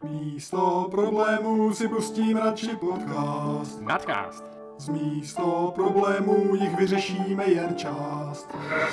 Místo problémů si pustím radši podcast. Nadcast. Z místo problémů jich vyřešíme jen část.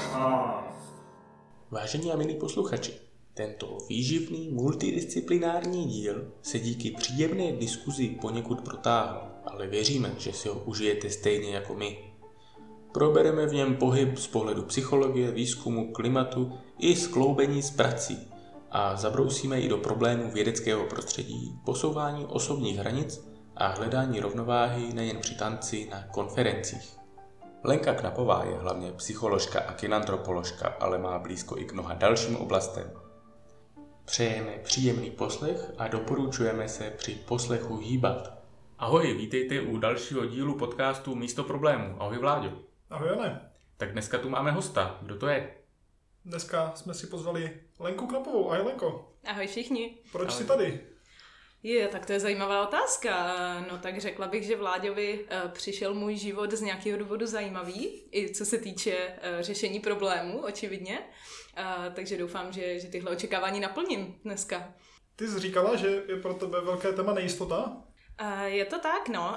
Vážení a milí posluchači, tento výživný multidisciplinární díl se díky příjemné diskuzi poněkud protáhl, ale věříme, že si ho užijete stejně jako my. Probereme v něm pohyb z pohledu psychologie, výzkumu, klimatu i skloubení s prací a zabrousíme i do problémů vědeckého prostředí, posouvání osobních hranic a hledání rovnováhy nejen při tanci na konferencích. Lenka Knapová je hlavně psycholožka a kinantropoložka, ale má blízko i k mnoha dalším oblastem. Přejeme příjemný poslech a doporučujeme se při poslechu hýbat. Ahoj, vítejte u dalšího dílu podcastu Místo problémů. Ahoj Vláďo. Ahoj Jane. Tak dneska tu máme hosta. Kdo to je? Dneska jsme si pozvali Lenku Knapovou. Ahoj Lenko. Ahoj všichni. Proč jsi tady? Tak to je zajímavá otázka. No tak řekla bych, že Vláďovi přišel můj život z nějakého důvodu zajímavý, i co se týče řešení problémů, očividně. Takže doufám, že tyhle očekávání naplním dneska. Ty jsi říkala, že je pro tebe velké téma nejistota? Je to tak, no.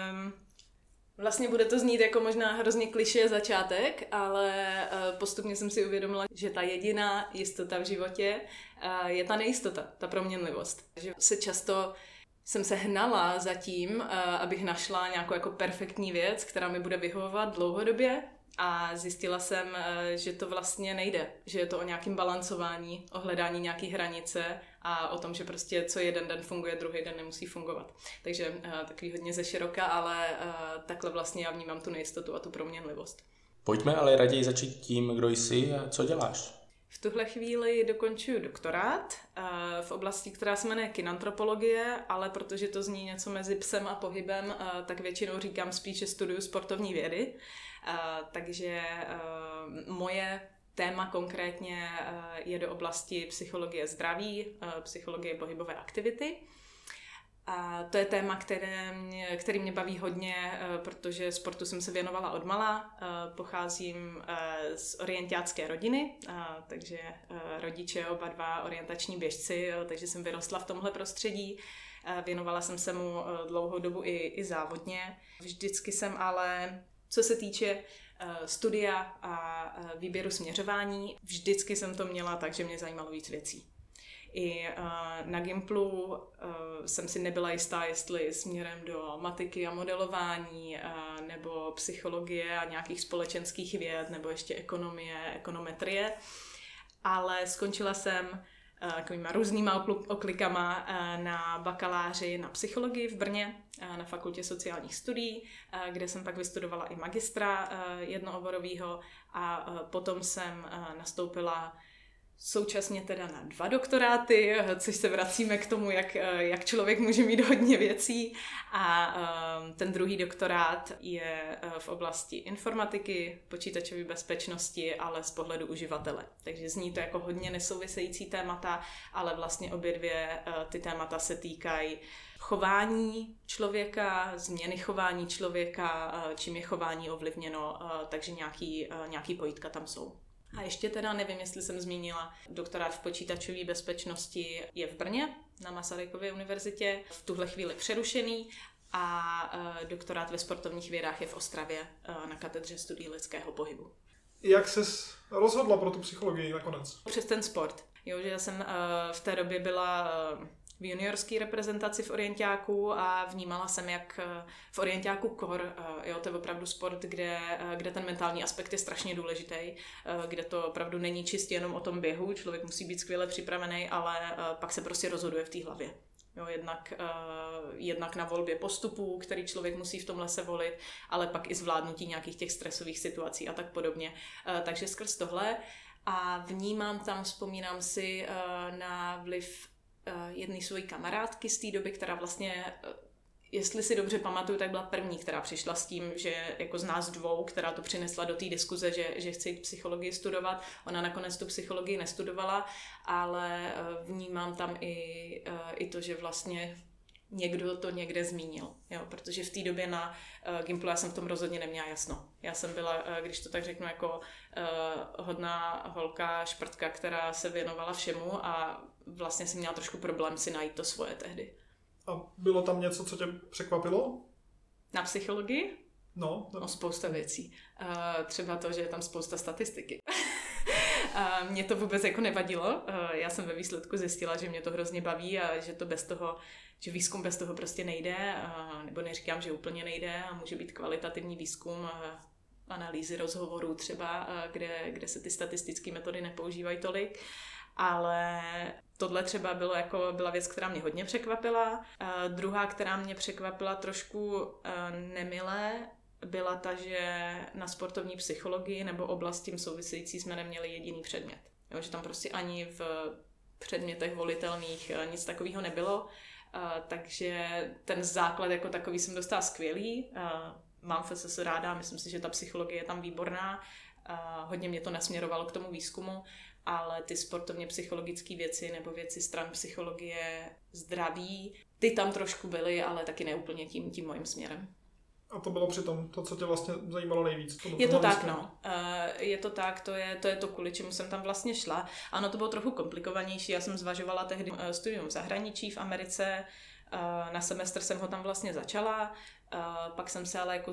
Vlastně bude to znít jako možná hrozně klišé začátek, ale postupně jsem si uvědomila, že ta jediná jistota v životě je ta nejistota, ta proměnlivost. Že jsem se hnala za tím, abych našla nějakou jako perfektní věc, která mi bude vyhovovat dlouhodobě, a zjistila jsem, že to vlastně nejde, že je to o nějakém balancování, o hledání nějaké hranice a o tom, že prostě co jeden den funguje, druhý den nemusí fungovat. Takže takový hodně ze široka, ale takhle vlastně já vnímám tu nejistotu a tu proměnlivost. Pojďme ale raději začít tím, kdo jsi a co děláš. V tuhle chvíli dokončuju doktorát v oblasti, která se jmenuje kinantropologie, ale protože to zní něco mezi psem a pohybem, tak většinou říkám spíš, že studuju sportovní vědy. Takže moje téma konkrétně je do oblasti psychologie zdraví, psychologie pohybové aktivity. A to je téma, který mě baví hodně, protože sportu jsem se věnovala odmala. Pocházím z orientácké rodiny, takže rodiče oba dva orientační běžci, takže jsem vyrostla v tomhle prostředí. Věnovala jsem se mu dlouhou dobu i závodně. Vždycky jsem ale, co se týče studia a výběru směřování, vždycky jsem to měla tak, že mě zajímalo víc věcí. I na Gimplu jsem si nebyla jistá, jestli směrem do matiky a modelování, nebo psychologie a nějakých společenských věd, nebo ještě ekonomie, ekonometrie. Ale skončila jsem takovýma různýma oklikama na bakaláři na psychologii v Brně, na fakultě sociálních studií, kde jsem pak vystudovala i magistra jednooborovýho a potom jsem nastoupila současně teda na 2 doktoráty, což se vracíme k tomu, jak člověk může mít hodně věcí. A ten druhý doktorát je v oblasti informatiky, počítačové bezpečnosti, ale z pohledu uživatele. Takže zní to jako hodně nesouvisející témata, ale vlastně obě dvě ty témata se týkají chování člověka, změny chování člověka, čím je chování ovlivněno, takže nějaký pojítka tam jsou. A ještě teda nevím, jestli jsem zmínila, doktorát v počítačové bezpečnosti je v Brně na Masarykově univerzitě, v tuhle chvíli přerušený, a doktorát ve sportovních vědách je v Ostravě na katedře studií lidského pohybu. Jak ses rozhodla pro tu psychologii nakonec? Přes ten sport. Jo, že já jsem v té době byla v juniorské reprezentaci v orientáku a vnímala jsem, jak v orientáku to je opravdu sport, kde ten mentální aspekt je strašně důležitý, kde to opravdu není čistě jenom o tom běhu, člověk musí být skvěle připravený, ale pak se prostě rozhoduje v té hlavě. Jo, jednak na volbě postupů, který člověk musí v tom lese volit, ale pak i zvládnutí nějakých těch stresových situací a tak podobně. Takže skrz tohle a vnímám tam, vzpomínám si na vliv jedné své kamarádky z té doby, která vlastně, jestli si dobře pamatuju, tak byla první, která přišla s tím, že jako z nás dvou, která to přinesla do té diskuze, že chce jít psychologii studovat. Ona nakonec tu psychologii nestudovala, ale vnímám tam i to, že vlastně někdo to někde zmínil, jo, protože v té době na Gimplu já jsem v tom rozhodně neměla jasno. Já jsem byla, když to tak řeknu, jako hodná holka, šprtka, která se věnovala všemu a vlastně jsem měla trošku problém si najít to svoje tehdy. A bylo tam něco, co tě překvapilo? Na psychologii? No. No, spousta věcí. Třeba to, že je tam spousta statistiky. Mně to vůbec jako nevadilo. Já jsem ve výsledku zjistila, že mě to hrozně baví a že to bez toho, že výzkum bez toho prostě nejde, nebo neříkám, že úplně nejde a může být kvalitativní výzkum, analýzy rozhovorů třeba, kde se ty statistické metody nepoužívají tolik. Ale tohle třeba byla věc, která mě hodně překvapila. Druhá, která mě překvapila trošku nemile, byla ta, že na sportovní psychologii nebo oblast s tím související jsme neměli jediný předmět. Jo, že tam prostě ani v předmětech volitelných nic takového nebylo. Takže ten základ jako takový jsem dostala skvělý. Mám FSS ráda, myslím si, že ta psychologie je tam výborná. Hodně mě to nasměrovalo k tomu výzkumu, ale ty sportovně psychologické věci nebo věci stran psychologie zdraví, ty tam trošku byly, ale taky ne úplně tím mojím směrem. A to bylo přitom to, co tě vlastně zajímalo nejvíc? Je to tak, no. Je to tak, to je to, kvůli čemu jsem tam vlastně šla. Ano, to bylo trochu komplikovanější, já jsem zvažovala tehdy studium v zahraničí, v Americe, na semestr jsem ho tam vlastně začala, pak jsem se ale jako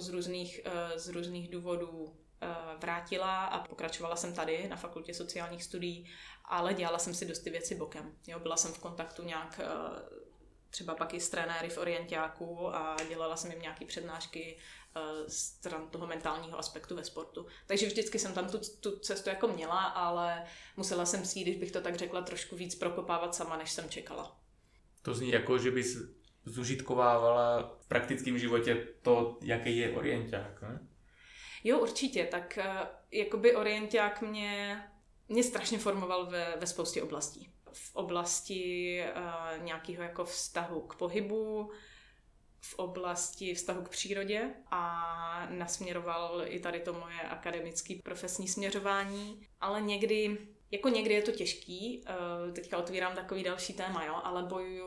z různých důvodů vrátila a pokračovala jsem tady na fakultě sociálních studií, ale dělala jsem si dost ty věci bokem. Jo, byla jsem v kontaktu nějak třeba pak i s trenéry v orientáku a dělala jsem jim nějaké přednášky stran toho mentálního aspektu ve sportu. Takže vždycky jsem tam tu cestu jako měla, ale musela jsem si, když bych to tak řekla, trošku víc prokopávat sama, než jsem čekala. To zní jako, že bys zužitkovávala v praktickém životě to, jaký je orienták, ne? Jo, určitě. Tak jakoby orienták mě strašně formoval ve spoustě oblastí. V oblasti nějakého jako vztahu k pohybu, v oblasti vztahu k přírodě a nasměroval i tady to moje akademické profesní směřování. Ale někdy je to těžký, teďka otvírám takový další téma, jo, ale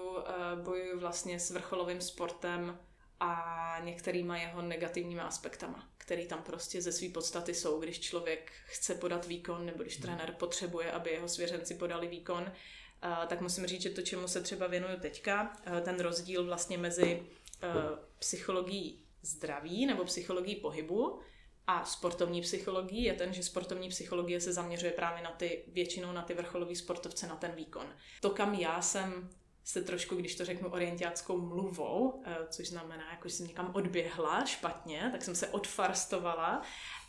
bojuju vlastně s vrcholovým sportem a některýma jeho negativníma aspektama, který tam prostě ze své podstaty jsou, když člověk chce podat výkon nebo když trenér potřebuje, aby jeho svěřenci podali výkon, tak musím říct, že to, čemu se třeba věnuju teďka, ten rozdíl vlastně mezi psychologií zdraví nebo psychologií pohybu a sportovní psychologií je ten, že sportovní psychologie se zaměřuje právě většinou na ty vrcholový sportovce, na ten výkon. To, kam já jsem se trošku, když to řeknu orientáckou mluvou, což znamená, jako že jsem někam odběhla špatně, tak jsem se odfarstovala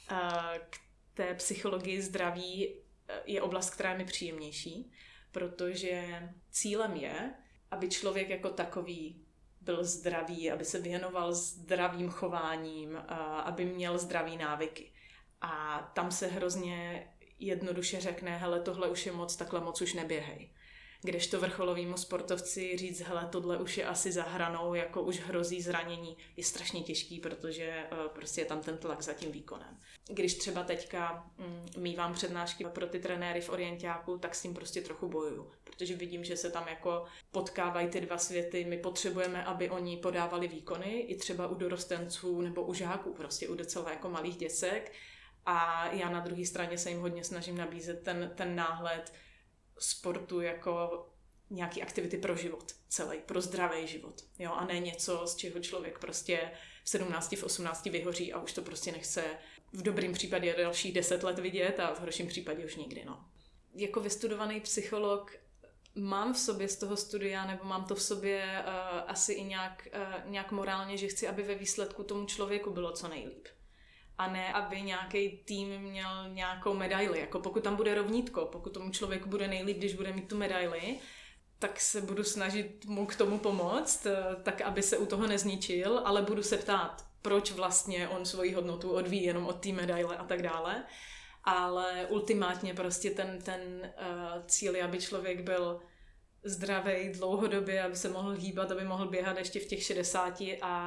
k té psychologii zdraví, je oblast, která je mi příjemnější, protože cílem je, aby člověk jako takový byl zdravý, aby se věnoval zdravým chováním, aby měl zdravý návyky. A tam se hrozně jednoduše řekne, hele, tohle už je moc, takhle moc už neběhej. Kdežto vrcholovýmu sportovci říct, hele, tohle už je asi za hranou, jako už hrozí zranění, je strašně těžký, protože prostě je tam ten tlak za tím výkonem. Když třeba teďka mívám přednášky pro ty trenéry v orientáku, tak s tím prostě trochu bojuju, protože vidím, že se tam jako potkávají ty dva světy, my potřebujeme, aby oni podávali výkony, i třeba u dorostenců nebo u žáků, prostě u docela jako malých děcek a já na druhé straně se jim hodně snažím nabízet ten náhled sportu jako nějaký aktivity pro život celý, pro zdravý život. Jo? A ne něco, z čeho člověk prostě v 17, v 18 vyhoří a už to prostě nechce v dobrým případě dalších 10 let vidět a v horším případě už nikdy. No. Jako vystudovaný psycholog mám v sobě z toho studia, nebo mám to v sobě asi i nějak morálně, že chci, aby ve výsledku tomu člověku bylo co nejlíp. A ne, aby nějaký tým měl nějakou medaili. Jako pokud tam bude rovnítko, pokud tomu člověku bude nejlíp, když bude mít tu medaili, tak se budu snažit mu k tomu pomoct, tak aby se u toho nezničil, ale budu se ptát, proč vlastně on svoji hodnotu odvíjí jenom od té medaile a tak dále. Ale ultimátně prostě ten cíl je, aby člověk byl zdravý dlouhodobě, aby se mohl hýbat, aby mohl běhat ještě v těch 60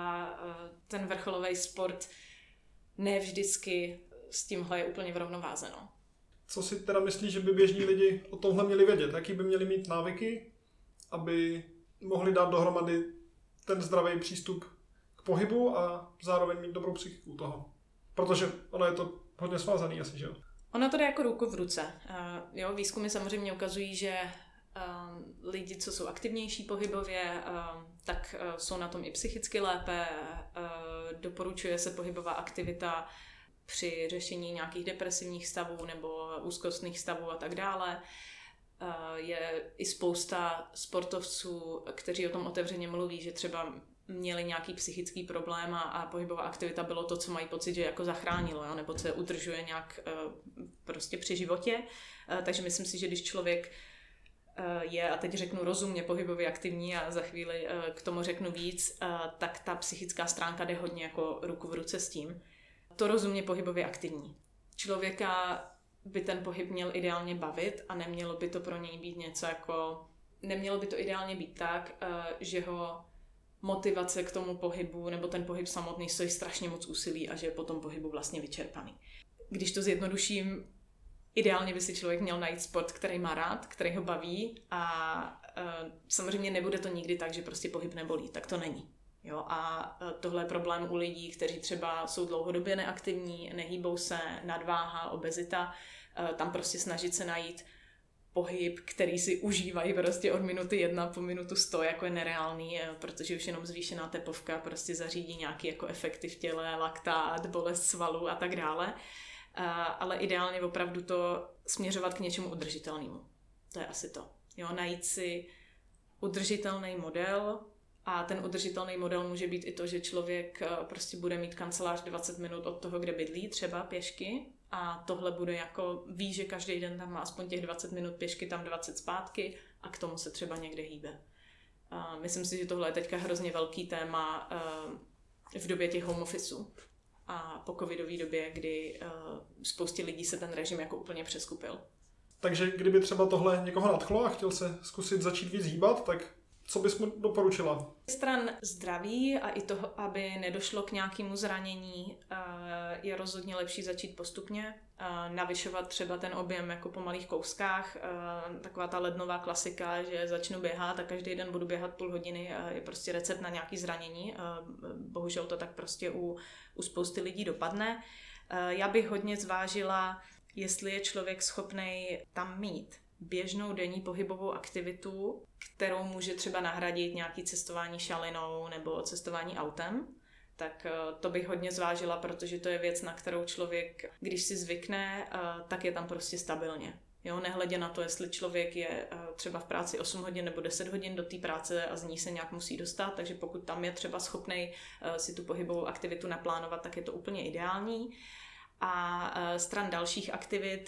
a ten vrcholový sport ne vždycky s tímhle je úplně v rovnováze. No. Co si teda myslíš, že by běžní lidi o tomhle měli vědět? Jaký by měli mít návyky, aby mohli dát dohromady ten zdravý přístup k pohybu a zároveň mít dobrou psychiku toho. Protože ono je to hodně svázaný asi, že jo? Ono to jde jako ruku v ruce. Jo, výzkumy samozřejmě ukazují, že lidi, co jsou aktivnější pohybově, tak jsou na tom i psychicky lépe. Doporučuje se pohybová aktivita při řešení nějakých depresivních stavů nebo úzkostných stavů a tak dále. Je i spousta sportovců, kteří o tom otevřeně mluví, že třeba měli nějaký psychický problém a pohybová aktivita bylo to, co mají pocit, že jako zachránilo, jo? Nebo co je udržuje nějak prostě při životě. Takže myslím si, že když člověk je, a teď řeknu rozumně pohybově aktivní a za chvíli k tomu řeknu víc, tak ta psychická stránka jde hodně jako ruku v ruce s tím. To rozumně pohybově aktivní. Člověka by ten pohyb měl ideálně bavit a nemělo by to pro něj být něco jako... Nemělo by to ideálně být tak, že ho motivace k tomu pohybu nebo ten pohyb samotný stojí strašně moc úsilí a že je po tom pohybu vlastně vyčerpaný. Když to zjednoduším, ideálně by si člověk měl najít sport, který má rád, který ho baví a samozřejmě nebude to nikdy tak, že prostě pohyb nebolí, tak to není. Jo? A tohle je problém u lidí, kteří třeba jsou dlouhodobě neaktivní, nehýbou se, nadváha, obezita, tam prostě snažit se najít pohyb, který si užívají prostě od minuty 1 po minutu 100, jako je nereálný, protože už jenom zvýšená tepovka prostě zařídí nějaký jako efekty v těle, laktát, bolest svalů a tak dále. Ale ideálně opravdu to směřovat k něčemu udržitelnému. To je asi to. Jo, najít si udržitelný model a ten udržitelný model může být i to, že člověk prostě bude mít kancelář 20 minut od toho, kde bydlí, třeba pěšky, a tohle bude jako, ví, že každý den tam má aspoň těch 20 minut pěšky, tam 20 zpátky a k tomu se třeba někde hýbe. Myslím si, že tohle je teďka hrozně velký téma v době těch home officeů a po covidové době, kdy spoustě lidí se ten režim jako úplně přeskupil. Takže kdyby třeba tohle někoho nadchlo a chtěl se zkusit začít víc hýbat, tak co bys mu doporučila? Stran zdraví a i toho, aby nedošlo k nějakému zranění, je rozhodně lepší začít postupně. Navyšovat třeba ten objem jako po malých kouskách. Taková ta lednová klasika, že začnu běhat a každý den budu běhat půl hodiny, je prostě recept na nějaké zranění. Bohužel to tak prostě u spousty lidí dopadne. Já bych hodně zvážila, jestli je člověk schopný tam mít běžnou denní pohybovou aktivitu, kterou může třeba nahradit nějaký cestování šalinou nebo cestování autem, tak to bych hodně zvážila, protože to je věc, na kterou člověk, když si zvykne, tak je tam prostě stabilně. Jo, nehledě na to, jestli člověk je třeba v práci 8 hodin nebo 10 hodin do té práce a z ní se nějak musí dostat, takže pokud tam je třeba schopnej si tu pohybovou aktivitu naplánovat, tak je to úplně ideální. A stran dalších aktivit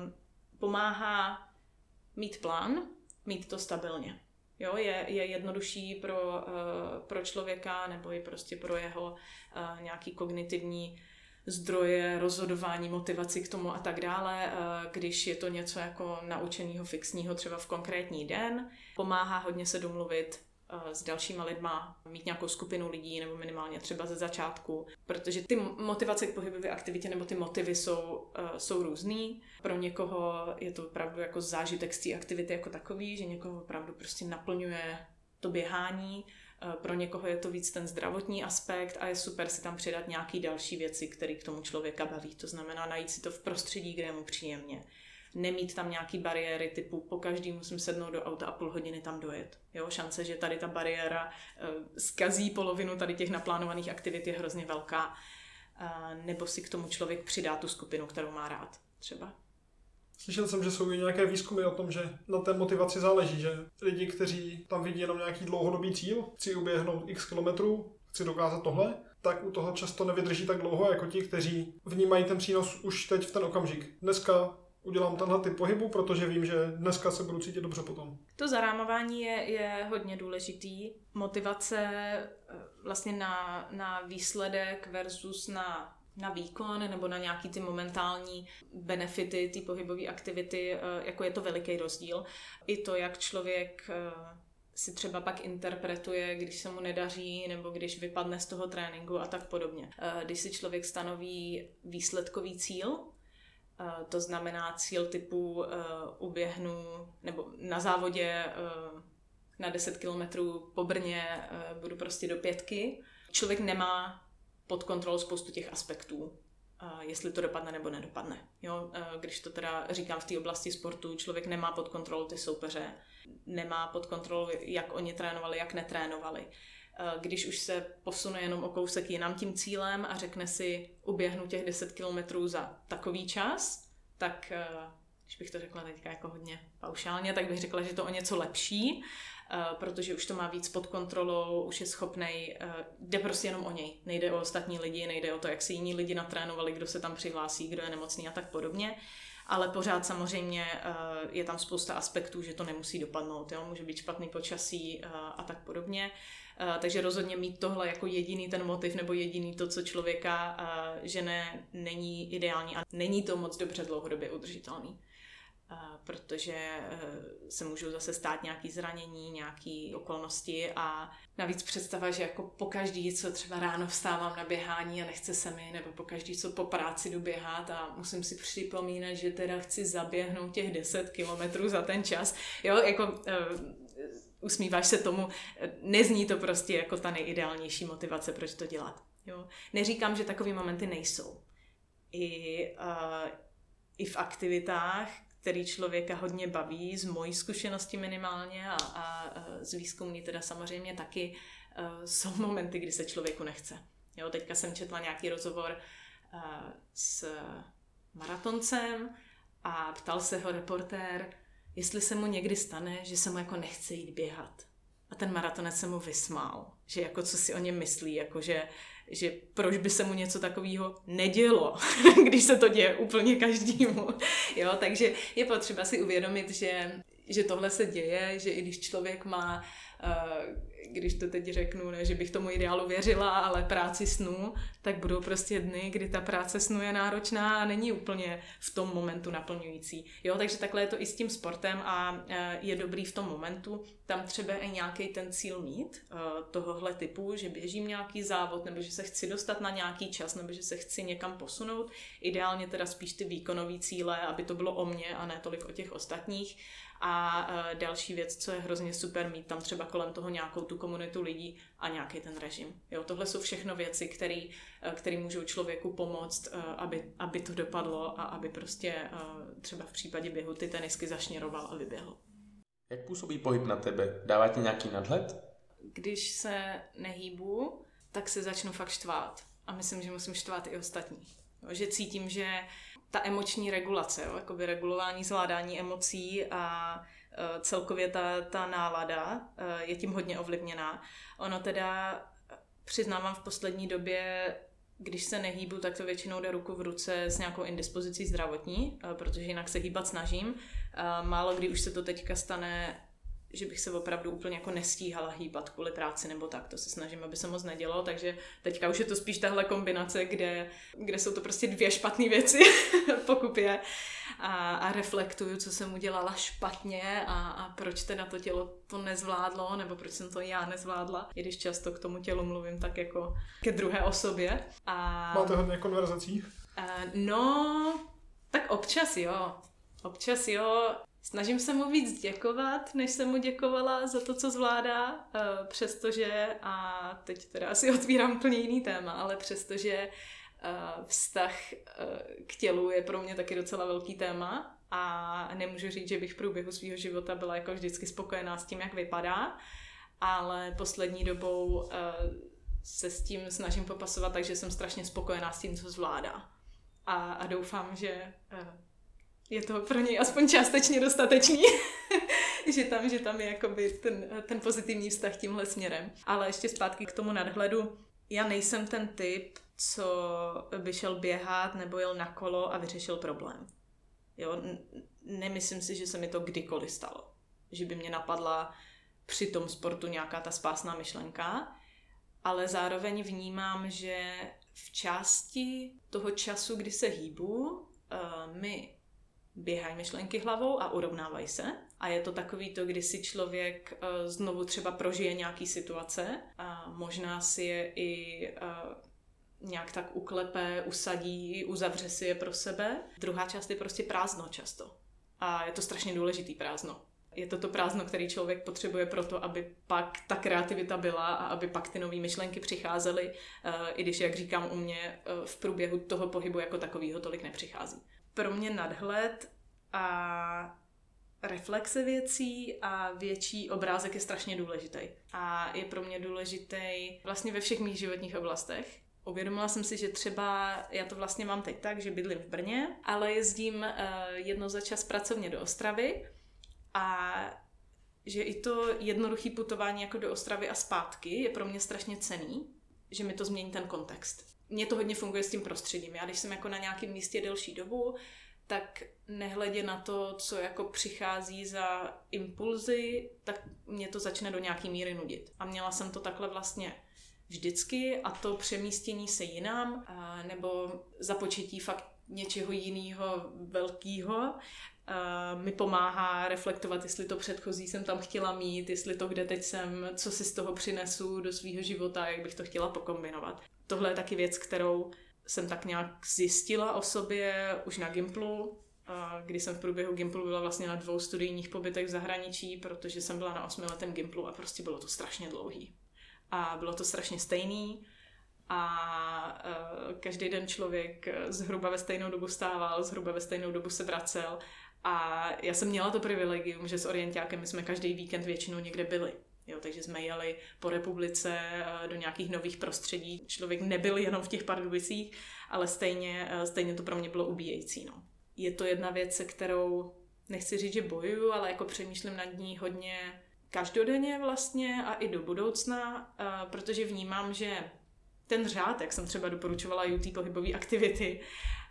pomáhá mít plán, mít to stabilně. Jo, je jednodušší pro člověka nebo i prostě pro jeho nějaký kognitivní zdroje, rozhodování, motivaci k tomu a tak dále, když je to něco jako naučenýho fixního třeba v konkrétní den. Pomáhá hodně se domluvit s dalšíma lidma, mít nějakou skupinu lidí nebo minimálně třeba ze začátku, protože ty motivace k pohybové aktivitě nebo ty motivy jsou různý. Pro někoho je to opravdu jako zážitek z té aktivity jako takový, že někoho opravdu prostě naplňuje to běhání, pro někoho je to víc ten zdravotní aspekt a je super si tam přidat nějaký další věci, které k tomu člověka baví. To znamená najít si to v prostředí, kde je mu příjemně. Nemít tam nějaký bariéry typu po každý musím sednout do auta a půl hodiny tam dojet. Jo, šance, že tady ta bariéra zkazí polovinu tady těch naplánovaných aktivit je hrozně velká. Nebo si k tomu člověk přidá tu skupinu, kterou má rád třeba. Slyšel jsem, že jsou i nějaké výzkumy o tom, že na té motivaci záleží, že lidi, kteří tam vidí jenom nějaký dlouhodobý cíl, chci uběhnout x kilometrů, chci dokázat tohle, tak u toho často nevydrží tak dlouho, jako ti, kteří vnímají ten přínos už teď v ten okamžik. Dneska udělám tenhle typ pohybu, protože vím, že dneska se budu cítit dobře potom. To zarámování je hodně důležitý. Motivace vlastně na výsledek versus na výkon nebo na nějaký ty momentální benefity té pohybové aktivity, jako je to veliký rozdíl. I to, jak člověk si třeba pak interpretuje, když se mu nedaří nebo když vypadne z toho tréninku a tak podobně. Když si člověk stanoví výsledkový cíl, to znamená cíl typu uběhnu nebo na závodě na 10 kilometrů po Brně budu prostě do 5. Člověk nemá pod kontrolou spoustu těch aspektů, jestli to dopadne nebo nedopadne. Jo? Když to teda říkám v té oblasti sportu, člověk nemá pod kontrolou ty soupeře, nemá pod kontrolou, jak oni trénovali, jak netrénovali. Když už se posune jenom o kousek jinam tím cílem a řekne si, uběhnu těch 10 kilometrů za takový čas, tak, když bych to řekla teďka jako hodně paušálně, tak bych řekla, že to o něco lepší, protože už to má víc pod kontrolou, už je schopnej, jde prostě jenom o něj. Nejde o ostatní lidi, nejde o to, jak se jiní lidi natrénovali, kdo se tam přihlásí, kdo je nemocný a tak podobně. Ale pořád samozřejmě je tam spousta aspektů, že to nemusí dopadnout. Jo? Může být špatný počasí a tak podobně. Takže rozhodně mít tohle jako jediný ten motiv nebo jediný to, co člověka žene, není ideální a není to moc dobře dlouhodobě udržitelný. Protože se můžou zase stát nějaké zranění, nějaké okolnosti a navíc představa, že jako pokaždý, co třeba ráno vstávám na běhání a nechce se mi, nebo pokaždý, co po práci jdu běhat a musím si připomínat, že teda chci zaběhnout těch 10 kilometrů za ten čas. Jo, jako usmíváš se tomu, nezní to prostě jako ta nejideálnější motivace, proč to dělat. Jo. Neříkám, že takové momenty nejsou. I v aktivitách, který člověka hodně baví, z mojí zkušenosti minimálně a z výzkumní teda samozřejmě taky, jsou momenty, kdy se člověku nechce. Jo, teďka jsem četla nějaký rozhovor s maratoncem a ptal se ho reportér, jestli se mu někdy stane, že se mu jako nechce jít běhat. A ten maratonec se mu vysmál, že jako co si o něm myslí, jako že proč by se mu něco takového nedělo, když se to děje úplně každému. Jo, takže je potřeba si uvědomit, že tohle se děje, že i když člověk má, když to teď řeknu, ne, že bych tomu ideálu věřila, ale práci snů, tak budou prostě dny, kdy ta práce snů je náročná a není úplně v tom momentu naplňující. Jo, takže takhle je to i s tím sportem a je dobrý v tom momentu tam třeba i nějaký ten cíl mít tohohle typu, že běžím nějaký závod, nebo že se chci dostat na nějaký čas, nebo že se chci někam posunout. Ideálně teda spíš ty výkonové cíle, aby to bylo o mně a ne tolik o těch ostatních. A další věc, co je hrozně super, mít tam třeba kolem toho nějakou tu komunitu lidí a nějaký ten režim. Jo, tohle jsou všechno věci, které můžou člověku pomoct, aby to dopadlo a aby prostě třeba v případě běhu ty tenisky zašněroval a vyběhl. Jak působí pohyb na tebe? Dává ti nějaký nadhled? Když se nehýbu, tak se začnu fakt štvát. A myslím, že musím štvát i ostatní. Jo, že cítím, že ta emoční regulace, jo, jakoby regulování, zvládání emocí a celkově ta nálada je tím hodně ovlivněná. Ono teda, přiznávám, v poslední době, když se nehýbu, tak to většinou jde ruku v ruce s nějakou indispozicí zdravotní, protože jinak se hýbat snažím. Málo kdy už se to teďka stane, že bych se opravdu úplně jako nestíhala hýbat kvůli práci nebo tak, to se snažím, aby se moc nedělo, takže teďka už je to spíš tahle kombinace, kde jsou to prostě dvě špatné věci pokud je a reflektuju, co jsem udělala špatně a proč teda to tělo to nezvládlo, nebo proč jsem to já nezvládla, i když často k tomu tělu mluvím tak jako ke druhé osobě. Máte hodně konverzací? No, tak občas jo. Snažím se mu víc děkovat, než jsem mu děkovala za to, co zvládá, přestože, a teď teda asi otvírám úplně jiný téma, ale přestože vztah k tělu je pro mě taky docela velký téma a nemůžu říct, že bych v průběhu svého života byla jako vždycky spokojená s tím, jak vypadá, ale poslední dobou se s tím snažím popasovat, takže jsem strašně spokojená s tím, co zvládá. A doufám, že je to pro něj aspoň částečně dostatečný, že tam je jakoby ten pozitivní vztah tímhle směrem. Ale ještě zpátky k tomu nadhledu. Já nejsem ten typ, co by šel běhat nebo jel na kolo a vyřešil problém. Jo? Nemyslím si, že se mi to kdykoliv stalo. Že by mě napadla při tom sportu nějaká ta spásná myšlenka, ale zároveň vnímám, že v části toho času, kdy se hýbu, mi běhají myšlenky hlavou a urovnávají se. A je to takový to, kdy si člověk znovu třeba prožije nějaký situace a možná si je i nějak tak uklepe, usadí, uzavře si je pro sebe. Druhá část je prostě prázdno často. A je to strašně důležitý prázdno. Je to prázdno, který člověk potřebuje pro to, aby pak ta kreativita byla a aby pak ty nové myšlenky přicházely, i když, jak říkám, u mě v průběhu toho pohybu jako takového tolik nepřichází. Pro mě nadhled a reflexe věcí a větší obrázek je strašně důležitý. A je pro mě důležitý vlastně ve všech mých životních oblastech. Uvědomila jsem si, že třeba já to vlastně mám teď tak, že bydlím v Brně, ale jezdím jednou za čas pracovně do Ostravy a že i to jednoduché putování jako do Ostravy a zpátky je pro mě strašně cenný, že mi to změní ten kontext. Mně to hodně funguje s tím prostředím. Já když jsem jako na nějakém místě delší dobu, tak nehledě na to, co jako přichází za impulzy, tak mě to začne do nějaký míry nudit. A měla jsem to takhle vlastně vždycky a to přemístění se jinam nebo započetí fakt něčeho jiného velkého mi pomáhá reflektovat, jestli to předchozí jsem tam chtěla mít, jestli to, kde teď jsem, co si z toho přinesu do svého života, jak bych to chtěla pokombinovat. Tohle je taky věc, kterou jsem tak nějak zjistila o sobě už na Gimplu, kdy jsem v průběhu Gimplu byla vlastně na 2 studijních pobytech v zahraničí, protože jsem byla na 8letém Gimplu a prostě bylo to strašně dlouhý. A bylo to strašně stejný a každý den člověk zhruba ve stejnou dobu stával, zhruba ve stejnou dobu se vracel a já jsem měla to privilegium, že s orientákem my jsme každý víkend většinou někde byli. Jo, takže jsme jeli po republice do nějakých nových prostředí. Člověk nebyl jenom v těch Pardubicích, ale stejně to pro mě bylo ubíjející. No. Je to jedna věc, se kterou nechci říct, že bojuju, ale jako přemýšlím nad ní hodně každodenně vlastně a i do budoucna, protože vnímám, že ten řád, jak jsem třeba doporučovala UT pohybové aktivity,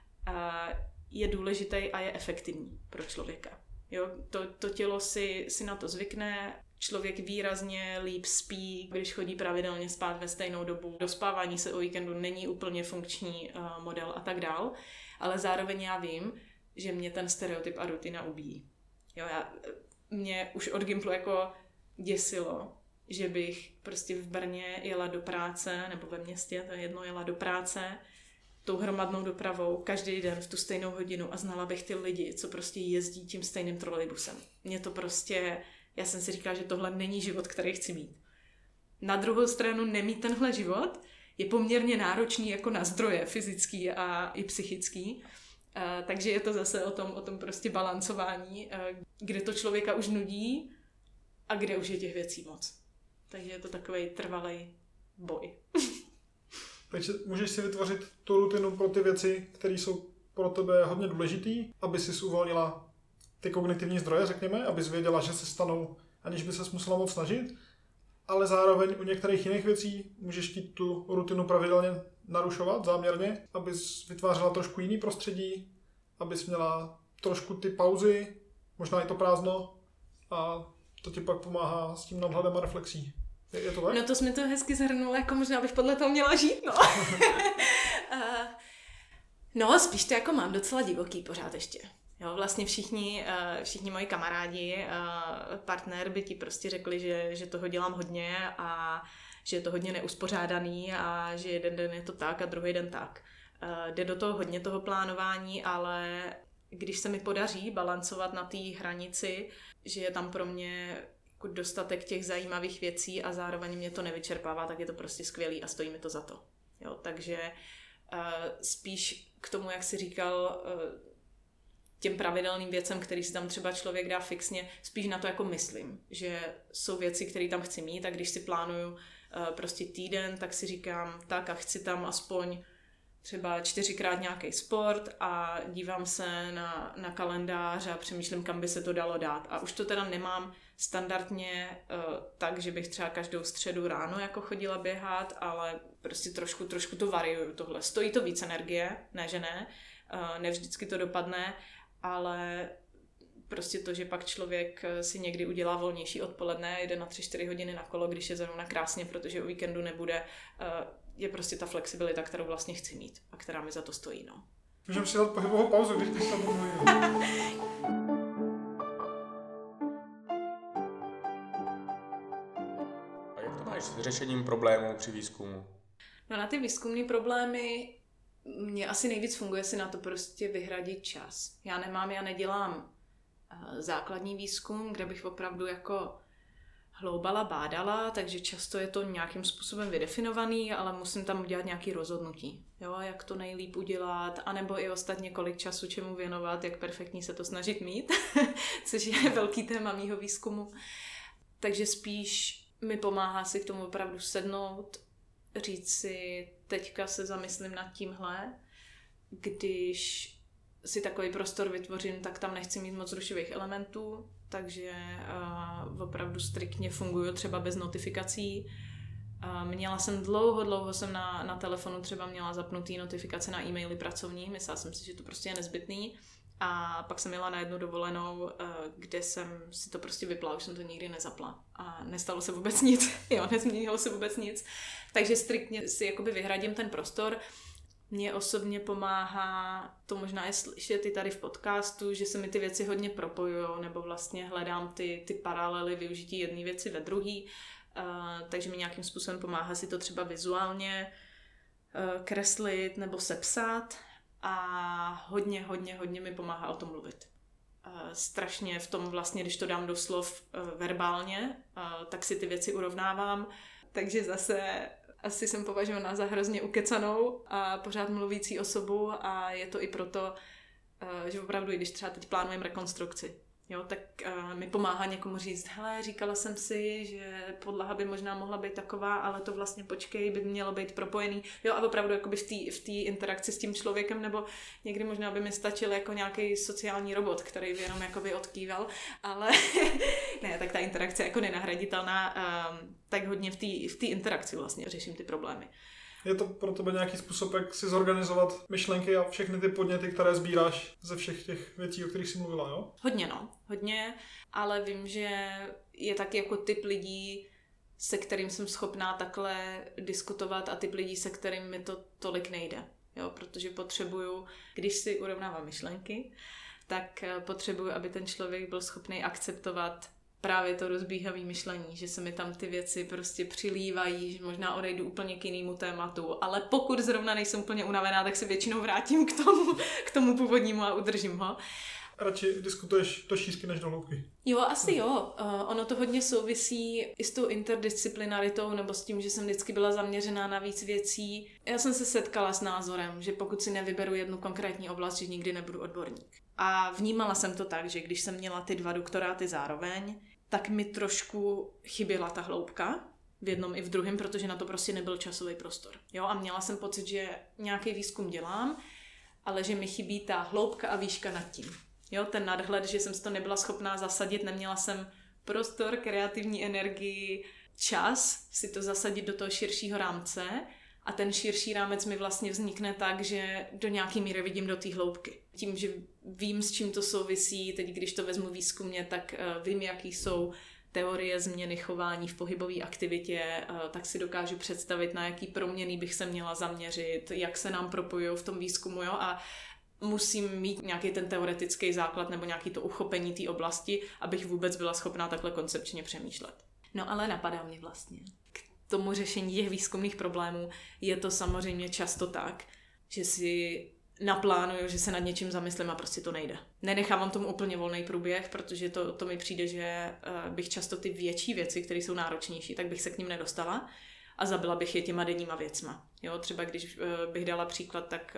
je důležitý a je efektivní pro člověka. Jo, to tělo si na to zvykne, člověk výrazně líp spí, když chodí pravidelně spát ve stejnou dobu. Dospávání se o víkendu není úplně funkční model a tak dál, ale zároveň já vím, že mě ten stereotyp a rutina ubíjí. Jo, mě už od Gimplu jako děsilo, že bych prostě v Brně jela do práce, nebo ve městě, to je jedno, jela do práce tou hromadnou dopravou každý den v tu stejnou hodinu a znala bych ty lidi, co prostě jezdí tím stejným trolejbusem. Mě to prostě, já jsem si říkala, že tohle není život, který chci mít. Na druhou stranu nemít tenhle život je poměrně náročný jako na zdroje fyzický a i psychický, takže je to zase o tom prostě balancování, kde to člověka už nudí a kde už je těch věcí moc. Takže je to takovej trvalej boj. Takže můžeš si vytvořit tu rutinu pro ty věci, které jsou pro tebe hodně důležitý, aby si uvolnila ty kognitivní zdroje, řekněme, abys věděla, že se stanou, aniž by ses musela moc snažit, ale zároveň u některých jiných věcí můžeš chtít tu rutinu pravidelně narušovat záměrně, abys vytvářela trošku jiný prostředí, abys měla trošku ty pauzy, možná i to prázdno a to ti pak pomáhá s tím nadhledem a reflexí. Je to tak? No to jsi mi to hezky zhrnula, jako možná bych podle toho měla žít, no. No, spíš to jako mám docela divoký pořád ještě. Jo, vlastně všichni moji kamarádi, partner by ti prostě řekli, že toho dělám hodně a že je to hodně neuspořádaný a že jeden den je to tak a druhý den tak. Jde do toho hodně toho plánování, ale když se mi podaří balancovat na té hranici, že je tam pro mě dostatek těch zajímavých věcí a zároveň mě to nevyčerpává, tak je to prostě skvělý a stojí mi to za to. Jo, takže spíš k tomu, jak jsi říkal, těm pravidelným věcem, který si tam třeba člověk dá fixně, spíš na to jako myslím, že jsou věci, které tam chci mít a když si plánuju prostě týden, tak si říkám tak a chci tam aspoň třeba 4x nějaký sport a dívám se na kalendář a přemýšlím, kam by se to dalo dát. A už to teda nemám standardně tak, že bych třeba každou středu ráno jako chodila běhat, ale prostě trošku to variuju tohle. Stojí to víc energie, ne že ne, ne vždycky to dopadne, ale prostě to, že pak člověk si někdy udělá volnější odpoledne, jde na 3-4 hodiny na kolo, když je zrovna krásně, protože o víkendu nebude, je prostě ta flexibilita, kterou vlastně chci mít a která mi za to stojí. No. Můžeme si dát pohybovou pauzu, když se tam mluví. A jak to máš s řešením problémů při výzkumu? No na ty výzkumné problémy mě asi nejvíc funguje si na to prostě vyhradit čas. Já nedělám základní výzkum, kde bych opravdu jako hloubala, bádala, takže často je to nějakým způsobem vydefinovaný, ale musím tam udělat nějaké rozhodnutí, jo, jak to nejlíp udělat, anebo i ostatně kolik času čemu věnovat, jak perfektní se to snažit mít, což je velký téma mýho výzkumu. Takže spíš mi pomáhá si k tomu opravdu sednout, říct si, teďka se zamyslím nad tímhle, když si takový prostor vytvořím, tak tam nechci mít moc rušivých elementů, takže opravdu striktně funguju třeba bez notifikací. Měla jsem dlouho jsem na telefonu třeba měla zapnutý notifikace na e-maily pracovní, myslela jsem si, že to prostě je nezbytný. A pak jsem jela na jednu dovolenou, kde jsem si to prostě vypla, už jsem to nikdy nezapla. A nestalo se vůbec nic, nezměnilo se vůbec nic. Takže striktně si jakoby vyhradím ten prostor. Mně osobně pomáhá, to možná je slyšet i tady v podcastu, že se mi ty věci hodně propojujou, nebo vlastně hledám ty paralely využití jedné věci ve druhý. Takže mi nějakým způsobem pomáhá si to třeba vizuálně kreslit nebo sepsat. A hodně mi pomáhá o tom mluvit. Strašně v tom vlastně, když to dám do slov verbálně, tak si ty věci urovnávám. Takže zase asi jsem považovaná za hrozně ukecanou a pořád mluvící osobu a je to i proto, že opravdu, i když třeba teď plánujeme rekonstrukci, jo, tak mi pomáhá někomu říct, hele, říkala jsem si, že podlaha by možná mohla být taková, ale to vlastně počkej, by mělo být propojený. Jo, a opravdu jakoby v té interakci s tím člověkem, nebo někdy možná by mi stačil jako nějaký sociální robot, který by jenom jakoby odkýval, ale ne, tak ta interakce je jako nenahraditelná, tak hodně v té interakci vlastně řeším ty problémy. Je to pro tebe nějaký způsob, jak si zorganizovat myšlenky a všechny ty podněty, které sbíráš ze všech těch věcí, o kterých jsi mluvila, jo? Hodně, ale vím, že je taky jako typ lidí, se kterým jsem schopná takhle diskutovat a typ lidí, se kterým mi to tolik nejde, jo? Protože potřebuju, když si urovnávám myšlenky, tak potřebuju, aby ten člověk byl schopný akceptovat právě to rozbíhavé myšlení, že se mi tam ty věci prostě přilívají, že možná odejdu úplně k jinému tématu, ale pokud zrovna nejsem úplně unavená, tak se většinou vrátím k tomu původnímu a udržím ho. Radši diskutuješ do šířky než do hloubky. Jo, asi jo. Ono to hodně souvisí i s tou interdisciplinaritou nebo s tím, že jsem vždycky byla zaměřená na víc věcí. Já jsem se setkala s názorem, že pokud si nevyberu jednu konkrétní oblast, že nikdy nebudu odborník. A vnímala jsem to tak, že když jsem měla ty 2 doktoráty zároveň, tak mi trošku chyběla ta hloubka v jednom i v druhém, protože na to prostě nebyl časový prostor. Jo, a měla jsem pocit, že nějaký výzkum dělám, ale že mi chybí ta hloubka a výška nad tím. Jo, ten nadhled, že jsem si to nebyla schopná zasadit, neměla jsem prostor, kreativní energii, čas si to zasadit do toho širšího rámce a ten širší rámec mi vlastně vznikne tak, že do nějaký míry vidím do té hloubky. Tím, že vím, s čím to souvisí, teď když to vezmu výzkumně, tak vím, jaký jsou teorie změny chování v pohybové aktivitě, tak si dokážu představit, na jaký proměny bych se měla zaměřit, jak se nám propojují v tom výzkumu, jo, a musím mít nějaký ten teoretický základ nebo nějaký to uchopení té oblasti, abych vůbec byla schopná takhle koncepčně přemýšlet. No ale napadá mě vlastně. K tomu řešení těch výzkumných problémů je to samozřejmě často tak, že si naplánuju, že se nad něčím zamyslím a prostě to nejde. Nenechávám tomu úplně volný průběh, protože to mi přijde, že bych často ty větší věci, které jsou náročnější, tak bych se k ním nedostala a zabila bych je těma denníma věcma. Jo, třeba když bych dala příklad, tak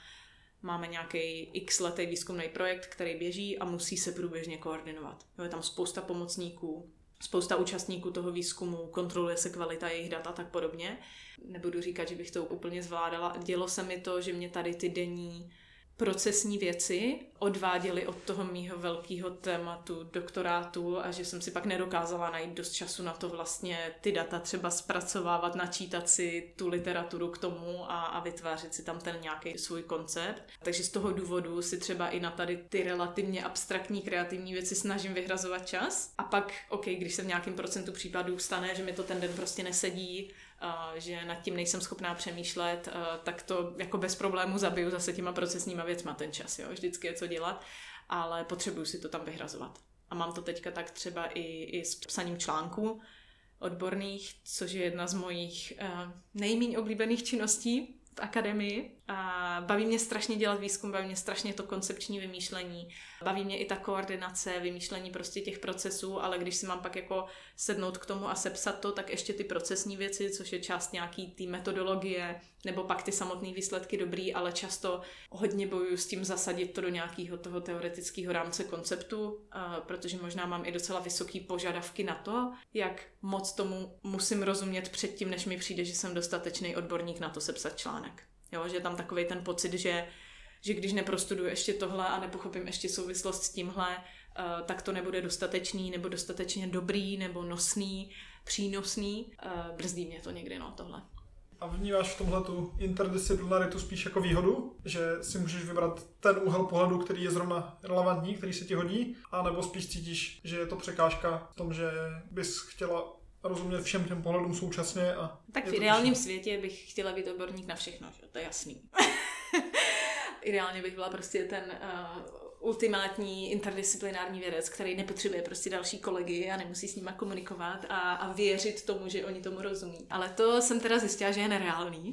máme nějaký x-letý výzkumný projekt, který běží a musí se průběžně koordinovat. Jo, je tam spousta pomocníků, spousta účastníků toho výzkumu, kontroluje se kvalita jejich dat a tak podobně. Nebudu říkat, že bych to úplně zvládala. Dělo se mi to, že mě tady ty denní procesní věci odváděly od toho mýho velkého tématu doktorátu a že jsem si pak nedokázala najít dost času na to vlastně ty data třeba zpracovávat, načítat si tu literaturu k tomu a vytvářet si tam ten nějaký svůj koncept. Takže z toho důvodu si třeba i na tady ty relativně abstraktní kreativní věci snažím vyhrazovat čas. A pak, když se v nějakém procentu případů stane, že mi to ten den prostě nesedí, že nad tím nejsem schopná přemýšlet, tak to jako bez problému zabiju zase těma procesníma věcma ten čas, jo, vždycky je co dělat, ale potřebuju si to tam vyhrazovat. A mám to teďka tak třeba i s psaním článků odborných, což je jedna z mojich nejméně oblíbených činností v akademii. A baví mě strašně dělat výzkum, baví mě strašně to koncepční vymýšlení, baví mě i ta koordinace, vymýšlení prostě těch procesů, ale když si mám pak jako sednout k tomu a sepsat to, tak ještě ty procesní věci, což je část nějaký té metodologie, nebo pak ty samotné výsledky dobrý, ale často hodně bojuju s tím zasadit to do nějakého toho teoretického rámce konceptu, protože možná mám i docela vysoký požadavky na to, jak moc tomu musím rozumět předtím, než mi přijde, že jsem dostatečný odborník na to sepsat článek. Jo, že je tam takovej ten pocit, že když neprostuduju ještě tohle a nepochopím ještě souvislost s tímhle, tak to nebude dostatečný, nebo dostatečně dobrý, nebo nosný, přínosný. Brzdí mě to někdy, tohle. A vnímáš v tomhle tu interdisciplinaritu spíš jako výhodu, že si můžeš vybrat ten úhel pohledu, který je zrovna relevantní, který se ti hodí, anebo spíš cítíš, že je to překážka v tom, že bys chtěla rozumět všem těm pohledům současně. Tak v ideálním světě bych chtěla být odborník na všechno, že? To je jasný. Ideálně bych byla prostě ten ultimátní interdisciplinární vědec, který nepotřebuje prostě další kolegy a nemusí s nima komunikovat a věřit tomu, že oni tomu rozumí. Ale to jsem teda zjistila, že je nereálný.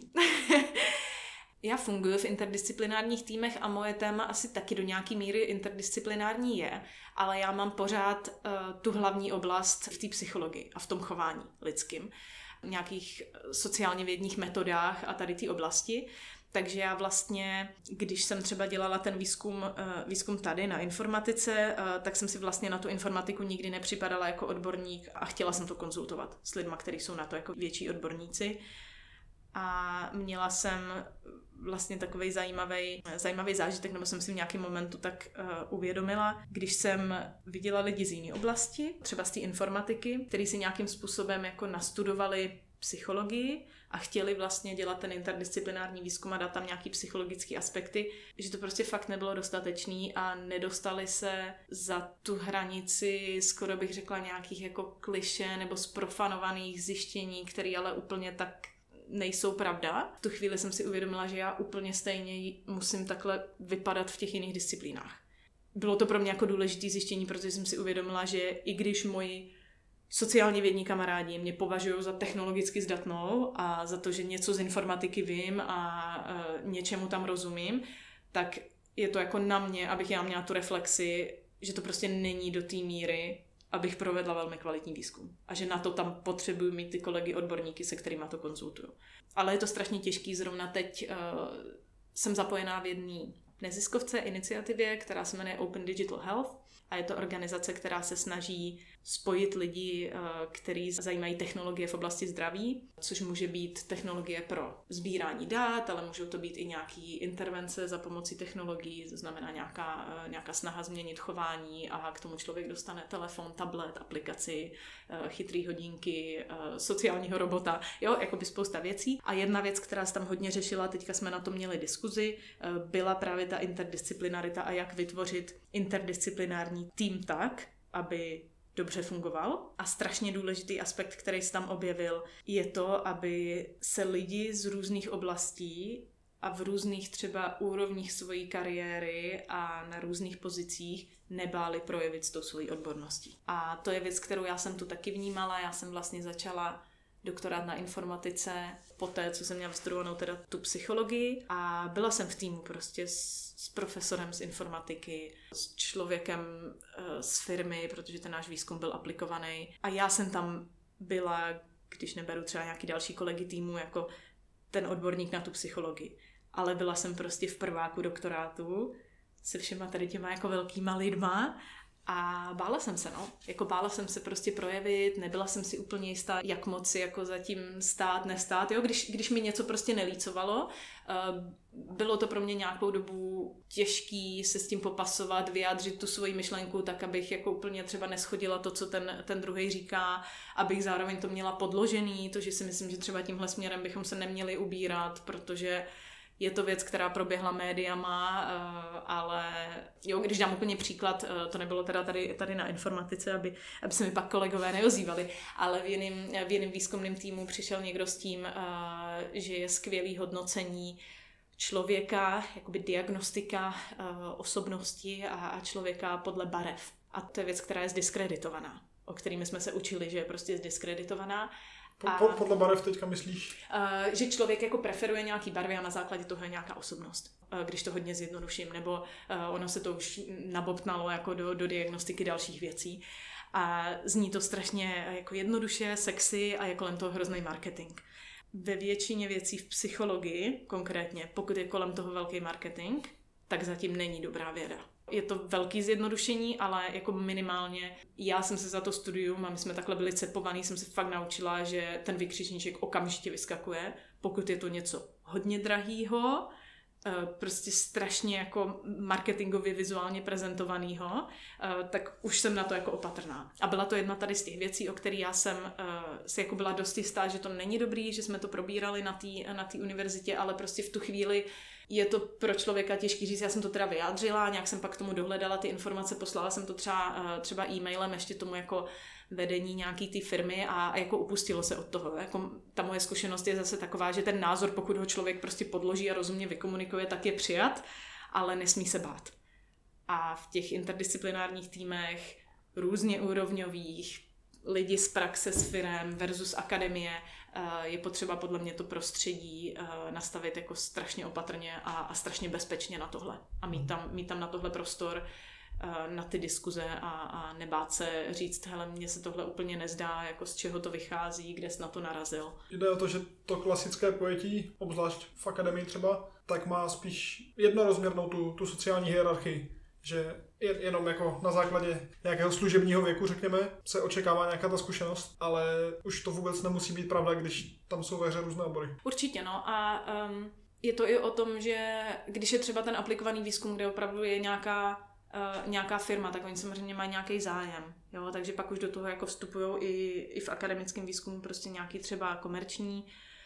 Já funguji v interdisciplinárních týmech a moje téma asi taky do nějaký míry interdisciplinární je, ale já mám pořád tu hlavní oblast v té psychologii a v tom chování lidským, nějakých sociálně vědních metodách a tady té oblasti. Takže já vlastně, když jsem třeba dělala ten výzkum tady na informatice, tak jsem si vlastně na tu informatiku nikdy nepřipadala jako odborník a chtěla jsem to konzultovat s lidma, kteří jsou na to jako větší odborníci. A měla jsem vlastně takovej zajímavý zážitek, nebo jsem si v nějakém momentu tak uvědomila, když jsem viděla lidi z jiné oblasti, třeba z té informatiky, kteří si nějakým způsobem jako nastudovali psychologii a chtěli vlastně dělat ten interdisciplinární výzkum a dát tam nějaký psychologické aspekty, že to prostě fakt nebylo dostatečný a nedostali se za tu hranici, skoro bych řekla nějakých jako klišé nebo zprofanovaných zjištění, které ale úplně tak nejsou pravda. V tu chvíli jsem si uvědomila, že já úplně stejně musím takhle vypadat v těch jiných disciplínách. Bylo to pro mě jako důležité zjištění, protože jsem si uvědomila, že i když moji sociálně vědní kamarádi mě považují za technologicky zdatnou a za to, že něco z informatiky vím a něčemu tam rozumím, tak je to jako na mě, abych já měla tu reflexi, že to prostě není do té míry, abych provedla velmi kvalitní výzkum. A že na to tam potřebuji mít ty kolegy odborníky, se kterými to konzultuju. Ale je to strašně těžký. Zrovna teď jsem zapojená v jedné neziskovce iniciativě, která se jmenuje Open Digital Health. A je to organizace, která se snaží spojit lidi, kteří zajímají technologie v oblasti zdraví, což může být technologie pro sbírání dat, ale můžou to být i nějaký intervence za pomocí technologií, to znamená nějaká snaha změnit chování a k tomu člověk dostane telefon, tablet, aplikaci, chytrý hodinky, sociálního robota, jo, jakoby spousta věcí. A jedna věc, která se tam hodně řešila, teďka jsme na to měli diskuzi, byla právě ta interdisciplinarita a jak vytvořit interdisciplinární tým tak, aby dobře fungoval. A strašně důležitý aspekt, který se tam objevil, je to, aby se lidi z různých oblastí a v různých třeba úrovních svojí kariéry a na různých pozicích nebáli projevit s tou svojí odborností. A to je věc, kterou já jsem tu taky vnímala. Já jsem vlastně začala doktorát na informatice poté, co jsem měla vystudovanou teda tu psychologii a byla jsem v týmu prostě s profesorem z informatiky, s člověkem z firmy, protože ten náš výzkum byl aplikovaný a já jsem tam byla, když neberu třeba nějaký další kolegy týmu, jako ten odborník na tu psychologii. Ale byla jsem prostě v prváku doktorátu se všema tady těma jako velkýma lidma a bála jsem se, bála jsem se prostě projevit, nebyla jsem si úplně jistá, jak moc jako zatím stát, nestát, jo, když mi něco prostě nelícovalo, bylo to pro mě nějakou dobu těžký se s tím popasovat, vyjádřit tu svoji myšlenku tak, abych jako úplně třeba neschodila to, co ten druhý říká, abych zároveň to měla podložený, to, že si myslím, že třeba tímhle směrem bychom se neměli ubírat, protože je to věc, která proběhla médiama, ale jo, když dám úplně příklad, to nebylo teda tady na informatice, aby se mi pak kolegové neozývali, ale v jiném výzkumném týmu přišel někdo s tím, že je skvělý hodnocení člověka, jakoby diagnostika osobnosti a člověka podle barev. A to je věc, která je zdiskreditovaná, o kterými jsme se učili, že je prostě zdiskreditovaná. Podle barev teďka myslíš? Že člověk jako preferuje nějaký barvy a na základě toho je nějaká osobnost, když to hodně zjednoduším, nebo ono se to už nabobtnalo jako do diagnostiky dalších věcí. A zní to strašně jako jednoduše, sexy a je kolem toho hrozný marketing. Ve většině věcí v psychologii, konkrétně, pokud je kolem toho velký marketing, tak zatím není dobrá věda. Je to velký zjednodušení, ale jako minimálně já jsem se za to studium a my jsme takhle byli cepovaný, jsem se fakt naučila, že ten vykřičníček okamžitě vyskakuje, pokud je to něco hodně drahýho, prostě strašně jako marketingově vizuálně prezentovanýho, tak už jsem na to jako opatrná. A byla to jedna tady z těch věcí, o který já jsem si jako byla dost jistá, že to není dobrý, že jsme to probírali na té univerzitě, ale prostě v tu chvíli je to pro člověka těžký říct, já jsem to teda vyjádřila, nějak jsem pak k tomu dohledala ty informace, poslala jsem to třeba e-mailem ještě tomu jako vedení nějaký té firmy a jako upustilo se od toho. Jako ta moje zkušenost je zase taková, že ten názor, pokud ho člověk prostě podloží a rozumně vykomunikuje, tak je přijat, ale nesmí se bát. A v těch interdisciplinárních týmech, různě úrovňových, lidi z praxe s firem versus akademie, je potřeba podle mě to prostředí nastavit jako strašně opatrně a strašně bezpečně na tohle. A mít tam na tohle prostor, na ty diskuze a nebát se říct, hele, mně se tohle úplně nezdá, jako z čeho to vychází, kde jsi na to narazil. Jde o to, že to klasické pojetí, obzvlášť v akademii třeba, tak má spíš jednorozměrnou tu sociální hierarchii. Že jenom jako na základě nějakého služebního věku, řekněme, se očekává nějaká ta zkušenost, ale už to vůbec nemusí být pravda, když tam jsou ve hře různé obory. Určitě, no. A je to i o tom, že když je třeba ten aplikovaný výzkum, kde opravdu je nějaká firma, tak oni samozřejmě mají nějaký zájem. Jo? Takže pak už do toho jako vstupují i v akademickém výzkumu prostě nějaký třeba komerční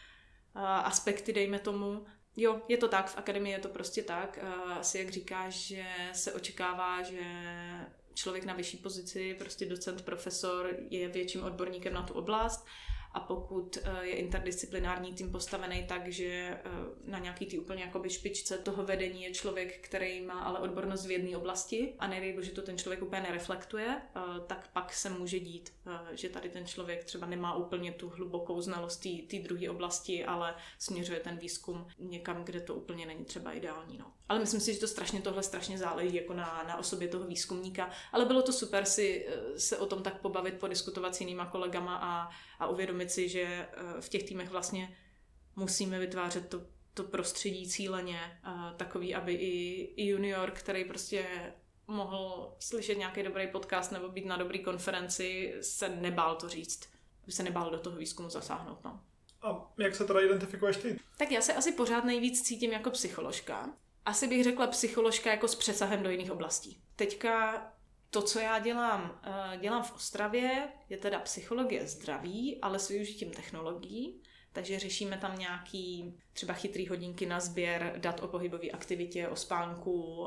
aspekty, dejme tomu. Jo, je to tak, v akademii je to prostě tak. Asi jak říkáš, že se očekává, že člověk na vyšší pozici, prostě docent, profesor, je větším odborníkem na tu oblast. A pokud je interdisciplinární tým postavený tak, že na nějaký ty úplně jakoby špičce toho vedení je člověk, který má ale odbornost v jedné oblasti a nedej bože to ten člověk úplně nereflektuje, tak pak se může dít, že tady ten člověk třeba nemá úplně tu hlubokou znalost té druhé oblasti, ale směřuje ten výzkum někam, kde to úplně není třeba ideální. No. Ale myslím si, že to tohle strašně záleží jako na osobě toho výzkumníka. Ale bylo to super se o tom tak pobavit, podiskutovat s jinýma kolegama a uvědomit si, že v těch týmech vlastně musíme vytvářet to prostředí cíleně takový, aby i junior, který prostě mohl slyšet nějaký dobrý podcast nebo být na dobrý konferenci, se nebál to říct. Aby se nebál do toho výzkumu zasáhnout. No. A jak se teda identifikuješ ty? Tak já se asi pořád nejvíc cítím jako psycholožka. Asi bych řekla psycholožka jako s přesahem do jiných oblastí. Teďka to, co já dělám v Ostravě, je teda psychologie zdraví, ale s využitím technologií. Takže řešíme tam nějaký třeba chytrý hodinky na sběr dat o pohybové aktivitě, o spánku,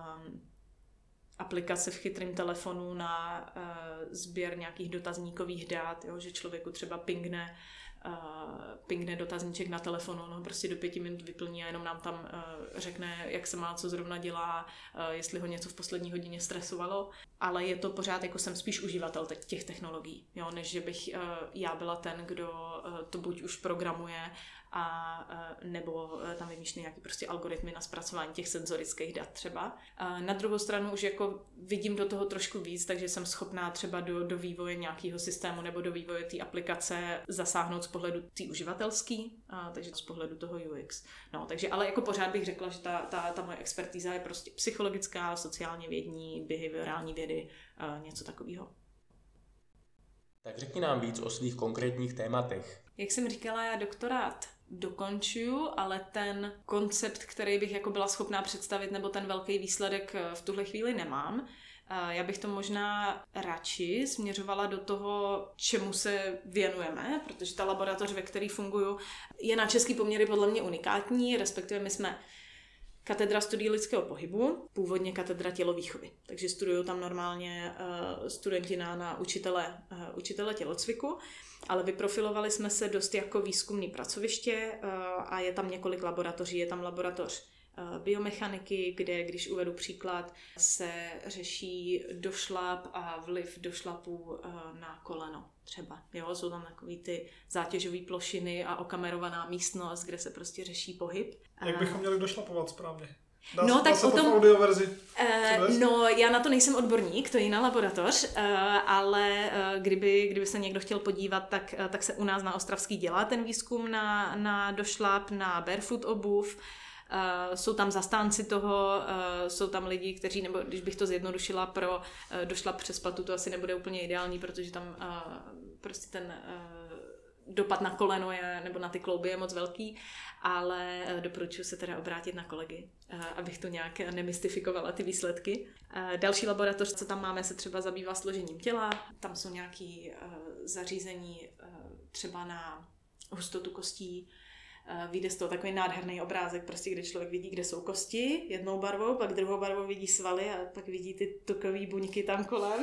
aplikace v chytrém telefonu na sběr nějakých dotazníkových dat, jo, že člověku třeba pingne dotazníček na telefonu, no prostě do 5 minut vyplní a jenom nám tam řekne, jak se má, co zrovna dělá, jestli ho něco v poslední hodině stresovalo, ale je to pořád, jako jsem spíš uživatel těch technologií, jo, než že bych já byla ten, kdo to buď už programuje, a nebo tam vymýšlí nějaký prostě algoritmy na zpracování těch senzorických dat třeba. Na druhou stranu už jako vidím do toho trošku víc, takže jsem schopná třeba do vývoje nějakého systému nebo do vývoje té aplikace zasáhnout z pohledu té uživatelský, takže z pohledu toho UX. No, takže ale jako pořád bych řekla, že ta moje expertíza je prostě psychologická, sociálně vědní, behaviorální vědy, něco takového. Tak řekni nám víc o svých konkrétních tématech. Jak jsem říkala, já doktorát dokončuju, ale ten koncept, který bych jako byla schopná představit, nebo ten velký výsledek v tuhle chvíli nemám. Já bych to možná radši směřovala do toho, čemu se věnujeme, protože ta laboratoř, ve které funguju, je na český poměry podle mě unikátní, respektive my jsme katedra studií lidského pohybu, původně katedra tělovýchovy. Takže studují tam normálně studenti na učitele tělocviku, ale vyprofilovali jsme se dost jako výzkumný pracoviště a je tam několik laboratoří. Je tam laboratoř biomechaniky, kde, když uvedu příklad, se řeší došlap a vliv došlapu na koleno třeba. Jo, jsou tam takový ty zátěžové plošiny a okamerovaná místnost, kde se prostě řeší pohyb. Jak bychom měli došlapovat správně? Dá se o to v audioverzi? No, já na to nejsem odborník, to je jiná laboratoř, ale kdyby se někdo chtěl podívat, tak se u nás na Ostravský dělá ten výzkum na došlap, na barefoot obuv. Jsou tam zastánci toho, jsou tam lidi, kteří, nebo když bych to zjednodušila, pro došlap přes patu to asi nebude úplně ideální, protože tam prostě ten dopad na koleno nebo na ty klouby je moc velký, ale doporučuji se teda obrátit na kolegy, abych to nějak nemystifikovala ty výsledky. Další laboratoř, co tam máme, se třeba zabývá složením těla. Tam jsou nějaké zařízení třeba na hustotu kostí. Vyjde z toho takový nádherný obrázek, prostě, kde člověk vidí, kde jsou kosti jednou barvou, pak druhou barvou vidí svaly a pak vidí ty tukové buňky tam kolem.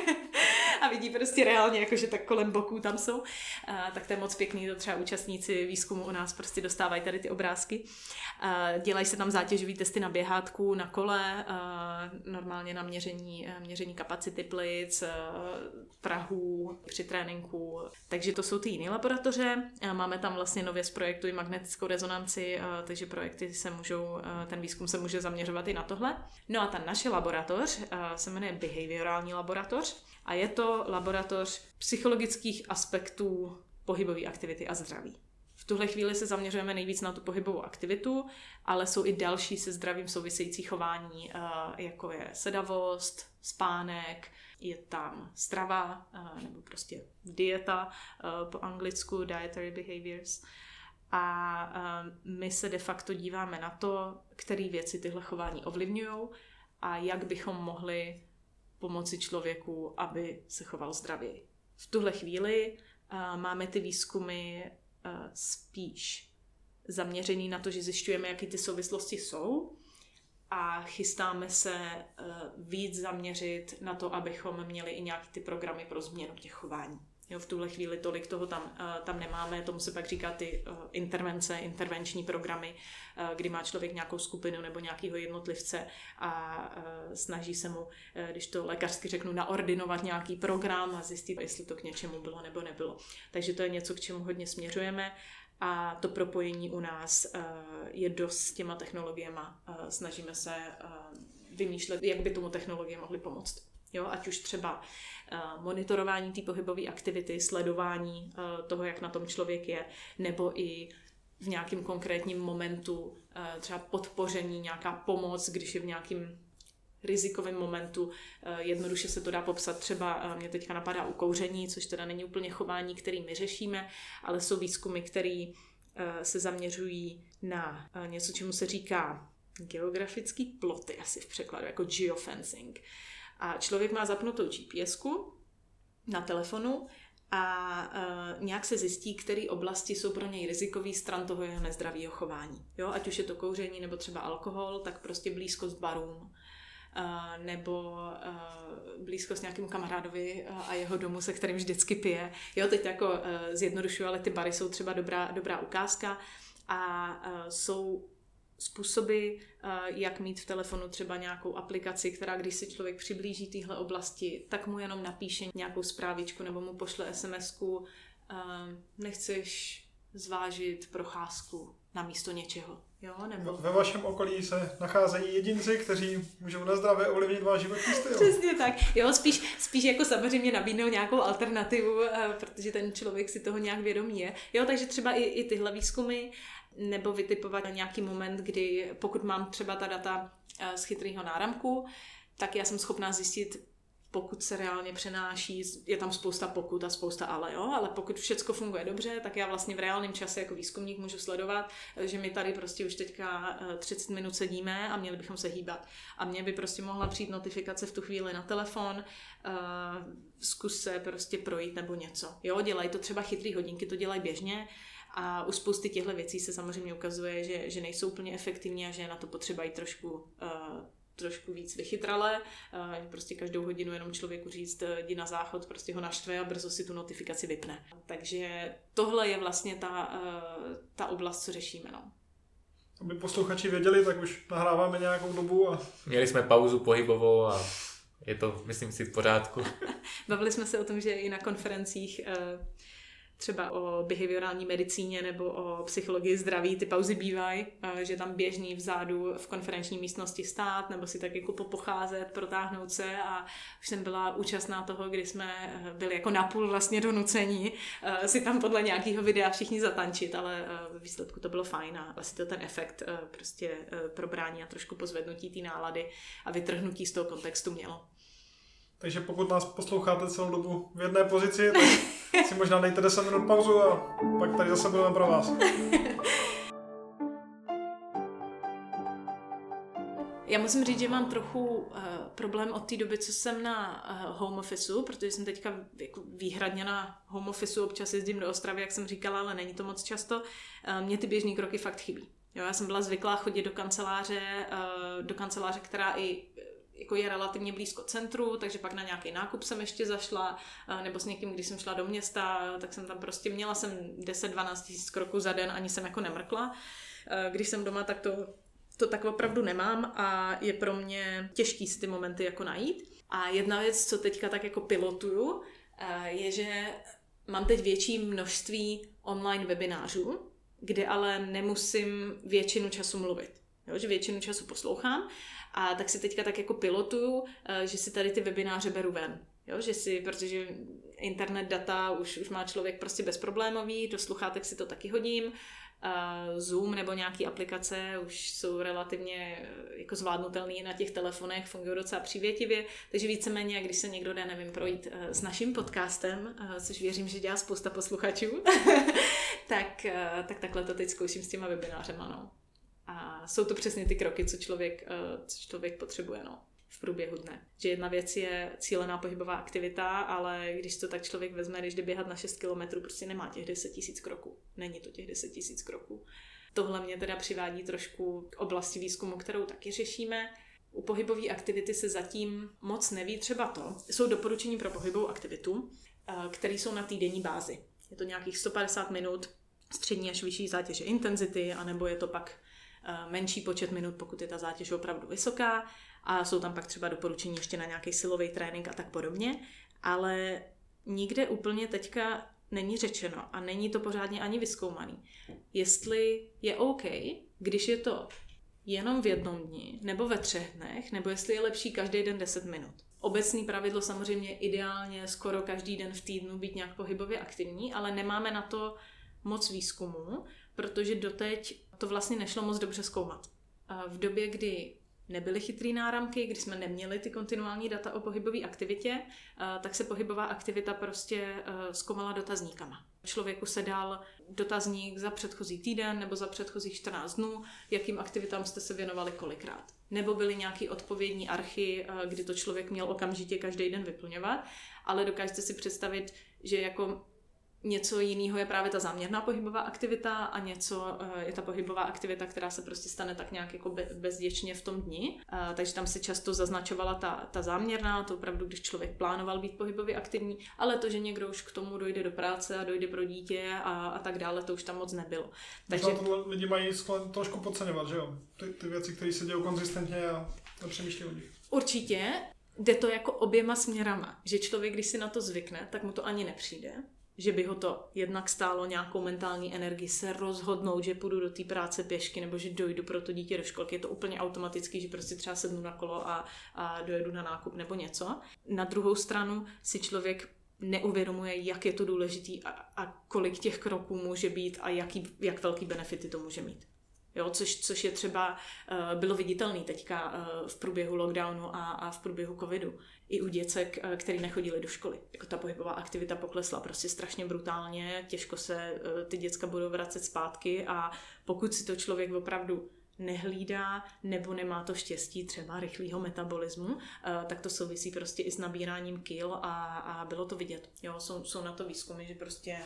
A vidí prostě reálně, jakože tak kolem boků tam jsou. Tak to je moc pěkný, to třeba účastníci výzkumu u nás prostě dostávají tady ty obrázky. Dělají se tam zátěžové testy na běhátku, na kole, normálně na měření kapacity plic, prahů při tréninku. Takže to jsou ty jiné laboratoře. Máme tam vlastně nově z projektu i magnetickou rezonanci, takže projekty ten výzkum se může zaměřovat i na tohle. No a ta naše laboratoř se jmenuje behaviorální laboratoř a je to laboratoř psychologických aspektů pohybové aktivity a zdraví. V tuhle chvíli se zaměřujeme nejvíc na tu pohybovou aktivitu, ale jsou i další se zdravím související chování, jako je sedavost, spánek, je tam strava, nebo prostě dieta, po anglicku dietary behaviors. A my se de facto díváme na to, které věci tyhle chování ovlivňují a jak bychom mohli pomoci člověku, aby se choval zdravěji. V tuhle chvíli máme ty výzkumy spíš zaměřený na to, že zjišťujeme, jaké ty souvislosti jsou a chystáme se víc zaměřit na to, abychom měli i nějaké ty programy pro změnu těch chování. Jo, v tuhle chvíli tolik toho tam nemáme, tomu se pak říká ty intervenční programy, kdy má člověk nějakou skupinu nebo nějakého jednotlivce a snaží se mu, když to lékařsky řeknu, naordinovat nějaký program a zjistit, jestli to k něčemu bylo nebo nebylo. Takže to je něco, k čemu hodně směřujeme a to propojení u nás je dost s těma technologiema. Snažíme se vymýšlet, jak by tomu technologie mohly pomoct. Jo, ať už třeba monitorování té pohybové aktivity, sledování toho, jak na tom člověk je, nebo i v nějakém konkrétním momentu třeba podpoření, nějaká pomoc, když je v nějakém rizikovém momentu. Jednoduše se to dá popsat třeba, mě teďka napadá u kouření, což teda není úplně chování, který my řešíme, ale jsou výzkumy, které se zaměřují na něco, čemu se říká geografický ploty, asi v překladu, jako geofencing. A člověk má zapnutou GPSku na telefonu a nějak se zjistí, které oblasti jsou pro něj rizikový stran toho jeho nezdravého chování. Jo? Ať už je to kouření nebo třeba alkohol, tak prostě blízkost barům nebo blízkost nějakému kamarádovi a jeho domu, se kterým vždycky pije. Jo, teď jako zjednodušuju, ale ty bary jsou třeba dobrá ukázka a jsou způsoby, jak mít v telefonu třeba nějakou aplikaci, která když se člověk přiblíží téhle oblasti, tak mu jenom napíše nějakou zprávičku nebo mu pošle SMS-ku, nechceš zvážit procházku na místo něčeho. Jo, nebo... Ve vašem okolí se nacházejí jedinci, kteří můžou nazdravě ovlivnit váš životní styl. Přesně tak. Jo, spíš jako samozřejmě nabídnou nějakou alternativu, protože ten člověk si toho nějak vědomý je. Jo, takže třeba i tyhle výzkumy nebo vytipovat nějaký moment, kdy pokud mám třeba ta data z chytrýho náramku, tak já jsem schopná zjistit, pokud se reálně přenáší, je tam spousta pokud a spousta ale pokud všecko funguje dobře, tak já vlastně v reálném čase jako výzkumník můžu sledovat, že my tady prostě už teďka 30 minut sedíme a měli bychom se hýbat. A mně by prostě mohla přijít notifikace v tu chvíli na telefon, zkus se prostě projít nebo něco. Jo, dělají to třeba chytrý hodinky, to dělají běžně, a u spousty těchto věcí se samozřejmě ukazuje, že nejsou úplně efektivní a že je na to potřeba jít trošku víc vychytrale. Prostě každou hodinu jenom člověku říct, jdi na záchod, prostě ho naštve a brzo si tu notifikaci vypne. Takže tohle je vlastně ta oblast, co řešíme. No. Aby posluchači věděli, tak už nahráváme nějakou dobu a... Měli jsme pauzu pohybovou a je to, myslím si, v pořádku. Bavili jsme se o tom, že i na konferencích třeba o behaviorální medicíně nebo o psychologii zdraví ty pauzy bývají, že tam běžný vzadu v konferenční místnosti stát nebo si tak jako pocházet, protáhnout se a už jsem byla účastná toho, kdy jsme byli jako napůl vlastně donucení si tam podle nějakého videa všichni zatančit, ale ve výsledku to bylo fajn a vlastně to ten efekt prostě probrání a trošku pozvednutí té nálady a vytrhnutí z toho kontextu mělo. Takže pokud nás posloucháte celou dobu v jedné pozici, tak si možná dejte 10 minut pauzu a pak tady zase budeme pro vás. Já musím říct, že mám trochu problém od té doby, co jsem na home officeu, protože jsem teďka jako výhradně na home officeu, občas jezdím do Ostravy, jak jsem říkala, ale není to moc často. Mně ty běžný kroky fakt chybí. Jo, já jsem byla zvyklá chodit do kanceláře, která i jako je relativně blízko centru, takže pak na nějaký nákup jsem ještě zašla, nebo s někým, když jsem šla do města, tak jsem tam prostě měla jsem 10-12 tisíc kroků za den, ani jsem jako nemrkla. Když jsem doma, tak to tak opravdu nemám a je pro mě těžký si ty momenty jako najít. A jedna věc, co teďka tak jako pilotuju, je, že mám teď větší množství online webinářů, kde ale nemusím většinu času mluvit. Jo, že většinu času poslouchám a tak si teďka tak jako pilotuju, že si tady ty webináře beru ven. Jo, že si, protože internet data už má člověk prostě bezproblémový, do sluchátek si to taky hodím, Zoom nebo nějaký aplikace už jsou relativně jako zvládnutelný na těch telefonech, fungují docela přívětivě, takže víceméně, když se někdo jde, nevím, projít s naším podcastem, což věřím, že dělá spousta posluchačů, tak takhle to teď zkouším s těma webinářema, no. A jsou to přesně ty kroky, co člověk potřebuje, no, v průběhu dne. Že jedna věc je cílená pohybová aktivita, ale když to tak člověk vezme, když jde běhat na 6 kilometrů, prostě nemá těch 10 000 kroků. Není to těch 10 000 kroků. Tohle mě teda přivádí trošku k oblasti výzkumu, kterou taky řešíme. U pohybové aktivity se zatím moc neví třeba to. Jsou doporučení pro pohybovou aktivitu, které jsou na týdenní bázi. Je to nějakých 150 minut střední až vyšší zátěže intenzity, anebo je to pak menší počet minut, pokud je ta zátěž opravdu vysoká a jsou tam pak třeba doporučení ještě na nějaký silový trénink a tak podobně, ale nikde úplně teďka není řečeno a není to pořádně ani vyzkoumaný, jestli je OK, když je to jenom v jednom dni nebo ve 3 dnech, nebo jestli je lepší každý den 10 minut. Obecný pravidlo samozřejmě ideálně skoro každý den v týdnu být nějak pohybově aktivní, ale nemáme na to moc výzkumu, protože doteď to vlastně nešlo moc dobře zkoumat. V době, kdy nebyly chytrý náramky, kdy jsme neměli ty kontinuální data o pohybové aktivitě, tak se pohybová aktivita prostě zkoumala dotazníkama. Člověku se dal dotazník za předchozí týden nebo za předchozích 14 dnů, jakým aktivitám jste se věnovali kolikrát. Nebo byly nějaký odpovědní archy, kdy to člověk měl okamžitě každý den vyplňovat, ale dokážete si představit, že jako něco jiného je právě ta záměrná pohybová aktivita a něco je ta pohybová aktivita, která se prostě stane tak nějak jako bezděčně v tom dni. Takže tam se často zaznačovala ta záměrná, to opravdu, když člověk plánoval být pohybově aktivní, ale to, že někdo už k tomu dojde do práce a dojde pro dítě a tak dále, to už tam moc nebylo. Takže tohle lidi mají trošku podceňovat, že jo? Ty věci, které se dějou konzistentně a nepřemýšlí o nich. Určitě jde to jako oběma směrama, že člověk, když si na to zvykne, tak mu to ani nepřijde. Že by ho to jednak stálo nějakou mentální energii se rozhodnout, že půjdu do té práce pěšky nebo že dojdu pro to dítě do školky. Je to úplně automaticky, že prostě třeba sednu na kolo a dojedu na nákup nebo něco. Na druhou stranu si člověk neuvědomuje, jak je to důležitý a kolik těch kroků může být a jak velký benefity to může mít. Jo, což je třeba bylo viditelné teďka v průběhu lockdownu a v průběhu covidu. I u děcek, který nechodili do školy. Jako ta pohybová aktivita poklesla prostě strašně brutálně, těžko se ty děcka budou vracet zpátky a pokud si to člověk opravdu nehlídá nebo nemá to štěstí třeba rychlého metabolismu, tak to souvisí prostě i s nabíráním kil a bylo to vidět. Jo, jsou na to výzkumy, že prostě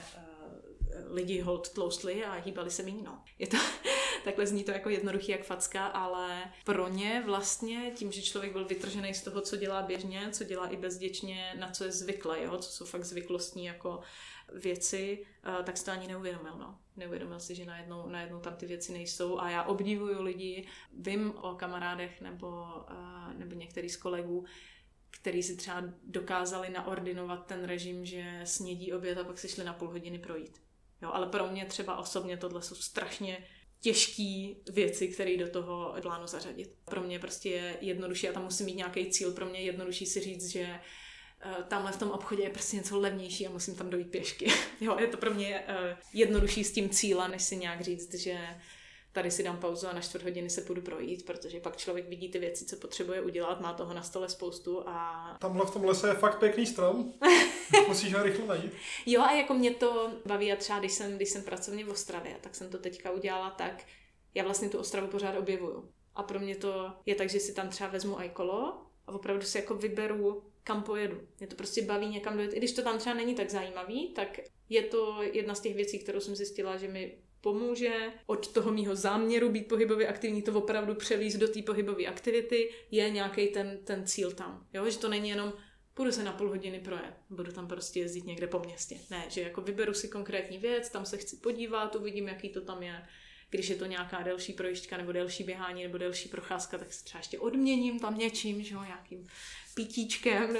lidi holt tloustli a hýbali se méně. No. Je to, takhle zní to jako jednoduchý jak facka, ale pro ně vlastně tím, že člověk byl vytržený z toho, co dělá běžně, co dělá i bezděčně, na co je zvyklý, jo, co jsou fakt zvyklostní jako věci, tak si to ani neuvědomil. No. Neuvědomil si, že najednou tam ty věci nejsou a já obdivuju lidi, vím o kamarádech nebo některý z kolegů, který si třeba dokázali naordinovat ten režim, že snědí, oběd a pak si šli na půl hodiny projít. Jo, ale pro mě třeba osobně tohle jsou strašně těžké věci, které do toho plánu zařadit. Pro mě prostě je jednodušší, a tam musím mít nějaký cíl, pro mě je jednodušší si říct, že tamhle v tom obchodě je prostě něco levnější a musím tam dojít pěšky. Jo, je to pro mě jednodušší s tím cílem, než si nějak říct, že tady si dám pauzu a na 4 hodiny se půjdu projít, protože pak člověk vidí ty věci, co potřebuje udělat, má toho na stole spoustu a... Tamhle v tom lese je fakt pěkný strom, musíš ho rychle najít. Jo, a jako mě to baví a třeba když jsem pracovně v Ostravě, tak jsem to teďka udělala tak, já vlastně tu Ostravu pořád objevuju. A pro mě to je tak, že si tam třeba vezmu iKolo a opravdu si jako vyberu, kam pojedu. Mě to prostě baví někam dojet. I když to tam třeba není tak zajímavý, tak je to jedna z těch věcí, kterou jsem zjistila, že mi pomůže od toho mýho záměru být pohybově aktivní, to opravdu převízt do té pohybové aktivity, je nějaký ten cíl tam. Jo? Že to není jenom půjdu se na půl hodiny projet, budu tam prostě jezdit někde po městě. Ne, že jako vyberu si konkrétní věc, tam se chci podívat, uvidím, jaký to tam je. Když je to nějaká delší projížďka nebo delší běhání nebo delší procházka, tak se třeba ještě odměním tam něčím, že jo, nějakým pitíčkem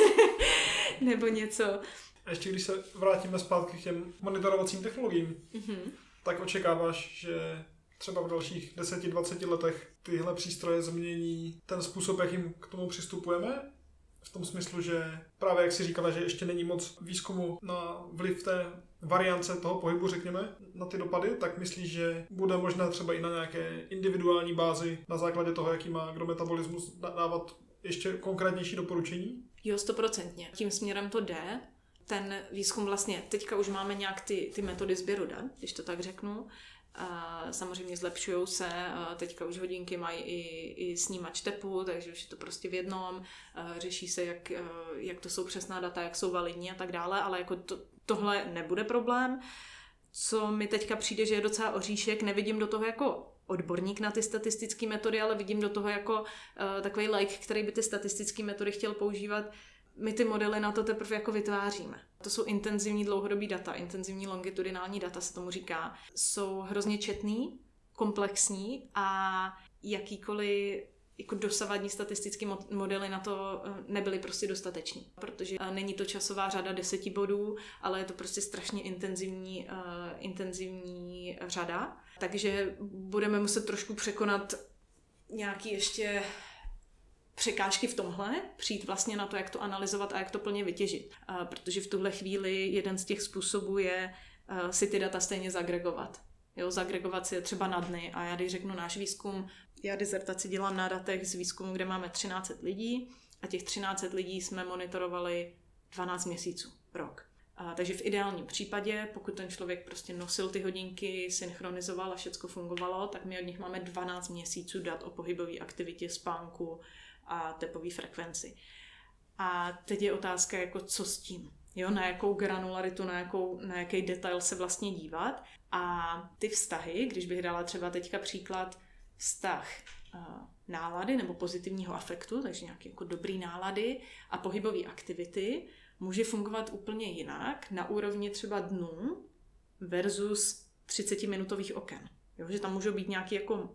nebo něco. A ještě když se vrátíme zpátky k těm monitorovacím technologiím, tak očekáváš, že třeba v dalších 10-20 letech tyhle přístroje změní ten způsob, jakým k tomu přistupujeme? V tom smyslu, že právě jak si říkala, že ještě není moc výzkumu na vliv té variance toho pohybu, řekněme, na ty dopady, tak myslíš, že bude možné třeba i na nějaké individuální bázi na základě toho, jaký má kdo metabolismus, dávat ještě konkrétnější doporučení? Jo, 100%. Tím směrem to jde. Ten výzkum vlastně, teďka už máme nějak ty metody sběru dat, když to tak řeknu. Samozřejmě zlepšujou se, teďka už hodinky mají i snímač tepu, takže už je to prostě v jednom, řeší se, jak to jsou přesná data, jak jsou validní a tak dále, ale jako tohle nebude problém. Co mi teďka přijde, že je docela oříšek, nevidím do toho jako odborník na ty statistické metody, ale vidím do toho jako takový like, který by ty statistické metody chtěl používat. My ty modely na to teprve jako vytváříme. To jsou intenzivní dlouhodobý data, intenzivní longitudinální data se tomu říká. Jsou hrozně četný, komplexní a jakýkoliv jako dosavadní statistické modely na to nebyly prostě dostateční. Protože není to časová řada 10 bodů, ale je to prostě strašně intenzivní řada. Takže budeme muset trošku překonat nějaký ještě překážky v tomhle, přijít vlastně na to, jak to analyzovat a jak to plně vytěžit. Protože v tuhle chvíli jeden z těch způsobů je si ty data stejně zagregovat. Jo, zagregovat si je třeba na dny. A já když řeknu náš výzkum, já dizertaci dělám na datech z výzkumu, kde máme 13 lidí a těch 13 lidí jsme monitorovali 12 měsíců, rok. Takže v ideálním případě, pokud ten člověk prostě nosil ty hodinky, synchronizoval a všecko fungovalo, tak my od nich máme 12 měsíců dat o pohybové aktivitě, spánku a tepové frekvenci. A teď je otázka, jako co s tím. Jo, na jakou granularitu, na jaký detail se vlastně dívat. A ty vztahy, když bych dala třeba teďka příklad vztah nálady nebo pozitivního afektu, takže nějaké jako dobrý nálady a pohybové aktivity, může fungovat úplně jinak na úrovni třeba dnů versus 30-minutových oken. Jo, že tam můžou být nějaké jako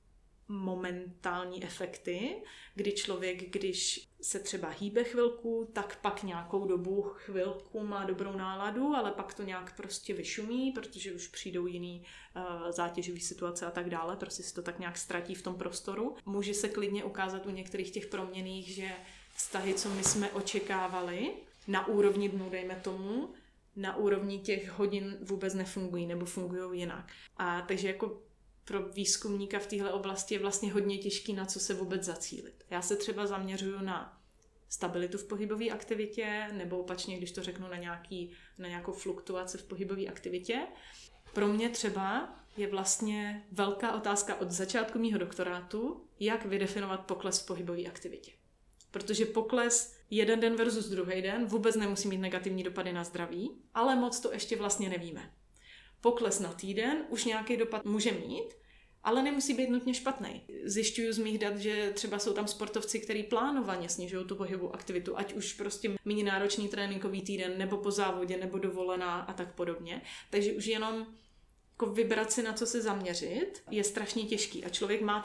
momentální efekty, kdy člověk, když se třeba hýbe chvilku, tak pak nějakou dobu chvilku má dobrou náladu, ale pak to nějak prostě vyšumí, protože už přijdou jiný zátěžové situace a tak dále, prostě se to tak nějak ztratí v tom prostoru. Může se klidně ukázat u některých těch proměnných, že vztahy, co my jsme očekávali, na úrovni dnů, dejme tomu, na úrovni těch hodin vůbec nefungují nebo fungují jinak. A takže jako pro výzkumníka v téhle oblasti je vlastně hodně těžký, na co se vůbec zacílit. Já se třeba zaměřuju na stabilitu v pohybové aktivitě, nebo opačně, když to řeknu, na nějakou fluktuaci v pohybové aktivitě. Pro mě třeba je vlastně velká otázka od začátku mýho doktorátu, jak vydefinovat pokles v pohybové aktivitě. Protože pokles jeden den versus druhý den vůbec nemusí mít negativní dopady na zdraví, ale moc to ještě vlastně nevíme. Pokles na týden už nějaký dopad může mít, ale nemusí být nutně špatný. Zjišťuju z mých dat, že třeba jsou tam sportovci, kteří plánovaně snižují tu pohybovou aktivitu, ať už prostě méně náročný tréninkový týden, nebo po závodě, nebo dovolená a tak podobně. Takže už jenom jako vybrat si, na co se zaměřit, je strašně těžký. A člověk má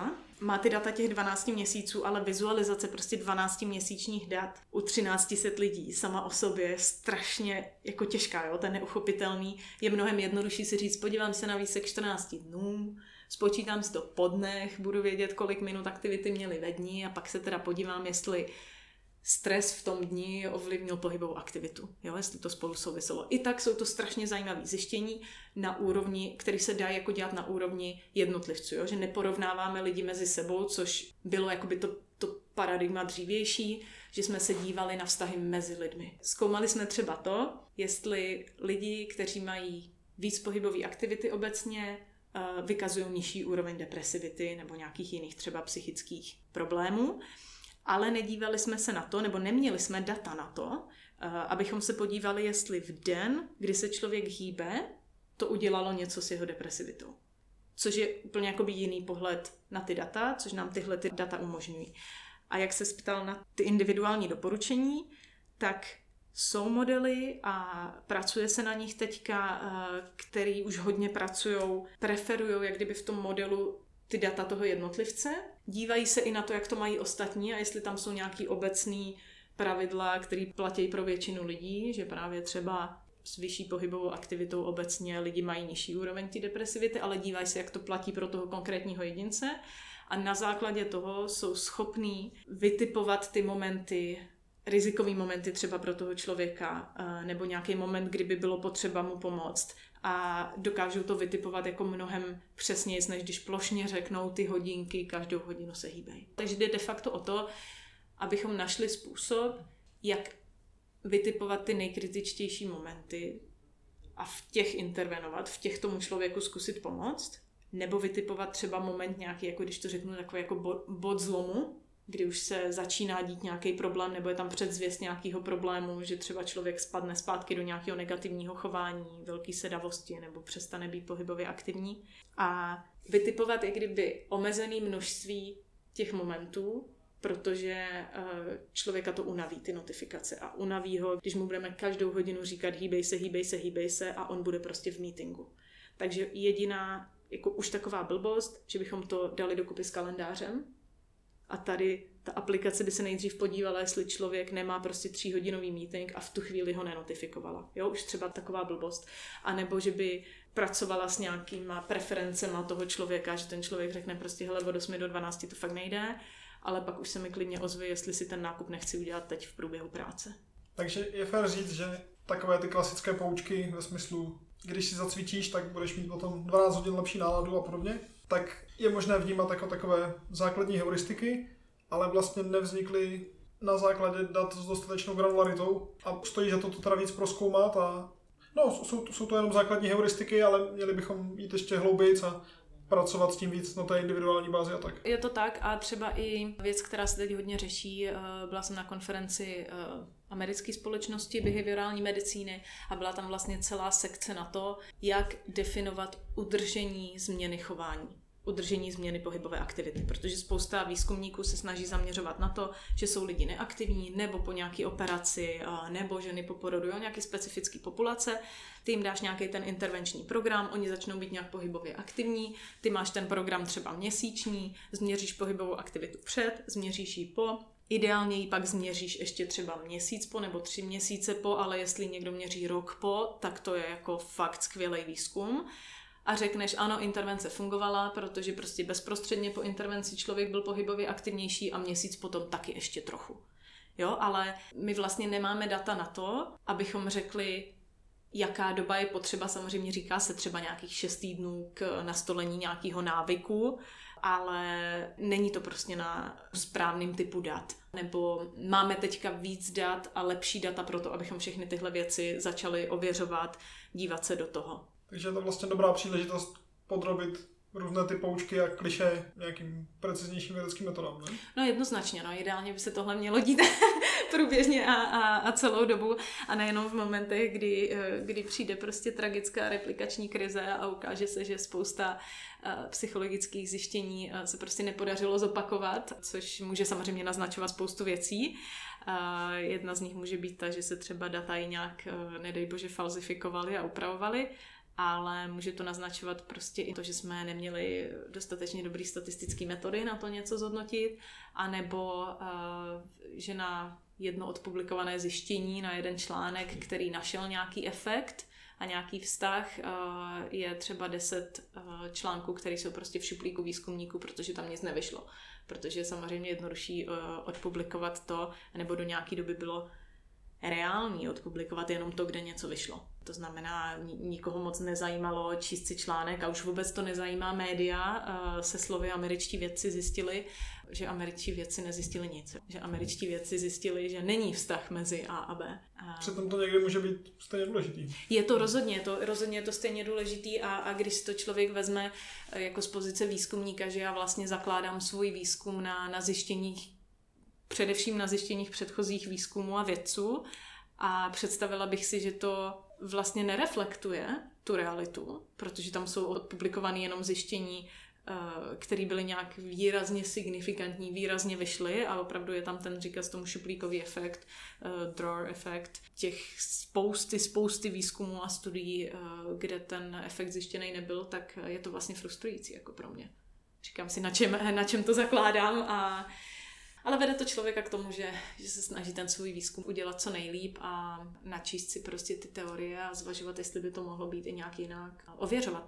ty data těch 12 měsíců, ale vizualizace prostě 12měsíčních dat u 1300 lidí sama o sobě je strašně jako těžká, jo? To je neuchopitelný. Je mnohem jednodušší si říct, podívám se na výsek 14 dnů, spočítám si to po dnech, budu vědět, kolik minut aktivity měli ve dní a pak se teda podívám, jestli stres v tom dni ovlivnil pohybovou aktivitu, jo, jestli to spolu souviselo. I tak jsou to strašně zajímavé zjištění na úrovni, který se dá jako dělat na úrovni jednotlivců, jo, že neporovnáváme lidi mezi sebou, což bylo jakoby to paradigma dřívější, že jsme se dívali na vztahy mezi lidmi. Zkoumali jsme třeba to, jestli lidi, kteří mají víc pohybové aktivity obecně, vykazují nižší úroveň depresivity nebo nějakých jiných třeba psychických problémů. Ale nedívali jsme se na to, nebo neměli jsme data na to, abychom se podívali, jestli v den, kdy se člověk hýbe, to udělalo něco s jeho depresivitou. Což je úplně jakoby jiný pohled na ty data, což nám tyhle ty data umožňují. A jak se ptal na ty individuální doporučení, tak jsou modely a pracuje se na nich teďka, který už hodně pracujou, preferujou jak kdyby v tom modelu ty data toho jednotlivce, dívají se i na to, jak to mají ostatní a jestli tam jsou nějaký obecný pravidla, které platí pro většinu lidí, že právě třeba s vyšší pohybovou aktivitou obecně lidi mají nižší úroveň té depresivity, ale dívají se, jak to platí pro toho konkrétního jedince a na základě toho jsou schopní vytipovat ty momenty, rizikový momenty třeba pro toho člověka nebo nějaký moment, kdyby bylo potřeba mu pomoct a dokážou to vytipovat jako mnohem přesněji, než když plošně řeknou ty hodinky, každou hodinu se hýbej. Takže jde de facto o to, abychom našli způsob, jak vytipovat ty nejkritičtější momenty a v těch intervenovat, v těch tomu člověku zkusit pomoct, nebo vytipovat třeba moment nějaký, jako když to řeknu, takový jako bod zlomu, kdy už se začíná dít nějaký problém, nebo je tam předzvěst nějakého problému, že třeba člověk spadne zpátky do nějakého negativního chování, velké sedavosti, nebo přestane být pohybově aktivní. A vytipovat je kdyby omezené množství těch momentů, protože člověka to unaví, ty notifikace. A unaví ho, když mu budeme každou hodinu říkat hýbej se, hýbej se, hýbej se a on bude prostě v meetingu. Takže jediná, jako už taková blbost, že bychom to dali dokupy s kalendářem, a tady ta aplikace by se nejdřív podívala, jestli člověk nemá prostě 3hodinový meeting a v tu chvíli ho nenotifikovala. Jo, už třeba taková blbost. A nebo že by pracovala s nějakýma preferencema toho člověka, že ten člověk řekne prostě hele, od 8 do 12 to fakt nejde, ale pak už se mi klidně ozve, jestli si ten nákup nechci udělat teď v průběhu práce. Takže je fér říct, že takové ty klasické poučky ve smyslu, když si zacvičíš, tak budeš mít potom 12 hodin lepší náladu a podobně, tak je možné vnímat jako takové základní heuristiky, ale vlastně nevznikly na základě dat s dostatečnou granularitou a stojí za to teda víc prozkoumat a no, jsou to jenom základní heuristiky, ale měli bychom jít ještě hlouběji a pracovat s tím víc na té individuální bázi a tak. Je to tak a třeba i věc, která se teď hodně řeší, byla jsem na konferenci americké společnosti behaviorální medicíny a byla tam vlastně celá sekce na to, jak definovat udržení změny chování. Udržení změny pohybové aktivity, protože spousta výzkumníků se snaží zaměřovat na to, že jsou lidi neaktivní nebo po nějaké operaci, nebo ženy po porodu, nějaké specifické populace. Ty jim dáš nějaký ten intervenční program, oni začnou být nějak pohybově aktivní, ty máš ten program třeba měsíční, změříš pohybovou aktivitu před, změříš ji po, ideálně ji pak změříš ještě třeba měsíc po nebo 3 měsíce po, ale jestli někdo měří rok po, tak to je jako fakt skvělý výzkum. A řekneš, ano, intervence fungovala, protože prostě bezprostředně po intervenci člověk byl pohybově aktivnější a měsíc potom taky ještě trochu. Jo, ale my vlastně nemáme data na to, abychom řekli, jaká doba je potřeba. Samozřejmě říká se třeba nějakých 6 týdnů k nastolení nějakého návyku, ale není to prostě na správným typu dat. Nebo máme teďka víc dat a lepší data pro to, abychom všechny tyhle věci začali ověřovat, dívat se do toho. Takže je to vlastně dobrá příležitost podrobit různé ty poučky a klišé nějakým preciznějším vědeckým metodám, ne? No jednoznačně, no ideálně by se tohle mělo dít průběžně a celou dobu a nejenom v momentech, kdy přijde prostě tragická replikační krize a ukáže se, že spousta psychologických zjištění se prostě nepodařilo zopakovat, což může samozřejmě naznačovat spoustu věcí. Jedna z nich může být ta, že se třeba data i nějak, nedej bože, falzifikovaly a upravovaly, ale může to naznačovat prostě i to, že jsme neměli dostatečně dobrý statistický metody na to něco zhodnotit, anebo že na jedno odpublikované zjištění, na jeden článek, který našel nějaký efekt a nějaký vztah, je třeba 10 článků, které jsou prostě v šuplíku výzkumníků, protože tam nic nevyšlo. Protože je samozřejmě jednodušší odpublikovat to, nebo do nějaké doby bylo reálný odpublikovat jenom to, kde něco vyšlo. To znamená, nikoho moc nezajímalo číst si článek a už vůbec to nezajímá média. Se slovy američtí vědci zjistili, že američtí vědci nezjistili nic. Že američtí vědci zjistili, že není vztah mezi A a B. Přitom to někdy může být stejně důležitý. Je to rozhodně to stejně důležitý a když to člověk vezme jako z pozice výzkumníka, že já vlastně zakládám svůj výzkum na zjištěních, především na zjištěních předchozích výzkumů a vědců a představila bych si, že to vlastně nereflektuje tu realitu, protože tam jsou odpublikované jenom zjištění, které byly nějak výrazně signifikantní, výrazně vyšly a opravdu je tam ten, říká se tomu šuplíkový efekt, drawer efekt, těch spousty výzkumů a studií, kde ten efekt zjištěný nebyl, tak je to vlastně frustrující jako pro mě. Říkám si, na čem to zakládám ale vede to člověka k tomu, že se snaží ten svůj výzkum udělat co nejlíp a načíst si prostě ty teorie a zvažovat, jestli by to mohlo být i nějak jinak. Ověřovat.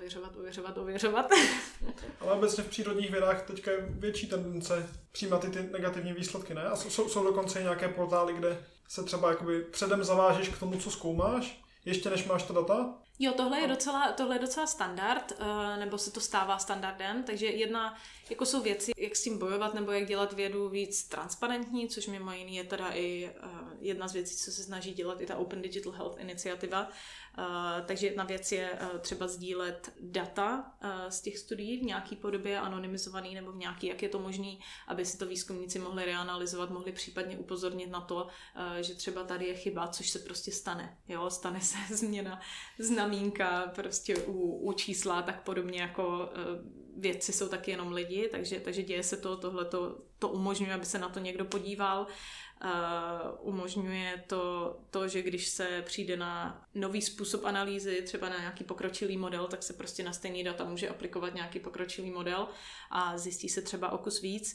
Ale obecně v přírodních vědách teďka je větší tendence přijímat ty negativní výsledky, ne? A jsou dokonce nějaké portály, kde se třeba jakoby předem zavážeš k tomu, co zkoumáš, ještě než máš ta data? Jo, tohle je docela standard, nebo se to stává standardem, takže jako jsou věci, jak s tím bojovat, nebo jak dělat vědu víc transparentní, což mimo jiný je teda i jedna z věcí, co se snaží dělat i ta Open Digital Health iniciativa. Takže jedna věc je třeba sdílet data z těch studií v nějaký podobě anonymizovaný nebo v nějaký, jak je to možný, aby si to výzkumníci mohli reanalyzovat, mohli případně upozornit na to, že třeba tady je chyba, což se prostě stane. Jo? Stane se změna znamínka prostě u čísla, tak podobně jako vědci jsou taky jenom lidi, takže děje se tohle to umožňuje, aby se na to někdo podíval. Umožňuje to, že když se přijde na nový způsob analýzy, třeba na nějaký pokročilý model, tak se prostě na stejný data může aplikovat nějaký pokročilý model a zjistí se třeba o kus víc.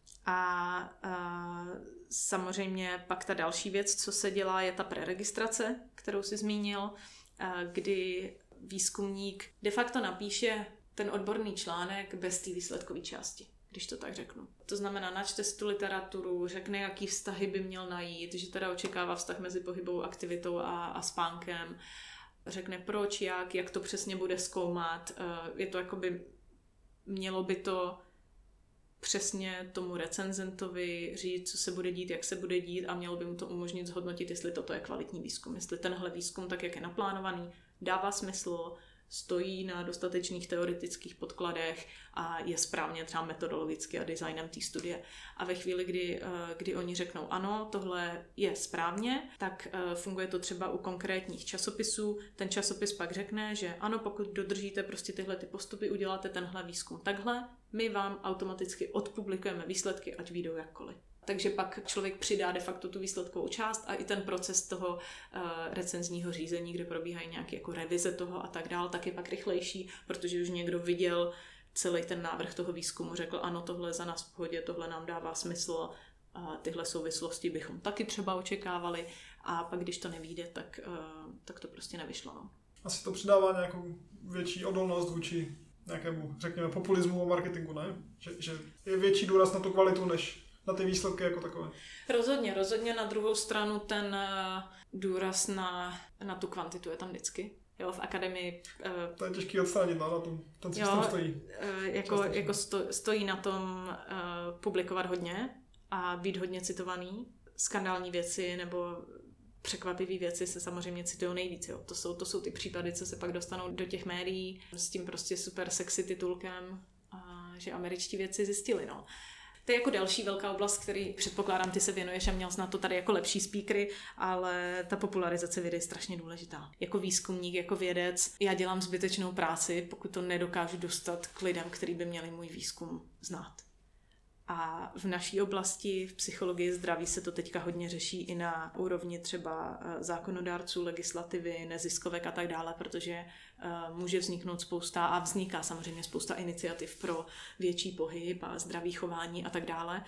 A samozřejmě pak ta další věc, co se dělá, je ta preregistrace, kterou si zmínil, kdy výzkumník de facto napíše ten odborný článek bez té výsledkové části, když to tak řeknu. To znamená, načte si tu literaturu, řekne, jaký vztahy by měl najít, že teda očekává vztah mezi pohybovou aktivitou a spánkem, řekne proč, jak to přesně bude zkoumat. Je to jakoby, mělo by to přesně tomu recenzentovi říct, co se bude dít, jak se bude dít a mělo by mu to umožnit zhodnotit, jestli toto je kvalitní výzkum, jestli tenhle výzkum, tak jak je naplánovaný, dává smysl, stojí na dostatečných teoretických podkladech a je správně třeba metodologicky a designem té studie. A ve chvíli, kdy oni řeknou ano, tohle je správně, tak funguje to třeba u konkrétních časopisů. Ten časopis pak řekne, že ano, pokud dodržíte prostě tyhle ty postupy, uděláte tenhle výzkum takhle, my vám automaticky odpublikujeme výsledky, ať vyjdou jakkoliv. Takže pak člověk přidá de facto tu výsledkovou část a i ten proces toho recenzního řízení, kde probíhají nějaké jako revize toho a tak dál, tak je pak rychlejší, protože už někdo viděl celý ten návrh toho výzkumu, řekl ano, tohle je za nás v pohodě, tohle nám dává smysl, tyhle souvislosti bychom taky třeba očekávali a pak když to nevyjde, tak to prostě nevyšlo. No. Asi to přidává nějakou větší odolnost vůči nějakému, řekněme, populismu a marketingu, ne? Že je větší důraz na tu kvalitu, než na ty výsledky jako takové. Rozhodně na druhou stranu ten důraz na tu kvantitu je tam vždycky. Jo, v akademii... To je těžký odstranit, na tom ten systém stojí. Stojí na tom publikovat hodně a být hodně citovaný, skandální věci nebo překvapivé věci se samozřejmě citují nejvíc. Jo. To jsou ty případy, co se pak dostanou do těch médií s tím prostě super sexy titulkem, že američtí vědci zjistili. No. To je jako další velká oblast, který předpokládám, ty se věnuješ a měl jsi na to tady jako lepší speakery, ale ta popularizace vědy je strašně důležitá. Jako výzkumník, jako vědec, já dělám zbytečnou práci, pokud to nedokážu dostat k lidem, kteří by měli můj výzkum znát. A v naší oblasti, v psychologii zdraví, se to teďka hodně řeší i na úrovni třeba zákonodárců, legislativy, neziskovek a tak dále, protože může vzniknout a vzniká samozřejmě spousta iniciativ pro větší pohyb a zdravý chování a tak dále.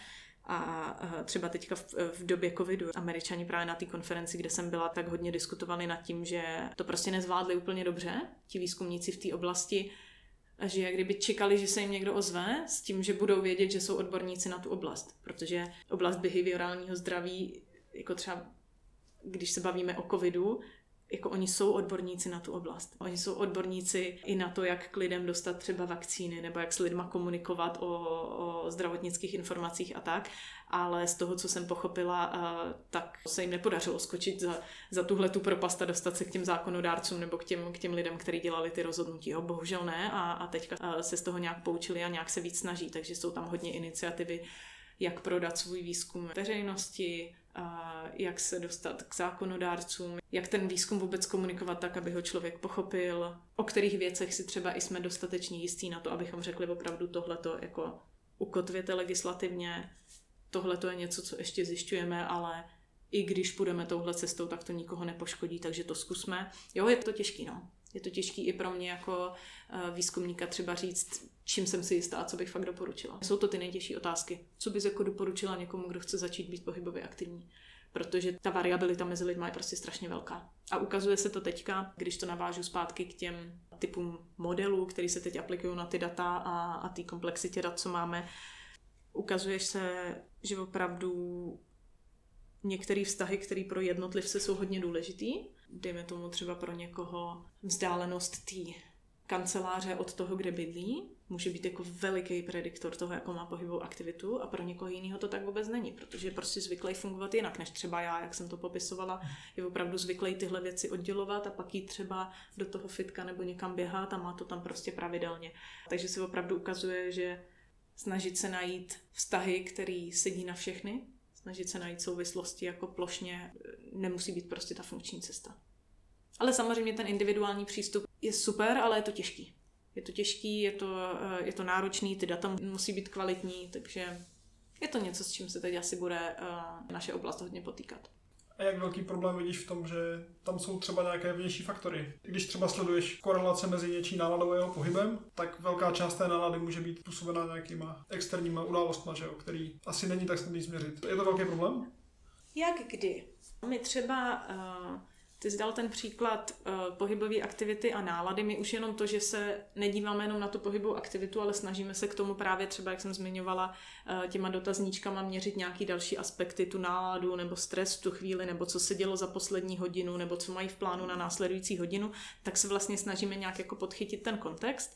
A třeba teďka v době covidu Američani právě na té konferenci, kde jsem byla, tak hodně diskutovali nad tím, že to prostě nezvládli úplně dobře, ti výzkumníci v té oblasti, a že jak kdyby čekali, že se jim někdo ozve s tím, že budou vědět, že jsou odborníci na tu oblast. Protože oblast behaviorálního zdraví, jako třeba když se bavíme o covidu, jako oni jsou odborníci na tu oblast. Oni jsou odborníci i na to, jak k lidem dostat třeba vakcíny, nebo jak s lidma komunikovat o zdravotnických informacích a tak. Ale z toho, co jsem pochopila, tak se jim nepodařilo skočit za tuhle tu propast a dostat se k těm zákonodárcům nebo k těm lidem, kteří dělali ty rozhodnutí. Jo, bohužel ne a teďka se z toho nějak poučili a nějak se víc snaží, takže jsou tam hodně iniciativy, jak prodat svůj výzkum veřejnosti, jak se dostat k zákonodárcům, jak ten výzkum vůbec komunikovat tak, aby ho člověk pochopil, o kterých věcech si třeba i jsme dostatečně jistí na to, abychom řekli opravdu tohleto jako ukotvěte legislativně, tohleto je něco, co ještě zjišťujeme, ale i když půjdeme touhle cestou, tak to nikoho nepoškodí, takže to zkusme. Jo, je to těžký, no. Je to těžký i pro mě jako výzkumníka třeba říct, čím jsem si jistá a co bych fakt doporučila. Jsou to ty nejtěžší otázky. Co bys jako doporučila někomu, kdo chce začít být pohybově aktivní? Protože ta variabilita mezi lidmi je prostě strašně velká. A ukazuje se to teďka, když to navážu zpátky k těm typům modelů, které se teď aplikují na ty data a té komplexitě dat, co máme. Ukazuje se, že opravdu některé vztahy, které pro jednotlivce jsou hodně důležitý, dejme tomu třeba pro někoho vzdálenost té kanceláře od toho, kde bydlí, může být jako veliký prediktor toho, jakou má pohybovou aktivitu a pro někoho jiného to tak vůbec není, protože je prostě zvyklý fungovat jinak, než třeba já, jak jsem to popisovala, je opravdu zvyklý tyhle věci oddělovat a pak jít třeba do toho fitka nebo někam běhat a má to tam prostě pravidelně. Takže se opravdu ukazuje, že snažit se najít vztahy, který sedí na všechny, snažit se najít souvislosti jako plošně, nemusí být prostě ta funkční cesta. Ale samozřejmě ten individuální přístup je super, ale je to těžký. Je to těžký, je to náročný, ty data musí být kvalitní, takže je to něco, s čím se teď asi bude naše oblast hodně potýkat. A jak velký problém vidíš v tom, že tam jsou třeba nějaké vnější faktory? Když třeba sleduješ korelace mezi něčí náladou a jeho pohybem, tak velká část té nálady může být působena nějakýma externíma událostma, že jo, který asi není tak snadný změřit. Je to velký problém? Jak kdy? My třeba... Ty jsi dal ten příklad pohybové aktivity a nálady. My už jenom to, že se nedíváme jenom na tu pohybovou aktivitu, ale snažíme se k tomu právě třeba, jak jsem zmiňovala, těma dotazníčkama měřit nějaký další aspekty, tu náladu nebo stres v tu chvíli, nebo co se dělo za poslední hodinu, nebo co mají v plánu na následující hodinu, tak se vlastně snažíme nějak jako podchytit ten kontext.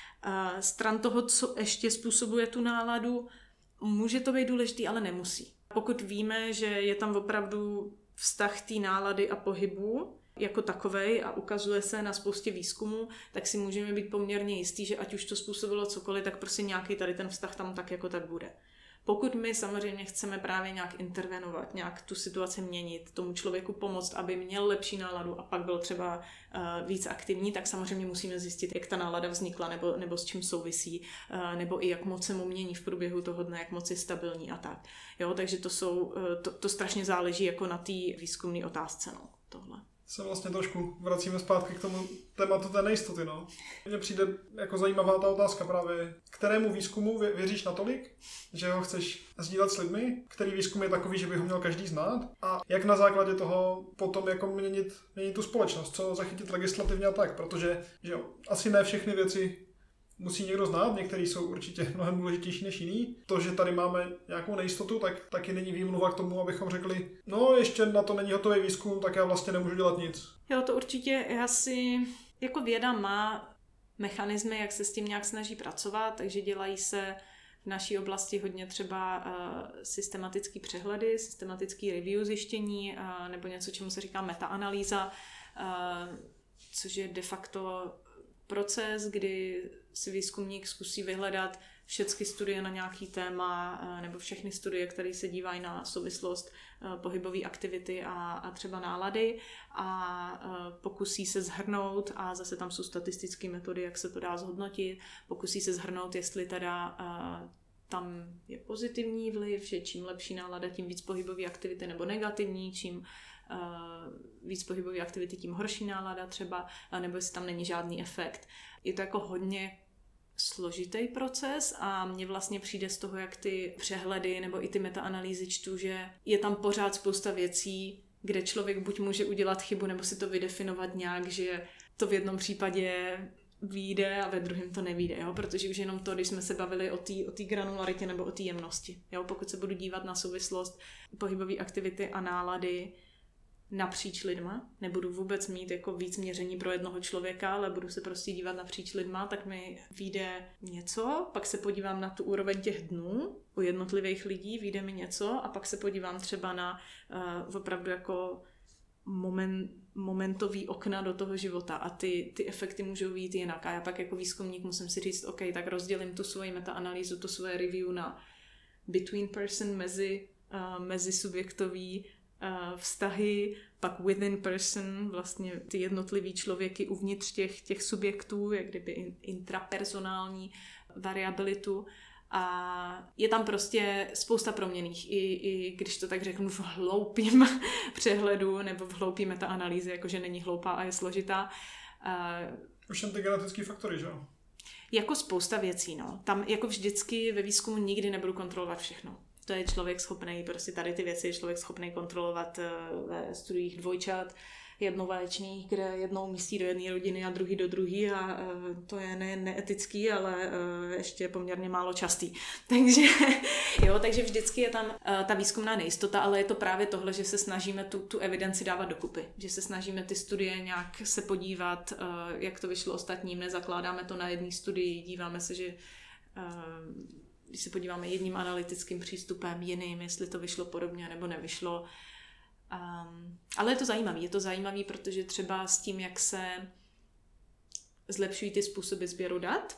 Stran toho, co ještě způsobuje tu náladu, může to být důležitý, ale nemusí. Pokud víme, že je tam opravdu vztah té nálady a pohybu jako takovej a ukazuje se na spoustě výzkumů, tak si můžeme být poměrně jistí, že ať už to způsobilo cokoliv, tak prostě nějaký tady ten vztah tam tak jako tak bude. Pokud my samozřejmě chceme právě nějak intervenovat, nějak tu situaci měnit, tomu člověku pomoct, aby měl lepší náladu a pak byl třeba víc aktivní, tak samozřejmě musíme zjistit, jak ta nálada vznikla nebo s čím souvisí, nebo i jak moc se mu mění v průběhu toho dne, jak moc je stabilní a tak. Jo, takže to strašně záleží jako na té výzkumné otázce, no, tohle. Se vlastně trošku vracíme zpátky k tomu tématu té nejistoty, no. Mně přijde jako zajímavá ta otázka právě, kterému výzkumu věříš natolik, že ho chceš sdílet s lidmi, který výzkum je takový, že by ho měl každý znát a jak na základě toho potom jako měnit tu společnost, co zachytit legislativně a tak, protože že jo, asi ne všechny věci musí někdo znát, některý jsou určitě mnohem důležitější než jiný. To, že tady máme nějakou nejistotu, tak taky není výmluva k tomu, abychom řekli, no ještě na to není hotový výzkum, tak já vlastně nemůžu dělat nic. Jo, to určitě asi jako věda má mechanismy, jak se s tím nějak snaží pracovat, takže dělají se v naší oblasti hodně třeba systematický přehledy, systematický review zjištění nebo něco, čemu se říká metaanalýza, což je de facto proces, kdy si výzkumník zkusí vyhledat všechny studie na nějaký téma nebo všechny studie, které se dívají na souvislost pohybové aktivity a třeba nálady a pokusí se shrnout, a zase tam jsou statistické metody, jak se to dá zhodnotit, pokusí se shrnout, jestli teda tam je pozitivní vliv, že čím lepší nálada, tím víc pohybové aktivity, nebo negativní, čím víc pohybové aktivity, tím horší nálada třeba, nebo jestli tam není žádný efekt. Je to jako hodně složitý proces a mně vlastně přijde z toho, jak ty přehledy nebo i ty metaanalýzy čtu, že je tam pořád spousta věcí, kde člověk buď může udělat chybu, nebo si to vydefinovat nějak, že to v jednom případě vyjde a ve druhém to nevyjde, jo? Protože už jenom to, když jsme se bavili o té granularitě nebo o té jemnosti. Jo? Pokud se budu dívat na souvislost pohybové aktivity a nálady napříč lidma, nebudu vůbec mít jako víc měření pro jednoho člověka, ale budu se prostě dívat napříč lidma, tak mi vyjde něco, pak se podívám na tu úroveň těch dnů u jednotlivých lidí, vyjde mi něco a pak se podívám třeba na opravdu jako momentový okna do toho života a ty efekty můžou vyjít jinak. A já pak jako výzkumník musím si říct, OK, tak rozdělím tu svoji metaanalýzu, tu svoje review na between person, mezi subjektový vztahy, pak within person, vlastně ty jednotlivý člověky uvnitř těch subjektů, jak kdyby intrapersonální variabilitu. A je tam prostě spousta proměnných, i když to tak řeknu v hloupým přehledu nebo v hloupý metaanalýze, jakože není hloupá a je složitá. Už jen ty genetické faktory, že jo? Jako spousta věcí, no. Tam jako vždycky ve výzkumu nikdy nebudu kontrolovat všechno. To je člověk schopný, prostě tady ty věci je člověk schopný kontrolovat ve studiích dvojčat, jednovaječných, kde jednou umístí do jedné rodiny a druhý do druhé a to je nejen neetický, ale ještě poměrně málo častý. Takže vždycky je tam ta výzkumná nejistota, ale je to právě tohle, že se snažíme tu evidenci dávat dokupy, že se snažíme ty studie nějak se podívat, jak to vyšlo ostatním, nezakládáme to na jedné studii, díváme se, že když se podíváme jedním analytickým přístupem, jiným, jestli to vyšlo podobně nebo nevyšlo. Ale je to zajímavý, protože třeba s tím, jak se zlepšují ty způsoby sběru dat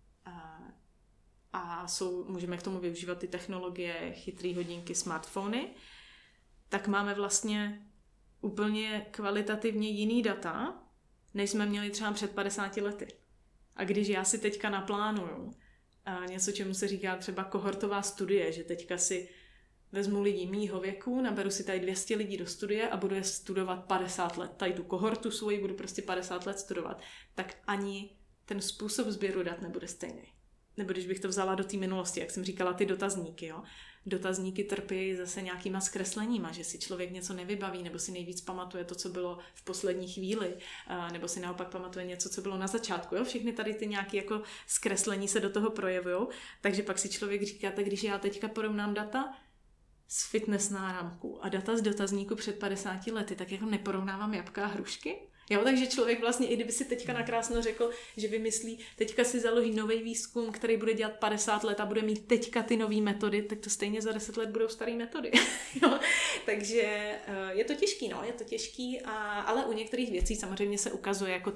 a můžeme k tomu využívat ty technologie, chytrý hodinky, smartfony, tak máme vlastně úplně kvalitativně jiný data, než jsme měli třeba před 50 lety. A když já si teďka naplánuju něco, čemu se říká třeba kohortová studie, že teďka si vezmu lidi mýho věku, naberu si tady 200 lidí do studie a budu je studovat 50 let. Tady tu kohortu svoji budu prostě 50 let studovat. Tak ani ten způsob sběru dat nebude stejný. Nebo když bych to vzala do té minulosti, jak jsem říkala, ty dotazníky. Jo? Dotazníky trpí zase nějakýma zkresleníma, že si člověk něco nevybaví, nebo si nejvíc pamatuje to, co bylo v poslední chvíli, nebo si naopak pamatuje něco, co bylo na začátku. Jo? Všechny tady ty nějaké jako zkreslení se do toho projevují. Takže pak si člověk říká, tak když já teďka porovnám data z fitness náramku a data z dotazníku před 50 lety, tak jako neporovnávám jablka a hrušky. Jo, takže člověk vlastně, i kdyby si teďka nakrásno řekl, že vymyslí, teďka si založí nový výzkum, který bude dělat 50 let a bude mít teďka ty nové metody, tak to stejně za 10 let budou staré metody. Jo, takže je to těžký, ale u některých věcí samozřejmě se ukazuje, jako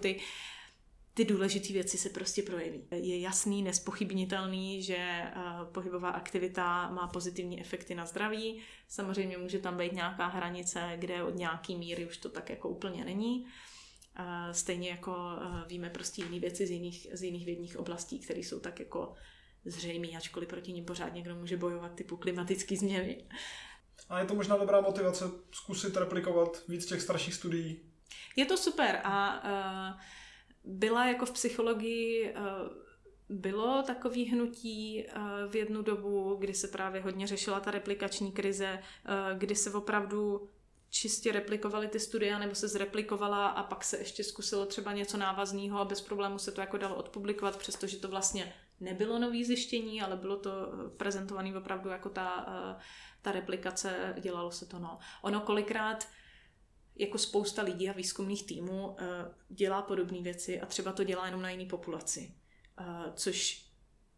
ty důležité věci se prostě projeví. Je jasný, nezpochybnitelný, že pohybová aktivita má pozitivní efekty na zdraví. Samozřejmě může tam být nějaká hranice, kde od nějaký míry už to tak jako úplně není. Stejně jako víme prostě jiné věci z jiných vědních oblastí, které jsou tak jako zřejmé, ačkoliv proti nim pořád někdo může bojovat, typu klimatické změny. A je to možná dobrá motivace zkusit replikovat víc těch starších studií. Je to super a byla jako v psychologii, bylo takový hnutí v jednu dobu, kdy se právě hodně řešila ta replikační krize, kdy se opravdu čistě replikovaly ty studie, nebo se zreplikovala a pak se ještě zkusilo třeba něco návazného a bez problému se to jako dalo odpublikovat, přestože to vlastně nebylo nový zjištění, ale bylo to prezentované opravdu jako ta replikace, dělalo se to. No. Ono kolikrát jako spousta lidí a výzkumných týmů dělá podobné věci a třeba to dělá jenom na jiný populaci. Což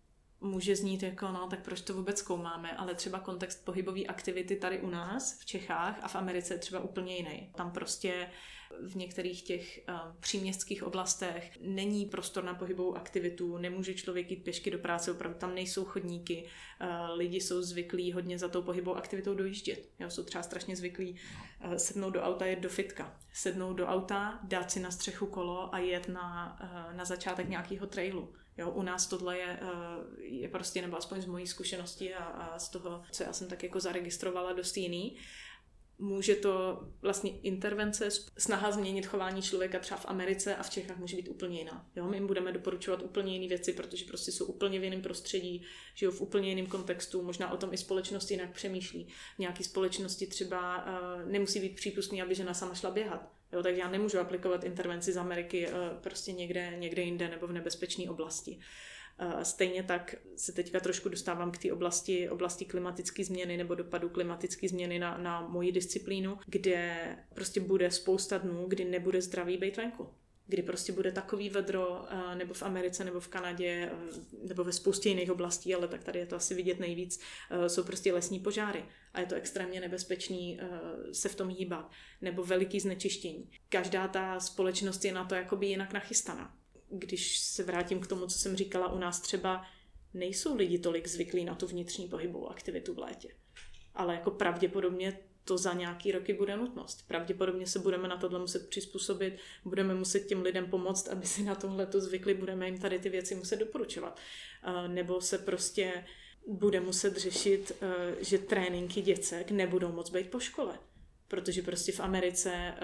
může znít jako, no tak proč to vůbec zkoumáme, ale třeba kontext pohybové aktivity tady u nás v Čechách a v Americe je třeba úplně jiný. Tam prostě v některých těch příměstských oblastech není prostor na pohybovou aktivitu, nemůže člověk jít pěšky do práce, opravdu tam nejsou chodníky, lidi jsou zvyklí hodně za tou pohybovou aktivitou dojíždět. Jo, jsou třeba strašně zvyklí sednout do auta, jet do fitka. Sednout do auta, dát si na střechu kolo a jet na začátek nějakého trailu. Jo, u nás tohle je prostě, nebo aspoň z mojí zkušenosti a z toho, co já jsem tak jako zaregistrovala, dost jiný. Může to vlastně intervence, snaha změnit chování člověka třeba v Americe a v Čechách může být úplně jiná. Jo, my jim budeme doporučovat úplně jiné věci, protože prostě jsou úplně v jiném prostředí, žijou v úplně jiném kontextu, možná o tom i společnost jinak přemýšlí. V nějaké společnosti třeba nemusí být přípustný, aby žena sama šla běhat. Jo, takže já nemůžu aplikovat intervenci z Ameriky prostě někde jinde nebo v nebezpečné oblasti. Stejně tak se teďka trošku dostávám k té oblasti klimatické změny nebo dopadu klimatické změny na moji disciplínu, kde prostě bude spousta dnů, kdy nebude zdravý být venku. Kdy prostě bude takový vedro, nebo v Americe, nebo v Kanadě, nebo ve spoustě jiných oblastí, ale tak tady je to asi vidět nejvíc, jsou prostě lesní požáry a je to extrémně nebezpečný se v tom hýbat, nebo veliký znečištění. Každá ta společnost je na to jakoby jinak nachystaná. Když se vrátím k tomu, co jsem říkala, u nás třeba nejsou lidi tolik zvyklí na tu vnitřní pohybovou aktivitu v létě. Ale jako pravděpodobně to za nějaký roky bude nutnost. Pravděpodobně se budeme na tohle muset přizpůsobit, budeme muset těm lidem pomoct, aby si na tohle to zvykli, budeme jim tady ty věci muset doporučovat. Nebo se prostě bude muset řešit, že tréninky děcek nebudou moc být po škole. Protože prostě v Americe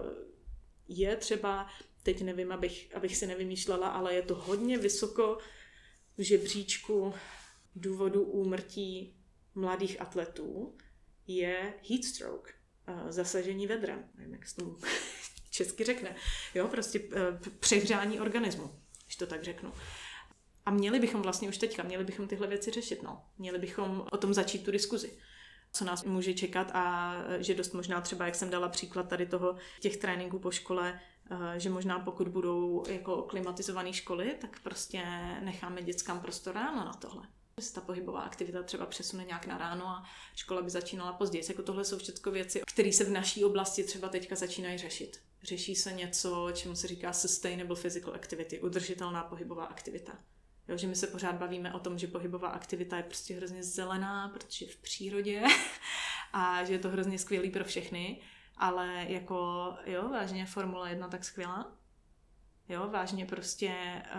je třeba, teď nevím, abych si nevymýšlela, ale je to hodně vysoko v žebříčku důvodu úmrtí mladých atletů, je heat stroke, zasažení vedrem. Nevím, jak se tomu česky řekne. Jo, prostě přehřání organismu, když to tak řeknu. A měli bychom vlastně už teďka, tyhle věci řešit, no. Měli bychom o tom začít tu diskuzi. Co nás může čekat a že dost možná třeba, jak jsem dala příklad tady toho, těch tréninků po škole, že možná pokud budou jako klimatizované školy, tak prostě necháme dětskám prostor ráno na tohle. Že se ta pohybová aktivita třeba přesune nějak na ráno a škola by začínala později. Jako tohle jsou všechno věci, které se v naší oblasti třeba teďka začínají řešit. Řeší se něco, čemu se říká sustainable physical activity, udržitelná pohybová aktivita. Jo, že my se pořád bavíme o tom, že pohybová aktivita je prostě hrozně zelená, protože je v přírodě a že je to hrozně skvělý pro všechny, ale jako, jo, vážně Formule 1 tak skvělá. Jo, vážně prostě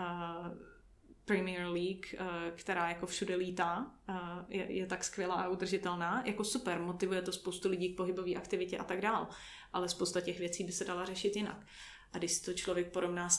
Premier League, která jako všude lítá, je tak skvělá a udržitelná. Jako super, motivuje to spoustu lidí k pohybové aktivitě a tak dál. Ale spousta těch věcí by se dala řešit jinak. A když si to člověk porovná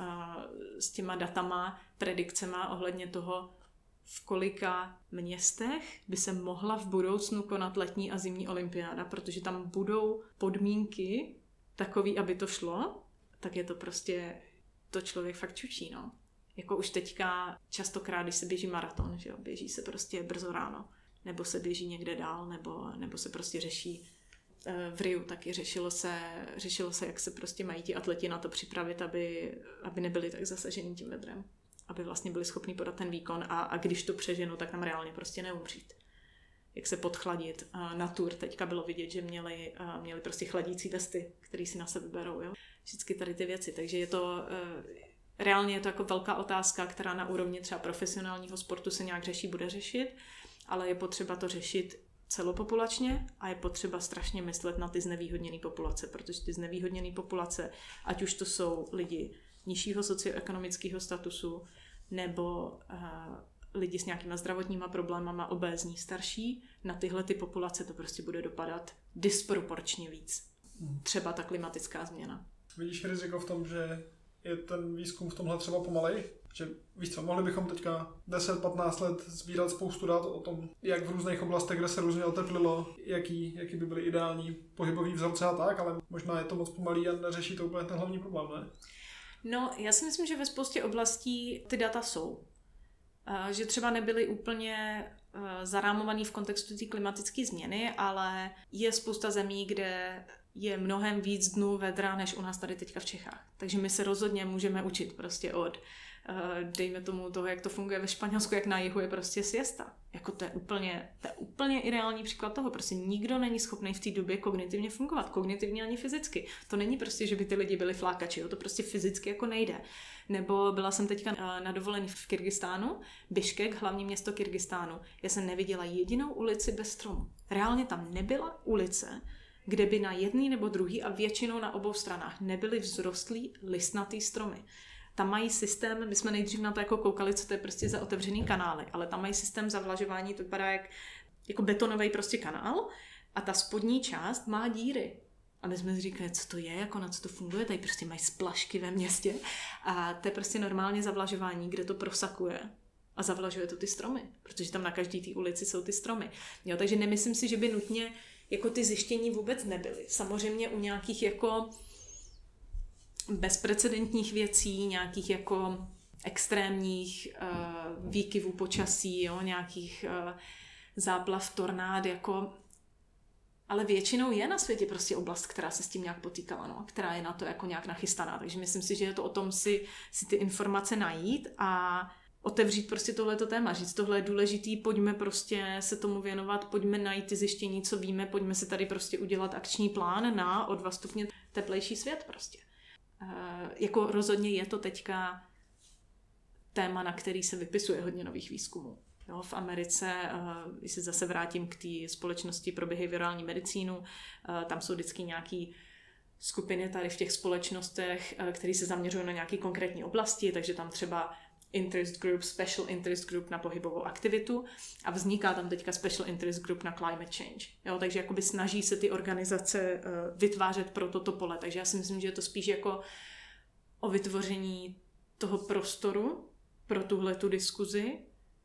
s těma datama, predikcema ohledně toho, v kolika městech by se mohla v budoucnu konat letní a zimní olympiáda, protože tam budou podmínky takový, aby to šlo, tak je to prostě, to člověk fakt čučí, no. Jako už teďka častokrát, když se běží maraton, že jo, běží se prostě brzo ráno, nebo se běží někde dál, nebo se prostě řeší. V Riu taky řešilo se, jak se prostě mají ti atleti na to připravit, aby nebyli tak zasažený tím vedrem. Aby vlastně byli schopni podat ten výkon a když to přeženou, tak tam reálně prostě neumřít. Jak se podchladit. Na Tour teďka bylo vidět, že měli prostě chladící vesty, které si na sebe berou. Jo? Vždycky tady ty věci. Takže je to... Reálně je to jako velká otázka, která na úrovni třeba profesionálního sportu se nějak řeší, bude řešit, ale je potřeba to řešit celopopulačně a je potřeba strašně myslet na ty znevýhodněné populace, protože ty znevýhodněné populace, ať už to jsou lidi nižšího socioekonomického statusu nebo lidi s nějakýma zdravotníma problémama, obézní, starší, na tyhle ty populace to prostě bude dopadat disproporčně víc. Třeba ta klimatická změna. Vidíš riziko v tom, že je ten výzkum v tomhle třeba pomalej? Že víš co, mohli bychom teďka 10-15 let sbírat spoustu dat o tom, jak v různých oblastech, kde se různě oteplilo, jaký by byly ideální pohybový vzorce a tak, ale možná je to moc pomalý a neřeší to úplně ten hlavní problém, ne? No, já si myslím, že ve spoustě oblastí ty data jsou. Že třeba nebyly úplně zarámovaný v kontextu té klimatické změny, ale je spousta zemí, kde je mnohem víc dnů vedra, než u nás tady teďka v Čechách. Takže my se rozhodně můžeme učit prostě od dejme tomu toho, jak to funguje ve Španělsku, jak na jihu je prostě siesta. Jako to je úplně ideální příklad toho. Prostě nikdo není schopný v té době kognitivně fungovat. Kognitivně ani fyzicky. To není prostě, že by ty lidi byli flákači. Jo? To prostě fyzicky jako nejde. Nebo byla jsem teďka na dovolení v Kyrgyzstánu, Biškek, hlavní město Kyrgyzstánu. Já jsem neviděla jedinou ulici bez stromu. Reálně tam nebyla ulice, kde by na jedný nebo druhý a většinou na obou stranách nebyly vzrostlý listnatý stromy. Tam mají systém, my jsme nejdřív na to jako koukali, co to je prostě za otevřený kanály, ale tam mají systém zavlažování, to vypadá jako betonový prostě kanál a ta spodní část má díry. A my jsme si říkali, co to je, jako na co to funguje, tady prostě mají splašky ve městě a to je prostě normálně zavlažování, kde to prosakuje a zavlažuje to ty stromy, protože tam na každý té ulici jsou ty stromy. Jo, takže nemyslím si, že by nutně jako ty zjištění vůbec nebyly. Samozřejmě u nějakých jako bezprecedentních věcí, nějakých jako extrémních výkyvů počasí, jo, nějakých záplav, tornád, jako, ale většinou je na světě prostě oblast, která se s tím nějak potýkala, no, která je na to jako nějak nachystaná. Takže myslím si, že je to o tom si ty informace najít a otevřít prostě tohleto téma, říct, tohle je důležitý, pojďme prostě se tomu věnovat, pojďme najít ty zjištění, co víme, pojďme si tady prostě udělat akční plán na o 2 stupně teplejší svět prostě. Jako rozhodně je to teďka téma, na který se vypisuje hodně nových výzkumů. Jo, v Americe, když se zase vrátím k té společnosti pro behaviorální medicínu, tam jsou vždycky nějaký skupiny tady v těch společnostech, které se zaměřují na nějaké konkrétní oblasti, takže tam třeba interest group, special interest group na pohybovou aktivitu a vzniká tam teďka special interest group na climate change. Jo, takže jakoby snaží se ty organizace vytvářet pro toto pole. Takže já si myslím, že je to spíš jako o vytvoření toho prostoru pro tuhletu diskuzi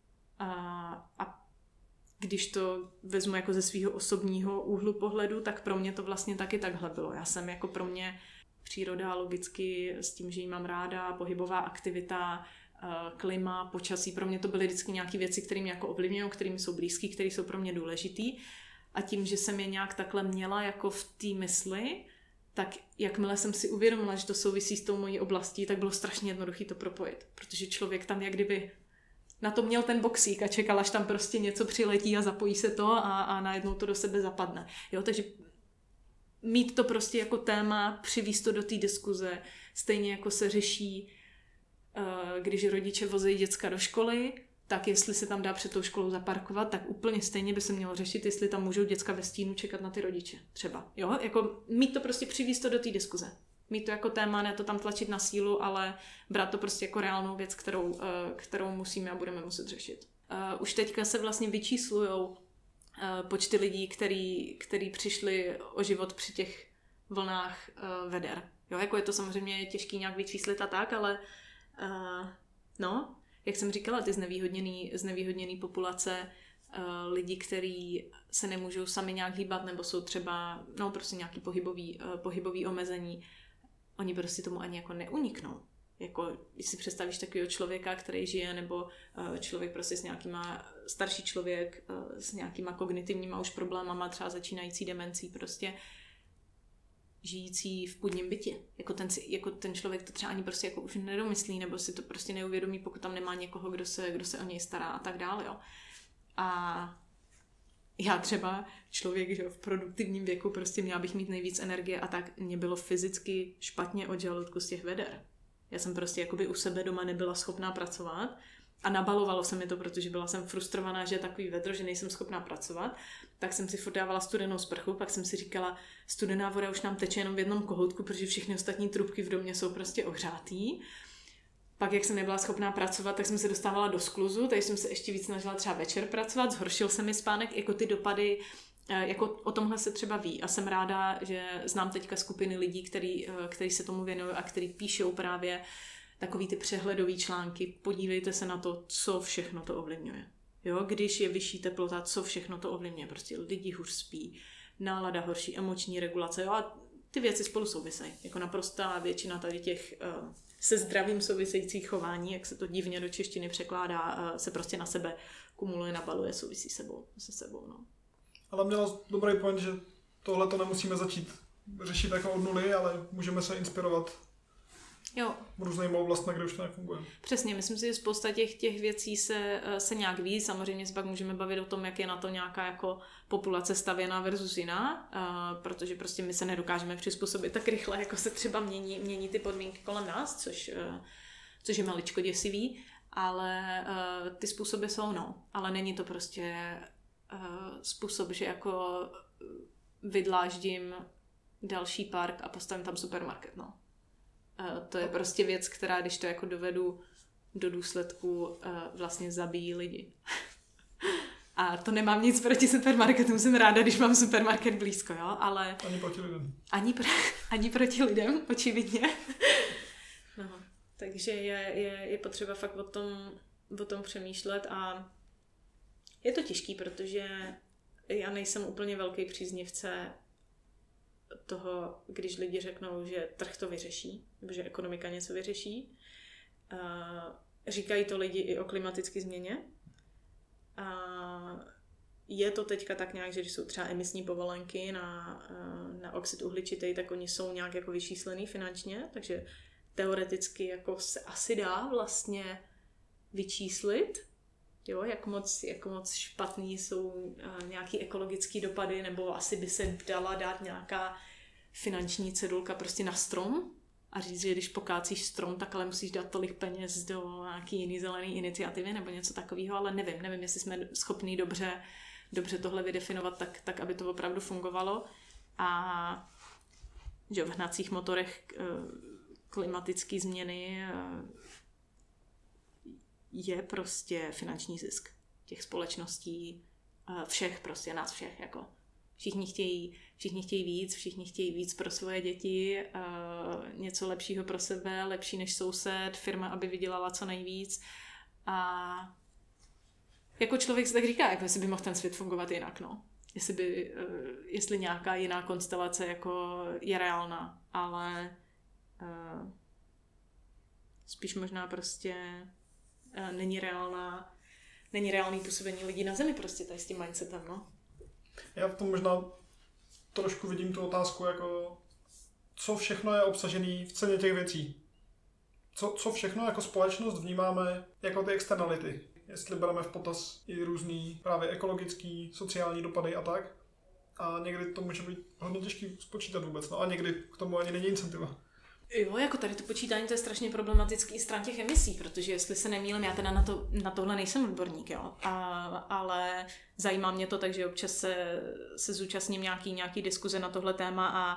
a když to vezmu jako ze svého osobního úhlu pohledu, tak pro mě to vlastně taky takhle bylo. Já jsem jako pro mě příroda logicky s tím, že ji mám ráda, pohybová aktivita, klima, počasí, pro mě to byly vždycky nějaké věci, které mě jako ovlivňují, kterými jsou blízký, které jsou pro mě důležitý. A tím, že jsem je nějak takhle měla jako v té mysli, tak jakmile jsem si uvědomila, že to souvisí s tou mojí oblastí, tak bylo strašně jednoduché to propojit. Protože člověk tam jak kdyby na to měl ten boxík a čekal, až tam prostě něco přiletí a zapojí se to a najednou to do sebe zapadne. Jo, takže mít to prostě jako téma, přivést to do té diskuze, stejně jako se řeší, když rodiče vozejí děcka do školy, tak jestli se tam dá před tou školou zaparkovat, tak úplně stejně by se mělo řešit, jestli tam můžou děcka ve stínu čekat na ty rodiče. Třeba. Jo? Jako mít to prostě přivést to do té diskuze. Mít to jako téma, ne to tam tlačit na sílu, ale brát to prostě jako reálnou věc, kterou musíme a budeme muset řešit. Už teďka se vlastně vyčíslujou počty lidí, který přišli o život při těch vlnách veder. Jo? Jako je to samozřejmě těžký nějak vyčíslit a tak, ale no, jak jsem říkala, ty znevýhodněný populace, lidi, kteří se nemůžou sami nějak hýbat, nebo jsou třeba, no prostě nějaký pohybový omezení, oni prostě tomu ani jako neuniknou. Jako, když si představíš takového člověka, který žije, nebo člověk prostě s nějakýma, starší člověk s nějakýma kognitivníma už problémama, třeba začínající demencí, prostě žijící v půdním bytě. Jako ten člověk to třeba ani prostě jako už nedomyslí, nebo si to prostě neuvědomí, pokud tam nemá někoho, kdo se o něj stará a tak dále. Jo. A já třeba člověk, že v produktivním věku prostě měla bych mít nejvíc energie a tak mě bylo fyzicky špatně od žaludku z těch veder. Já jsem prostě jakoby u sebe doma nebyla schopná pracovat a nabalovalo se mi to, protože byla jsem frustrovaná, že je takový vedro, že nejsem schopná pracovat, tak jsem si furt dávala studenou sprchu, pak jsem si říkala, studená voda už nám teče jenom v jednom kohoutku, protože všechny ostatní trubky v domě jsou prostě ohřátý. Pak, jak jsem nebyla schopná pracovat, tak jsem se dostávala do skluzu, takže jsem se ještě víc snažila třeba večer pracovat, zhoršil se mi spánek, jako ty dopady, jako o tomhle se třeba ví a jsem ráda, že znám teďka skupiny lidí, který se tomu věnují a který píšou právě takový ty přehledový články, podívejte se na to, co všechno to ovlivňuje. Jo, když je vyšší teplota, co všechno to ovlivňuje, prostě lidi hůř spí, nálada horší, emoční regulace, jo, a ty věci spolu souvisejí. Jako naprostá většina tady těch se zdravím souvisejících chování, jak se to divně do češtiny překládá, se prostě na sebe kumuluje, nabaluje, souvisí se sebou. No. Ale měla dobrý point, že tohle to nemusíme začít řešit jako od nuly, ale můžeme se inspirovat Jo. různýma oblastmi, kde už to nefunguje. Přesně, myslím si, že spousta těch věcí se nějak ví. Samozřejmě se pak můžeme bavit o tom, jak je na to nějaká jako populace stavěná versus jiná, protože prostě my se nedokážeme přizpůsobit tak rychle, jako se třeba mění ty podmínky kolem nás, což je maličko děsivý, ale ty způsoby jsou, no. Ale není to prostě způsob, že jako vydláždím další park a postavím tam supermarket, no. To je prostě věc, která, když to jako dovedu do důsledku, vlastně zabíjí lidi. A to nemám nic proti supermarketům, jsem ráda, když mám supermarket blízko, jo, ale... Ani proti lidem. Ani proti lidem, očividně. No, takže je potřeba fakt o tom přemýšlet a je to těžký, protože já nejsem úplně velký příznivce toho, když lidi řeknou, že trh to vyřeší, nebo že ekonomika něco vyřeší. Říkají to lidi i o klimatické změně. Je to teďka tak nějak, že když jsou třeba emisní povolenky na oxid uhličitý, tak oni jsou nějak jako vyčíslený finančně, takže teoreticky jako se asi dá vlastně vyčíslit, jo, jak moc špatný jsou nějaký ekologické dopady, nebo asi by se dala dát nějaká finanční cedulka prostě na strom a říct, že když pokácíš strom, tak ale musíš dát tolik peněz do nějaký jiný zelený iniciativy nebo něco takového, ale nevím, jestli jsme schopní dobře tohle vydefinovat tak, aby to opravdu fungovalo. A že v hnacích motorech klimatické změny je prostě finanční zisk těch společností, všech prostě, nás všech, jako všichni chtějí víc pro svoje děti, něco lepšího pro sebe, lepší než soused, firma, aby vydělala co nejvíc a jako člověk se tak říká, jako jestli by mohl ten svět fungovat jinak, no. Jestli nějaká jiná konstelace jako je reálná, ale spíš možná prostě není reálný působení lidí na zemi prostě tady s tím mindsetem, no. Já v tom možná trošku vidím tu otázku, jako co všechno je obsažené v ceně těch věcí. Co všechno jako společnost vnímáme jako ty externality. Jestli bereme v potaz i různý právě ekologický, sociální dopady a tak. A někdy to může být hodně těžký spočítat vůbec, no a někdy k tomu ani není incentiva. Jo, jako tady to počítání, to je strašně problematický i stran těch emisí, protože jestli se nemýlím, já teda na tohle nejsem odborník, jo, ale zajímá mě to, takže občas se zúčastním nějaký diskuze na tohle téma a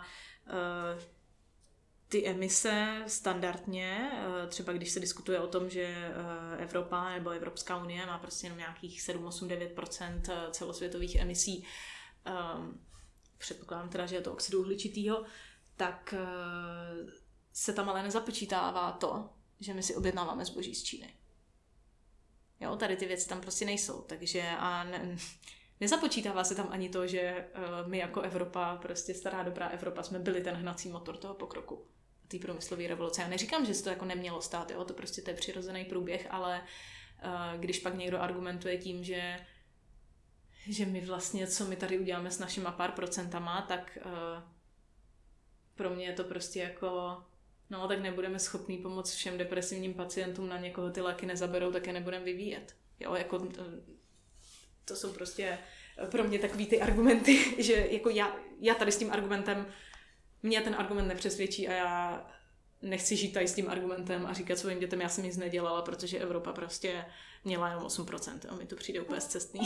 ty emise standardně, třeba když se diskutuje o tom, že Evropa nebo Evropská unie má prostě jenom nějakých 7-8-9% celosvětových emisí, předpokládám teda, že je to oxidu uhličitýho, tak se tam ale nezapočítává to, že my si objednáváme zboží z Číny. Jo, tady ty věci tam prostě nejsou, takže nezapočítává se tam ani to, že my jako Evropa, prostě stará dobrá Evropa, jsme byli ten hnací motor toho pokroku, té průmyslové revoluce. Já neříkám, že se to jako nemělo stát, jo, to prostě to je přirozený průběh, ale když pak někdo argumentuje tím, že my vlastně, co my tady uděláme s našima pár procentama, tak pro mě je to prostě jako, no tak nebudeme schopní pomoct všem depresivním pacientům, na někoho ty léky nezaberou, tak je nebudeme vyvíjet. Jo, jako to jsou prostě pro mě takový ty argumenty, že jako já tady s tím argumentem, mě ten argument nepřesvědčí a já nechci žít tady s tím argumentem a říkat svým dětem, já jsem nic nedělala, protože Evropa prostě měla jenom 8%. A mi to přijde úplně scestný.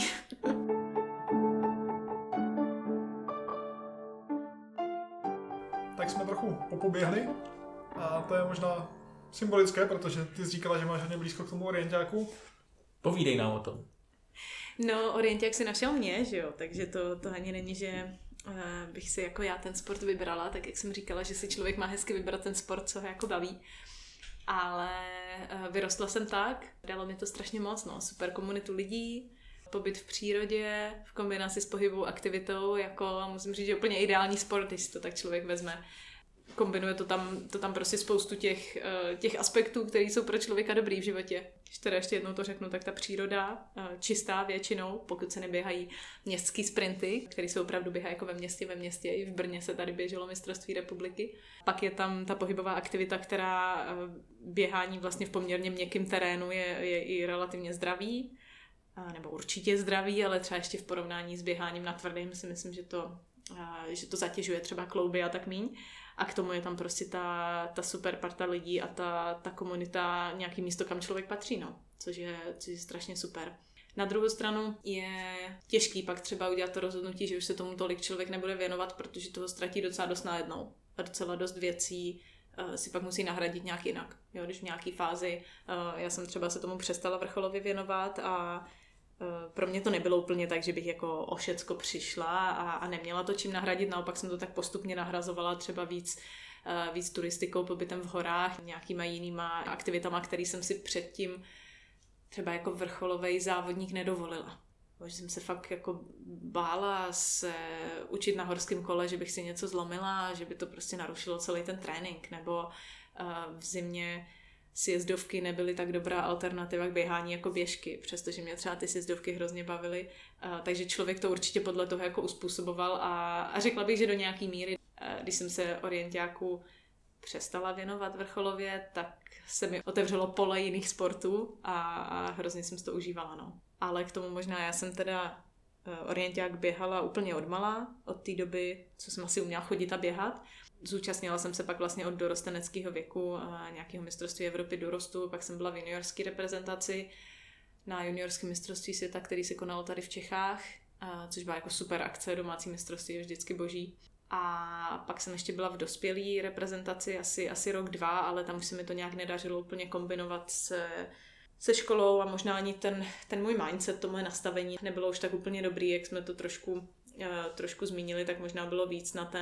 Tak jsme trochu popoběhli a to je možná symbolické, protože ty jsi říkala, že máš hodně blízko k tomu orientáku. Povídej nám o tom. No, orienták si našel mě, že jo, takže to ani není, že bych si jako já ten sport vybrala, tak jak jsem říkala, že si člověk má hezky vybrat ten sport, co ho jako baví. Ale vyrostla jsem tak, dalo mi to strašně moc, no, super komunitu lidí, pobyt v přírodě, v kombinaci s pohybovou aktivitou, jako musím říct, že úplně ideální sport, když si to tak člověk vezme. kombinuje to tam prostě spoustu těch aspektů, které jsou pro člověka dobrý v životě. Když teda ještě jednou to řeknu, tak ta příroda, čistá většinou, pokud se neběhají městský sprinty, které se opravdu běhají jako ve městě, i v Brně se tady běželo mistrovství republiky. Pak je tam ta pohybová aktivita, která běhání vlastně v poměrně měkkém terénu je i relativně zdravý, nebo určitě zdravý, ale třeba ještě v porovnání s běháním na tvrdým si myslím, že to zatěžuje třeba klouby a tak míň. A k tomu je tam prostě ta super parta lidí a ta komunita, nějaký místo, kam člověk patří, no. Což je strašně super. Na druhou stranu je těžký pak třeba udělat to rozhodnutí, že už se tomu tolik člověk nebude věnovat, protože toho ztratí docela dost najednou. A docela dost věcí si pak musí nahradit nějak jinak. Jo, když v nějaký fázi, já jsem třeba se tomu přestala vrcholově věnovat a pro mě to nebylo úplně tak, že bych jako o všecko přišla a neměla to čím nahradit, naopak jsem to tak postupně nahrazovala třeba víc turistikou, pobytem v horách, nějakýma jinýma aktivitama, který jsem si předtím třeba jako vrcholovej závodník nedovolila. Že jsem se fakt jako bála se učit na horském kole, že bych si něco zlomila, že by to prostě narušilo celý ten trénink, nebo v zimě sjezdovky nebyly tak dobrá alternativa k běhání jako běžky, přestože mě třeba ty sjezdovky hrozně bavily, takže člověk to určitě podle toho jako uspůsoboval a řekla bych, že do nějaký míry, když jsem se orientáku přestala věnovat vrcholově, tak se mi otevřelo pole jiných sportů a hrozně jsem si to užívala, no. Ale k tomu možná já jsem teda orienták běhala úplně odmala, od té doby, co jsem asi uměla chodit a běhat. Zúčastnila jsem se pak vlastně od dorosteneckého věku nějakého mistrovství Evropy dorostu, pak jsem byla v juniorské reprezentaci na juniorském mistrovství světa, který se konalo tady v Čechách, což byla jako super akce, domácí mistrovství je vždycky boží. A pak jsem ještě byla v dospělé reprezentaci asi rok, 2, ale tam už se mi to nějak nedařilo úplně kombinovat se školou a možná ani ten můj mindset, to moje nastavení nebylo už tak úplně dobrý, jak jsme to trošku zmínili, tak možná bylo víc na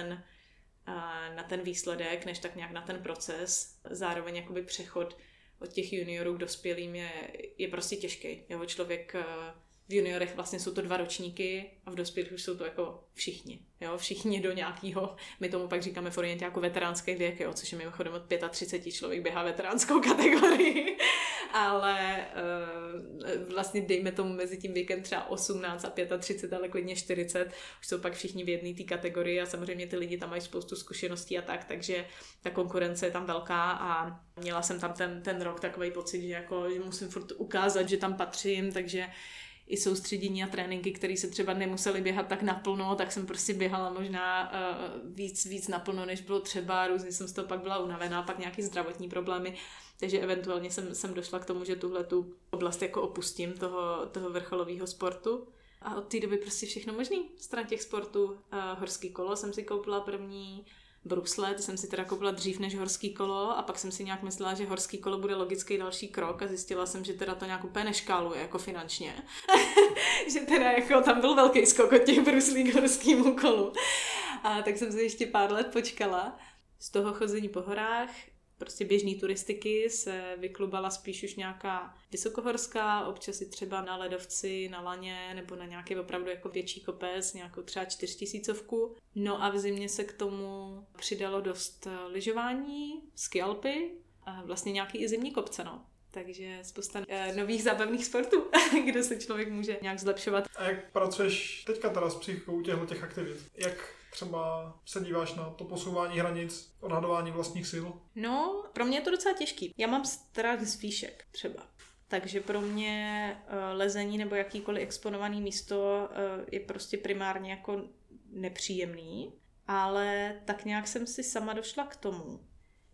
ten výsledek, než tak nějak na ten proces. Zároveň jakoby přechod od těch juniorů k dospělým je prostě těžký. Jo? Člověk v juniorech vlastně jsou to 2 ročníky a v dospělých už jsou to jako všichni. Jo? Všichni do nějakého, my tomu pak říkáme v orientáku veteránský věk, jo? Což je mimochodem od 35 člověk běhá veteránskou kategorii. Ale vlastně dejme tomu mezi tím věkem třeba 18 a 35, ale klidně 40, už jsou pak všichni v jedné té kategorii a samozřejmě ty lidi tam mají spoustu zkušeností a tak, takže ta konkurence je tam velká a měla jsem tam ten rok takový pocit, že musím furt ukázat, že tam patřím, takže i soustředění a tréninky, které se třeba nemusely běhat tak naplno, tak jsem prostě běhala možná víc naplno, než bylo třeba, různě jsem z toho pak byla unavená, pak nějaký zdravotní problémy, takže eventuálně jsem došla k tomu, že tuhletu oblast jako opustím toho vrcholového sportu. A od té doby prostě všechno možný stran těch sportů. Horský kolo jsem si koupila první, brusle, ty jsem si teda koupila dřív než horský kolo a pak jsem si nějak myslela, že horský kolo bude logický další krok a zjistila jsem, že teda to nějak úplně neškáluje jako finančně. Že teda jako tam byl velký skok od těch bruslí k horskému kolu. A tak jsem se ještě pár let počkala. Z toho chození po horách, prostě běžný turistiky se vyklubala spíš už nějaká vysokohorská, občas i třeba na ledovci, na laně nebo na nějaký opravdu jako větší kopec, nějakou třeba 4000. No a v zimě se k tomu přidalo dost lyžování, ski alpy a vlastně nějaký i zimní kopce, no. Takže spousta nových zábavných sportů, kde se člověk může nějak zlepšovat. A jak pracuješ teďka teda s psychikou těch aktivit? Jak třeba se díváš na to posouvání hranic, odhadování vlastních sil? No, pro mě je to docela těžký. Já mám strach z výšek třeba. Takže pro mě lezení nebo jakýkoliv exponovaný místo je prostě primárně jako nepříjemný. Ale tak nějak jsem si sama došla k tomu,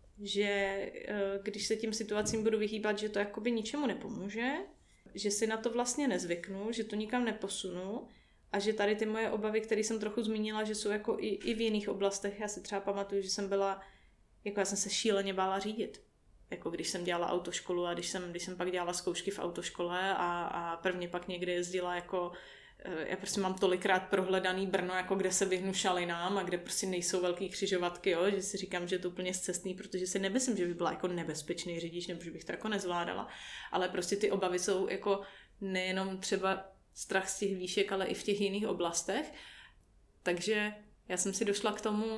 že když se tím situacím budu vyhýbat, že to jakoby ničemu nepomůže, že si na to vlastně nezvyknu, že to nikam neposunu a že tady ty moje obavy, které jsem trochu zmínila, že jsou jako i v jiných oblastech. Já si třeba pamatuju, že já jsem se šíleně bála řídit. Jako když jsem dělala autoškolu a když jsem pak dělala zkoušky v autoškole a prvně pak někde jezdila jako já prostě mám tolikrát prohledaný Brno, jako kde se vyhnu šalinám a kde prostě nejsou velký křižovatky, jo, že si říkám, že je to úplně scestný, protože si nemyslím, že by byla jako nebezpečný řidič, nebo že bych to jako nezvládala, ale prostě ty obavy jsou jako nejenom třeba strach z těch výšek, ale i v těch jiných oblastech. Takže já jsem si došla k tomu,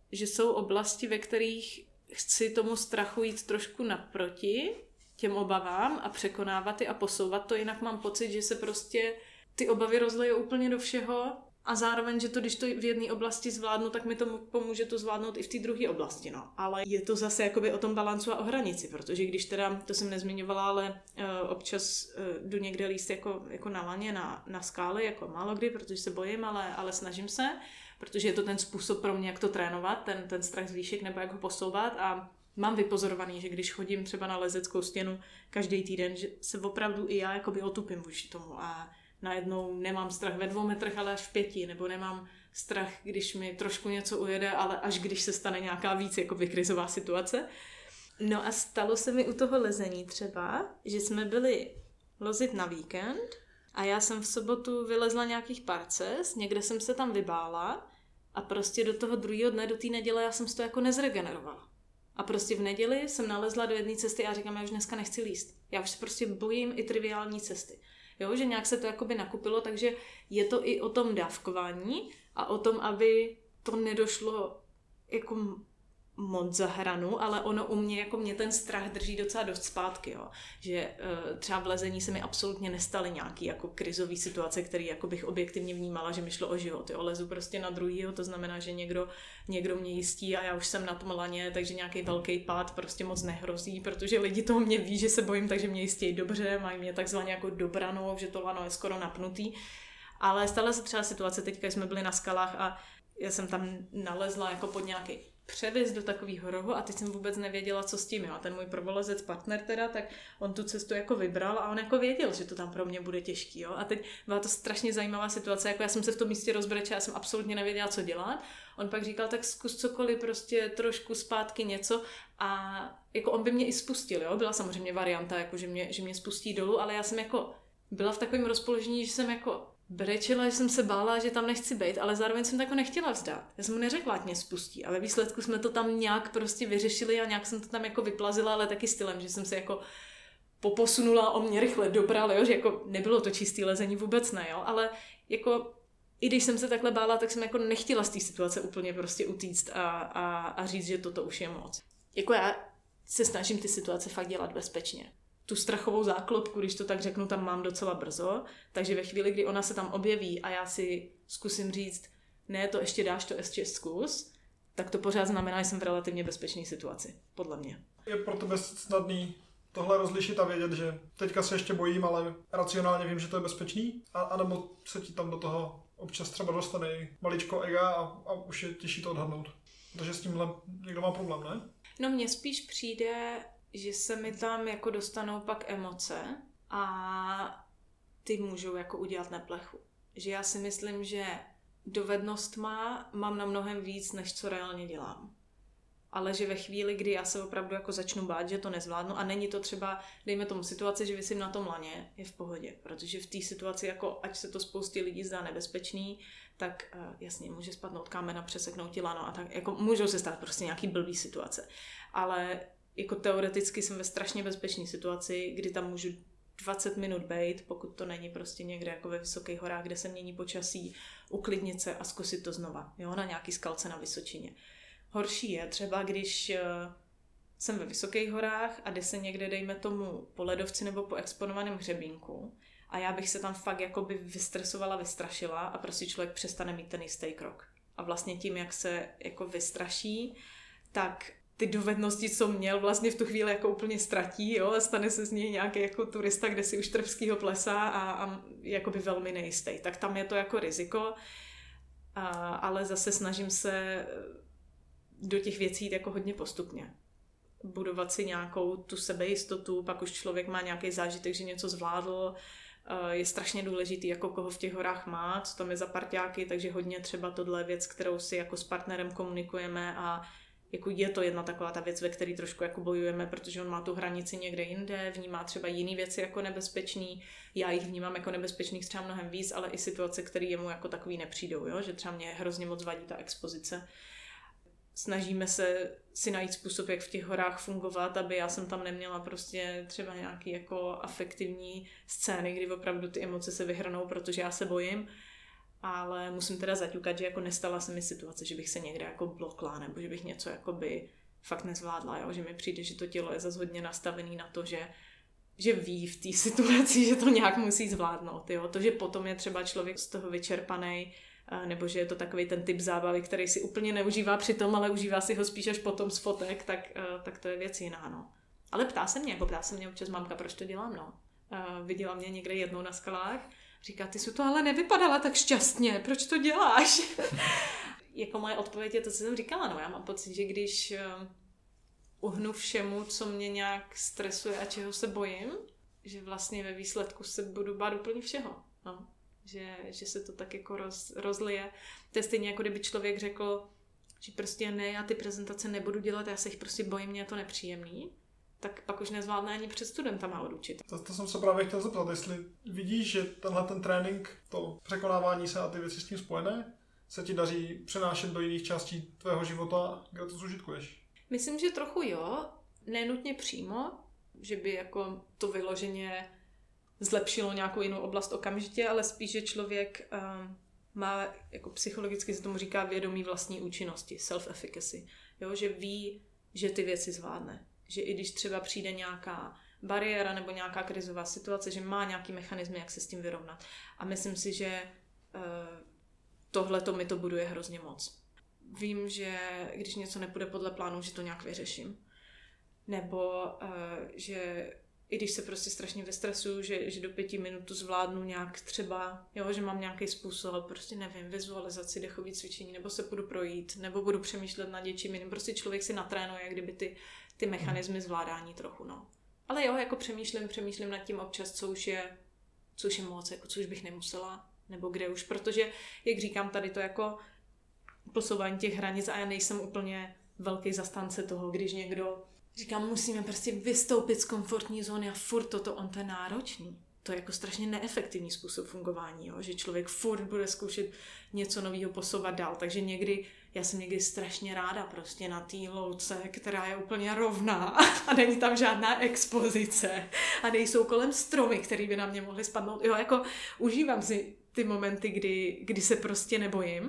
že jsou oblasti, ve kterých chci tomu strachu jít trošku naproti, těm obavám a překonávat je a posouvat to, jinak mám pocit, že se prostě ty obavy rozlejou úplně do všeho a zároveň, že to, když to v jedné oblasti zvládnu, tak mi to pomůže to zvládnout i v té druhé oblasti, no. Ale je to zase jakoby o tom balancu a o hranici, protože když teda, to jsem nezmiňovala, ale občas jdu někde líst jako na laně, na skály, jako málo kdy, protože se bojím, ale snažím se, protože je to ten způsob pro mě, jak to trénovat, ten strach z výšek nebo jak ho posouvat a mám vypozorovaný, že když chodím třeba na lezeckou stěnu každý týden, že se opravdu i já jakoby otupím vůči tomu a najednou nemám strach ve 2 metrech, ale až v 5, nebo nemám strach, když mi trošku něco ujede, ale až když se stane nějaká víc jakoby krizová situace. No a stalo se mi u toho lezení třeba, že jsme byli lozit na víkend a já jsem v sobotu vylezla nějakých pár cest, někde jsem se tam vybála a prostě do toho druhého dne, do té neděle já jsem si to jako nezregenerovala. A prostě v neděli jsem nalezla do jedné cesty a říkám, já už dneska nechci líst. Já už se prostě bojím i triviální cesty. Jo, že nějak se to jakoby nakupilo, takže je to i o tom dávkování a o tom, aby to nedošlo jako moc za hranu, ale ono u mě, jako mě ten strach drží docela dost zpátky, jo. Že třeba v lezení se mi absolutně nestaly nějaký jako krizový situace, který jako bych objektivně vnímala, že mi šlo o život, jo. Lezu prostě na druhýho, to znamená, že někdo mě jistí a já už jsem na tom laně, takže nějaký velký pád prostě moc nehrozí, protože lidi toho mě ví, že se bojím, takže mě jistí dobře, mají mě takzvaně jako dobranou, že to lano je skoro napnutý. Ale stala se třeba situace, teďka jsme byli na skalách a já jsem tam nalezla jako pod nějaký převis do takového rohu a teď jsem vůbec nevěděla, co s tím. Jo. A ten můj prvolezec partner teda, tak on tu cestu jako vybral a on jako věděl, že to tam pro mě bude těžký. Jo. A teď byla to strašně zajímavá situace, jako já jsem se v tom místě rozbrečela, já jsem absolutně nevěděla, co dělat. On pak říkal, tak zkus cokoliv, prostě trošku zpátky něco a jako on by mě i spustil, jo. Byla samozřejmě varianta, jako že mě spustí dolů, ale já jsem jako byla v takovém rozpoložení, že jsem jako brečela, že jsem se bála, že tam nechci být, ale zároveň jsem to jako nechtěla vzdát. Já jsem mu neřekla, ať mě spustí, ale ve výsledku jsme to tam nějak prostě vyřešili a nějak jsem to tam jako vyplazila, ale taky stylem, že jsem se jako poposunula o mě rychle dobrala, jo, že jako nebylo to čistý lezení, vůbec ne, jo, ale jako i když jsem se takhle bála, tak jsem jako nechtěla z té situace úplně prostě utíct a říct, že toto už je moc. Jako já se snažím ty situace fakt dělat bezpečně. Tu strachovou záklopku, když to tak řeknu, tam mám docela brzo, takže ve chvíli, kdy ona se tam objeví a já si zkusím říct, ne, to ještě dáš, to ještě zkus, tak to pořád znamená, že jsem v relativně bezpečné situaci, podle mě. Je pro tebe snadný tohle rozlišit a vědět, že teďka se ještě bojím, ale racionálně vím, že to je bezpečný? A nebo se ti tam do toho občas třeba dostane maličko ega a už je těžší to odhadnout? Protože s tímhle někdo má problém, ne? No mně spíš přijde, že se mi tam jako dostanou pak emoce a ty můžou jako udělat neplechu. Že já si myslím, že dovednost mám na mnohem víc, než co reálně dělám. Ale že ve chvíli, kdy já se opravdu jako začnu bát, že to nezvládnu a není to třeba, dejme tomu situaci, že visím na tom laně, je v pohodě. Protože v té situaci, jako ať se to spoustě lidí zdá nebezpečný, tak jasně, může spadnout kámen a přeseknout ti lano a tak, jako můžou se stát prostě nějaký blbý situace. Ale jako teoreticky jsem ve strašně bezpečné situaci, kdy tam můžu 20 minut bejt, pokud to není prostě někde jako ve vysokých horách, kde se mění počasí, uklidnit se a zkusit to znova, jo, na nějaký skalce na vysočině. Horší je třeba, když jsem ve vysokých horách a jde se někde, dejme tomu, po ledovci nebo po exponovaném hřebínku a já bych se tam fakt jakoby vystresovala, vystrašila a prostě člověk přestane mít ten jistý krok. A vlastně tím, jak se jako vystraší, tak ty dovednosti, co měl, vlastně v tu chvíli jako úplně ztratí, jo, a stane se z něj nějaký jako turista, kde si už trpskýho plesá a jakoby velmi nejistý. Tak tam je to jako riziko, ale zase snažím se do těch věcí jít jako hodně postupně. Budovat si nějakou tu sebejistotu, pak už člověk má nějaký zážitek, že něco zvládl, je strašně důležitý, jako koho v těch horách má, co tam je za parťáky, takže hodně třeba tohle je věc, kterou si jako s partnerem komunikujeme a jako je to jedna taková ta věc, ve které trošku jako bojujeme, protože on má tu hranici někde jinde, vnímá třeba jiný věci jako nebezpečný, já jich vnímám jako nebezpečných třeba mnohem víc, ale i situace, které jemu jako takový nepřijdou, jo? Že třeba mě hrozně moc vadí ta expozice. Snažíme se si najít způsob, jak v těch horách fungovat, aby já jsem tam neměla prostě třeba nějaký jako afektivní scény, kdy opravdu ty emoce se vyhranou, protože já se bojím. ale musím teda zaťukat, že jako nestala se mi situace, že bych se někde jako blokla, nebo že bych něco jakoby fakt nezvládla, jo? Že mi přijde, že to tělo je zase hodně nastavený na to, že ví v té situaci, že to nějak musí zvládnout. Jo? To, že potom je třeba člověk z toho vyčerpaný, nebo že je to takový ten typ zábavy, který si úplně neužívá přitom, ale užívá si ho spíš až potom z fotek, tak to je věc jiná. No. Ale ptá se mě občas mamka, proč to dělám. No. Viděla mě někde jednou na skalách, říká, ty jsi to ale nevypadala tak šťastně, proč to děláš? Jako moje odpověď je to, co jsem říkala. No. Já mám pocit, že když uhnu všemu, co mě nějak stresuje a čeho se bojím, že vlastně ve výsledku se budu bát úplně všeho. No. Že se to tak jako rozlije. To je stejně jako kdyby člověk řekl, že prostě ne, já ty prezentace nebudu dělat, já se jich prostě bojím, mě je to nepříjemný, tak pak už nezvládne ani před studentama odučit. To jsem se právě chtěl zeptat, jestli vidíš, že tenhle ten trénink, to překonávání se a ty věci s tím spojené, se ti daří přenášet do jiných částí tvého života, kde to zužitkuješ? Myslím, že trochu jo, nenutně přímo, že by jako to vyloženě zlepšilo nějakou jinou oblast okamžitě, ale spíš, že člověk má, jako psychologicky se tomu říká vědomí vlastní účinnosti, self-efficacy. Jo? Že ví, že ty věci zvládne. Že i když třeba přijde nějaká bariéra nebo nějaká krizová situace, že má nějaký mechanismy, jak se s tím vyrovnat. A myslím si, že tohleto mi to buduje hrozně moc. Vím, že když něco nepůjde podle plánu, že to nějak vyřeším. Nebo že i když se prostě strašně vystresuju, že do 5 minut to zvládnu nějak třeba, jo, že mám nějaký způsob, prostě nevím, vizualizaci, dechové cvičení, nebo se půjdu projít, nebo budu přemýšlet nad něčím jiným. Prostě člověk si natrénuje, jak kdyby ty mechanismy zvládání trochu, no. Ale jo, jako přemýšlím nad tím občas, co už je moc, jako co už bych nemusela, nebo kde už, protože, jak říkám, tady to jako posouvání těch hranic a já nejsem úplně velký zastánce toho, když někdo říkám, musíme prostě vystoupit z komfortní zóny a furt to je náročný. To je jako strašně neefektivní způsob fungování, jo? Že člověk furt bude zkoušet něco nového posouvat dál. Takže já jsem někdy strašně ráda prostě na té louce, která je úplně rovná a není tam žádná expozice a nejsou kolem stromy, které by na mě mohly spadnout. Jo, jako užívám si ty momenty, kdy se prostě nebojím.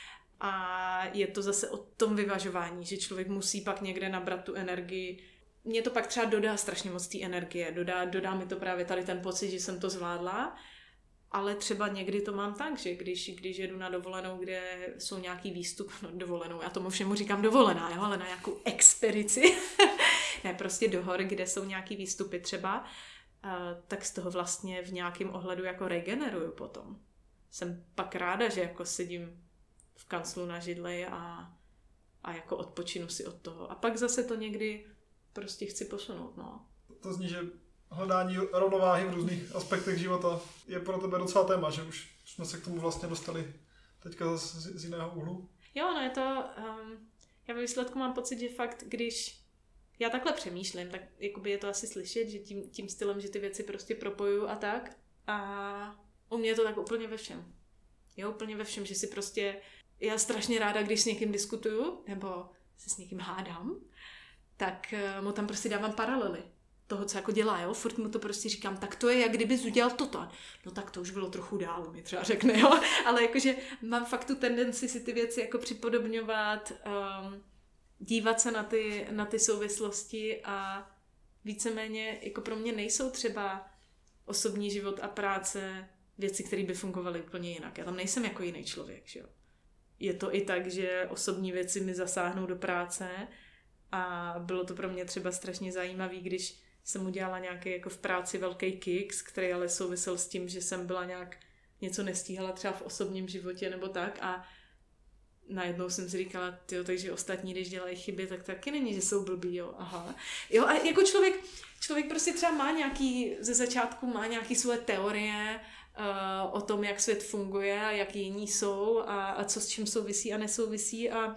A je to zase o tom vyvažování, že člověk musí pak někde nabrat tu energii. Mně to pak třeba dodá strašně moc té energie. Dodá mi to právě tady ten pocit, že jsem to zvládla. Ale třeba někdy to mám tak, že když jedu na dovolenou, kde jsou nějaký výstup, dovolenou, já tomu všemu říkám dovolená, jo, ale na nějakou expedici, ne, prostě do hor, kde jsou nějaký výstupy třeba, tak z toho vlastně v nějakém ohledu jako regeneruju potom. Jsem pak ráda, že jako sedím v kanclu na židli a jako odpočinu si od toho. A pak zase to někdy prostě chci posunout, no. To zní, že hledání rovnováhy v různých aspektech života je pro tebe docela téma, že už jsme se k tomu vlastně dostali teďka z jiného úhlu. Jo, no je to... já ve výsledku mám pocit, že fakt, když já takhle přemýšlím, tak jakoby je to asi slyšet, že tím stylem, že ty věci prostě propojuju a tak. A u mě je to tak úplně ve všem. Jo, úplně ve všem, že si prostě... Já strašně ráda, když s někým diskutuju, nebo se s někým hádám, tak mu tam prostě dávám paralely toho, co jako dělá, jo. Furt mu to prostě říkám, tak to je, jak kdybys udělal toto. No tak to už bylo trochu dál, mi třeba řekne, jo. Ale jakože mám fakt tu tendenci si ty věci jako připodobňovat, dívat se na ty souvislosti a víceméně jako pro mě nejsou třeba osobní život a práce věci, které by fungovaly úplně jinak. Já tam nejsem jako jiný člověk, že jo. Je to i tak, že osobní věci mi zasáhnou do práce a bylo to pro mě třeba strašně zajímavý, když jsem udělala nějaký jako v práci velký kicks, který ale souvisel s tím, že jsem byla nějak něco nestíhala třeba v osobním životě nebo tak a najednou jsem si říkala, tyjo, takže ostatní, když dělají chyby, tak taky není, že jsou blbí, jo, aha. Jo, a jako člověk prostě třeba má ze začátku má nějaký svoje teorie o tom, jak svět funguje a jak jiní jsou a co s čím souvisí a nesouvisí a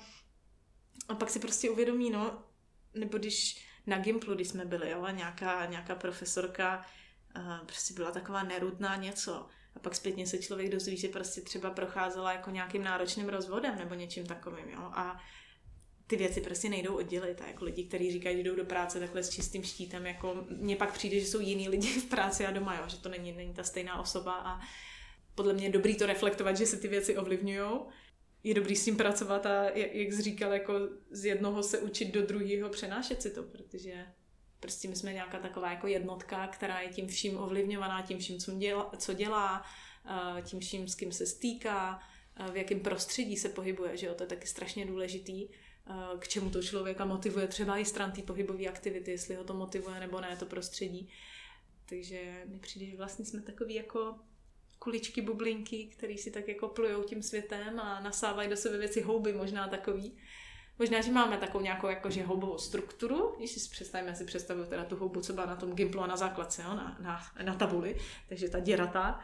pak si prostě uvědomí, no, nebo když na Gimplu, když jsme byli, jo, a nějaká profesorka prostě byla taková nerudná něco a pak zpětně se člověk dozví, že prostě třeba procházela jako nějakým náročným rozvodem nebo něčím takovým, jo, a ty věci prostě nejdou oddělit a jako lidi, kteří říkají, že jdou do práce takhle s čistým štítem, jako mně pak přijde, že jsou jiní lidi v práci a doma, jo, že to není ta stejná osoba a podle mě je dobrý to reflektovat, že se ty věci ovlivňujou. Je dobrý s tím pracovat a jak jsi říkal, jako z jednoho se učit do druhého, přenášet si to, protože prostě my jsme nějaká taková jako jednotka, která je tím vším ovlivňovaná, tím vším, co dělá, tím vším, s kým se stýká, v jakém prostředí se pohybuje, že jo, to je taky strašně důležitý, k čemu to člověka motivuje, třeba i stran té pohybové aktivity, jestli ho to motivuje nebo ne, to prostředí. Takže mi přijde, že vlastně jsme takový jako kuličky, bublinky, který si tak jako plujou tím světem a nasávají do sebe věci, houby možná takový. Možná, že máme takovou nějakou jakože houbovou strukturu, když si představuju teda tu houbu, co byla na tom gimplu a na základce, jo, na tabuli, takže ta děratá.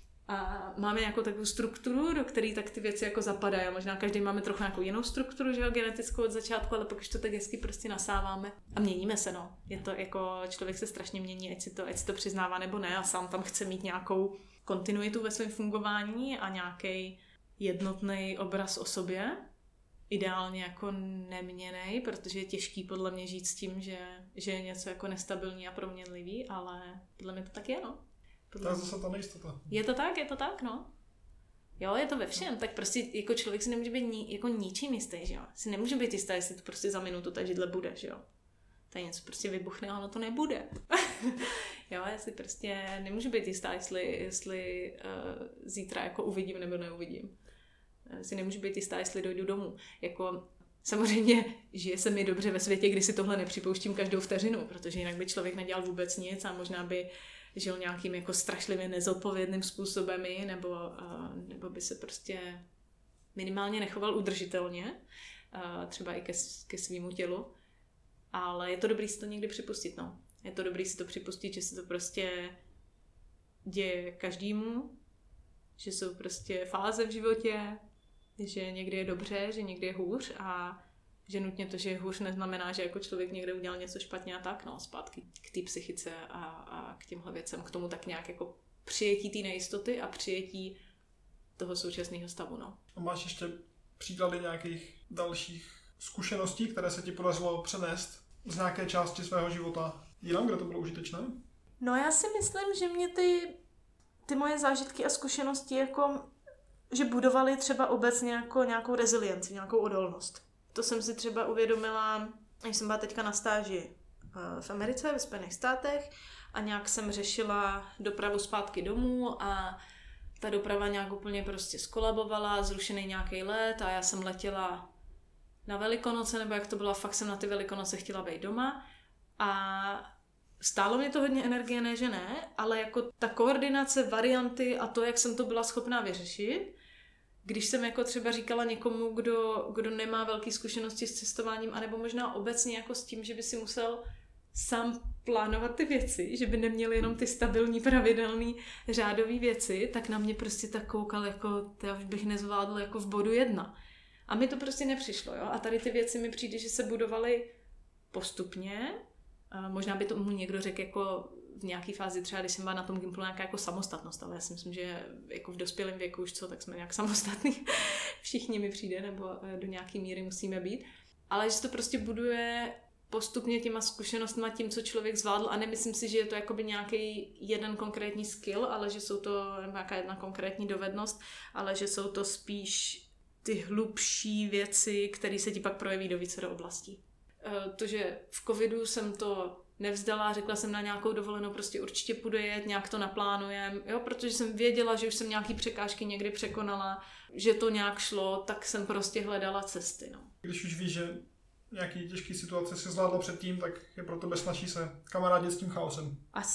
A máme nějakou takovou strukturu, do které tak ty věci jako zapadají. A možná každý máme trochu nějakou jinou strukturu, že jo, genetickou od začátku, ale pokud to tak hezky prostě nasáváme a měníme se, no. Je to jako, člověk se strašně mění, ať si to přiznává nebo ne a sám tam chce mít nějakou kontinuitu ve svém fungování a nějaký jednotný obraz o sobě. Ideálně jako neměnej, protože je těžký podle mě žít s tím, že je něco jako nestabilní a proměnlivý, ale podle mě to tak je, no. To je zase ta nejistota. Je to tak, no. Jo, je to ve všem, tak prostě jako člověk si nemůže být jako ničím jistý, že jo. Si nemůže být jistý, jestli to prostě za minutu ta židle bude, že jo. Tady něco prostě vybuchne a ono to nebude. Jo, já si prostě nemůžu být jistá, jestli zítra jako uvidím nebo neuvidím. Si nemůžu být jistá, jestli dojdu domů. Jako samozřejmě žije se mi dobře ve světě, kdy si tohle nepřipouštím každou vteřinu, protože jinak by člověk nedělal vůbec nic a možná by žil nějakým jako strašlivě nezodpovědným způsobem nebo by se prostě minimálně nechoval udržitelně, třeba i ke svýmu tělu. Ale je to dobrý si to někdy připustit, no. Je to dobrý si to připustit, že se to prostě děje každému, že jsou prostě fáze v životě, že někdy je dobře, že někdy je hůř a že nutně to, že je hůř, neznamená, že jako člověk někde udělal něco špatně a tak, no, zpátky k té psychice a k těmhle věcem, k tomu tak nějak jako přijetí té nejistoty a přijetí toho současného stavu, no. A máš ještě příklady nějakých dalších zkušeností, které se ti podařilo přenést z nějaké části svého života jinam, kde to bylo užitečné? No já si myslím, že mě ty moje zážitky a zkušenosti jako, že budovaly třeba obecně jako nějakou rezilienci, nějakou odolnost. To jsem si třeba uvědomila, když jsem byla teďka na stáži v Americe, ve Spojených státech a nějak jsem řešila dopravu zpátky domů a ta doprava nějak úplně prostě skolabovala, zrušený nějaký let a já jsem letěla na Velikonoce, nebo jak to bylo, fakt jsem na ty Velikonoce chtěla být doma a stálo mě to hodně energie, ne, že ne, ale jako ta koordinace, varianty a to, jak jsem to byla schopná vyřešit, když jsem jako třeba říkala někomu, kdo nemá velké zkušenosti s cestováním, anebo možná obecně jako s tím, že by si musel sám plánovat ty věci, že by neměl jenom ty stabilní, pravidelný, řádové věci, tak na mě prostě tak koukal, jako já už bych nezvládl jako v bodu 1. A mi to prostě nepřišlo, jo. A tady ty věci mi přijde, že se budovaly postupně. A možná by to mu někdo řekl jako v nějaké fázi, třeba když jsem byla na tom gimplu, nějaká jako samostatnost, ale já si myslím, že jako v dospělém věku už tak jsme nějak samostatní. Všichni mi přijde, nebo do nějaké míry musíme být. Ale že to prostě buduje postupně těma zkušenostma, tím, co člověk zvládl a nemyslím si, že je to jakoby nějaký jeden konkrétní skill, ale že jsou to nějaká jedna konkrétní dovednost, ale že jsou to spíš ty hlubší věci, které se ti pak projeví do vícero oblastí. To, že v covidu jsem to nevzdala, řekla jsem na nějakou dovolenou, prostě určitě půjdu jet, nějak to naplánujem, jo, protože jsem věděla, že už jsem nějaký překážky někdy překonala, že to nějak šlo, tak jsem prostě hledala cesty, no. Když už víš, že nějaký těžký situace si zvládla předtím, tak je pro tebe snaží se kamarádit s tím chaosem.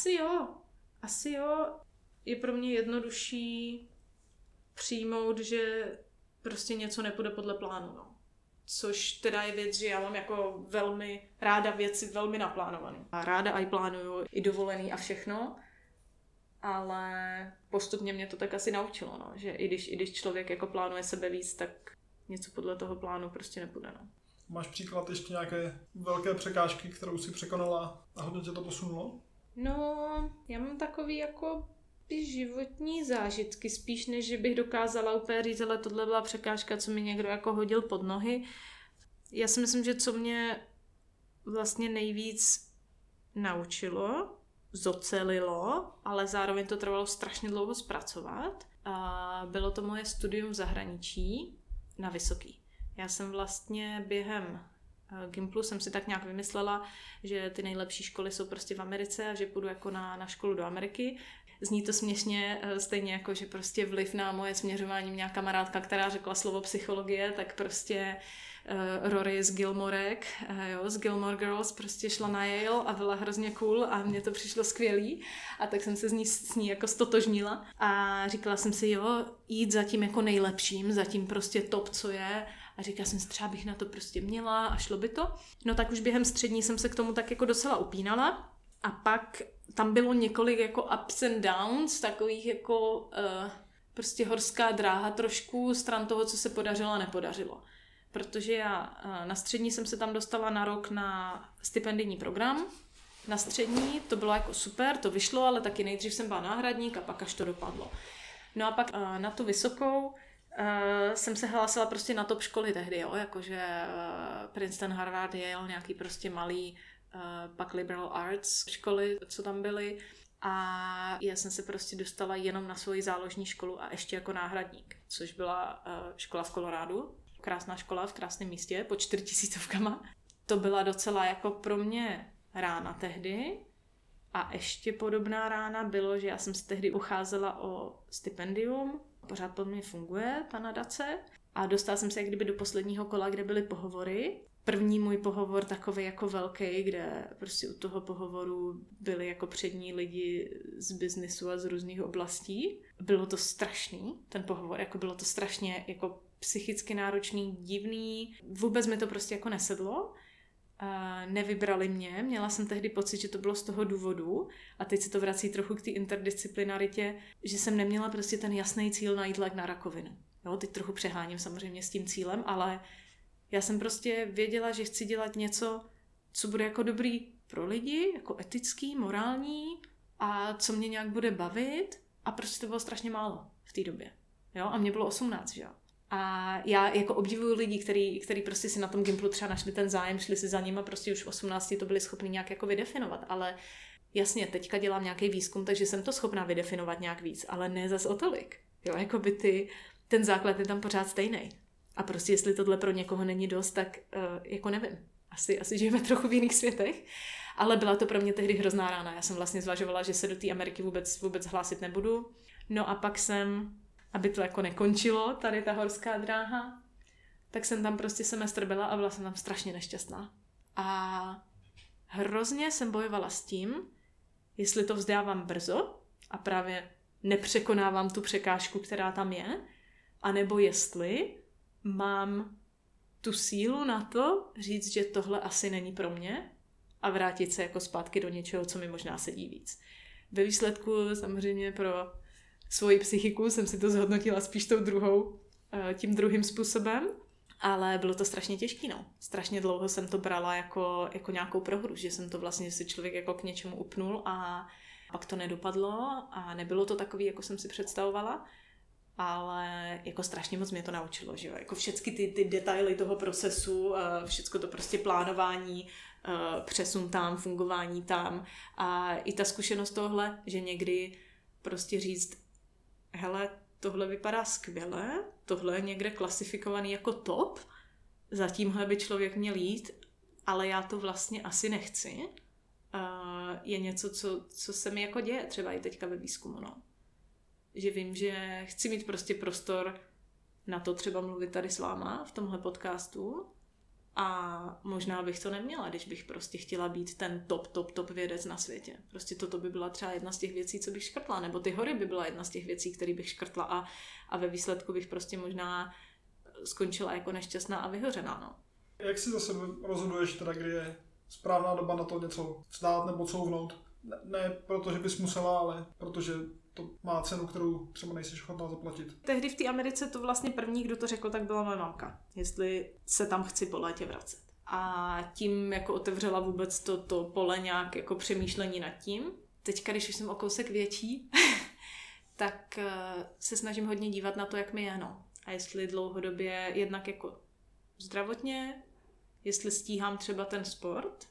Asi jo. Je pro mě jednodušší přijmout, že prostě něco nepůjde podle plánu, no. Což teda je věc, že já mám jako velmi ráda věci velmi naplánované. A ráda aj plánuju i dovolený a všechno, ale postupně mě to tak asi naučilo, no. Že i když člověk jako plánuje sebe víc, tak něco podle toho plánu prostě nepůjde, no. Máš příklad ještě nějaké velké překážky, kterou si překonala a hodně tě to posunulo? No, já mám takový jako životní zážitky, spíš než že bych dokázala úplně říct, ale tohle byla překážka, co mi někdo jako hodil pod nohy. Já si myslím, že co mě vlastně nejvíc naučilo, zocelilo, ale zároveň to trvalo strašně dlouho zpracovat, A bylo to moje studium v zahraničí na vysoký. Já jsem vlastně během Gimplu jsem si tak nějak vymyslela, že ty nejlepší školy jsou prostě v Americe a že půjdu jako na školu do Ameriky. Zní to směšně, stejně jako, že prostě vliv na moje směřování měla kamarádka, která řekla slovo psychologie, tak prostě Rory z Gilmorek, z Gilmore Girls, prostě šla na Yale a byla hrozně cool a mně to přišlo skvělý a tak jsem se s ní jako stotožnila a říkala jsem si, jít za tím jako nejlepším, za tím prostě top, co je a říkala jsem si, třeba bych na to prostě měla a šlo by to. No tak už během střední jsem se k tomu tak jako docela upínala a pak tam bylo několik jako ups and downs, takových jako prostě horská dráha trošku stran toho, co se podařilo a nepodařilo. Protože já na střední jsem se tam dostala na rok na stipendijní program. Na střední to bylo jako super, to vyšlo, ale taky nejdřív jsem byla náhradník a pak až to dopadlo. No a pak na tu vysokou jsem se hlásila prostě na top školy tehdy, jakože Princeton, Harvard, Yale, nějaký prostě malý, pak liberal arts školy, co tam byly. A já jsem se prostě dostala jenom na svoji záložní školu a ještě jako náhradník, což byla škola v Kolorádu. Krásná škola v krásném místě, pod 4000. To byla docela jako pro mě rána tehdy. A ještě podobná rána bylo, že já jsem se tehdy ucházela o stipendium. Pořád po mně funguje ta nadace. A dostala jsem se jak kdyby do posledního kola, kde byly pohovory. První můj pohovor takový jako velký, kde prostě u toho pohovoru byli jako přední lidi z biznisu a z různých oblastí. Bylo to strašný, ten pohovor, jako bylo to strašně jako psychicky náročný, divný. Vůbec mi to prostě jako nesedlo. Nevybrali mě. Měla jsem tehdy pocit, že to bylo z toho důvodu. A teď se to vrací trochu k té interdisciplinaritě, že jsem neměla prostě ten jasný cíl najít lék na rakovinu. Teď trochu přeháním samozřejmě s tím cílem, ale já jsem prostě věděla, že chci dělat něco, co bude jako dobrý pro lidi, jako etický, morální a co mě nějak bude bavit. A prostě to bylo strašně málo v té době. A mě bylo 18, že jo. A já jako obdivuju lidi, který prostě si na tom Gimplu třeba našli ten zájem, šli si za ním a prostě už v 18 to byli schopni nějak jako vydefinovat. Ale jasně, teďka dělám nějaký výzkum, takže jsem to schopná vydefinovat nějak víc, ale ne zas o tolik. Jako by ten základ je tam pořád stejný. A prostě jestli tohle pro někoho není dost, tak jako nevím. Asi žijeme trochu v jiných světech. Ale byla to pro mě tehdy hrozná rána. Já jsem vlastně zvažovala, že se do té Ameriky vůbec hlásit nebudu. No a pak jsem, aby to jako nekončilo, tady ta horská dráha, tak jsem tam prostě semestr byla a byla jsem tam strašně nešťastná. A hrozně jsem bojovala s tím, jestli to vzdávám brzo a právě nepřekonávám tu překážku, která tam je, anebo jestli mám tu sílu na to říct, že tohle asi není pro mě a vrátit se jako zpátky do něčeho, co mi možná sedí víc. Ve výsledku samozřejmě pro svoji psychiku jsem si to zhodnotila spíš tím druhým způsobem, ale bylo to strašně těžký, Strašně dlouho jsem to brala jako nějakou prohru, že jsem to vlastně si člověk jako k něčemu upnul a pak to nedopadlo a nebylo to takový, jako jsem si představovala, ale jako strašně moc mě to naučilo, že jo, jako všechny ty detaily toho procesu, všecko to prostě plánování, přesun tam, fungování tam a i ta zkušenost tohle, že někdy prostě říct, hele, tohle vypadá skvěle, tohle je někde klasifikovaný jako top, za tímhle by člověk měl jít, ale já to vlastně asi nechci, je něco, co se mi jako děje třeba i teďka ve výzkumu, Že vím, že chci mít prostě prostor na to třeba mluvit tady s váma v tomhle podcastu a možná bych to neměla, když bych prostě chtěla být ten top vědec na světě. Prostě toto by byla třeba jedna z těch věcí, co bych škrtla, nebo ty hory by byla jedna z těch věcí, které bych škrtla a ve výsledku bych prostě možná skončila jako nešťastná a vyhořená, Jak si za sebe rozhoduješ teda, kdy je správná doba na to něco vzdát nebo couvnout? Ne proto, že bys musela, ale protože to má cenu, kterou třeba nejsi ochotná zaplatit. Tehdy v té Americe to vlastně první, kdo to řekl, tak byla moje mamka. Jestli se tam chci po létě vracet. A tím jako otevřela vůbec to pole nějak jako přemýšlení nad tím. Teďka, když už jsem o kousek větší, tak se snažím hodně dívat na to, jak mi je, A jestli dlouhodobě jednak jako zdravotně, jestli stíhám třeba ten sport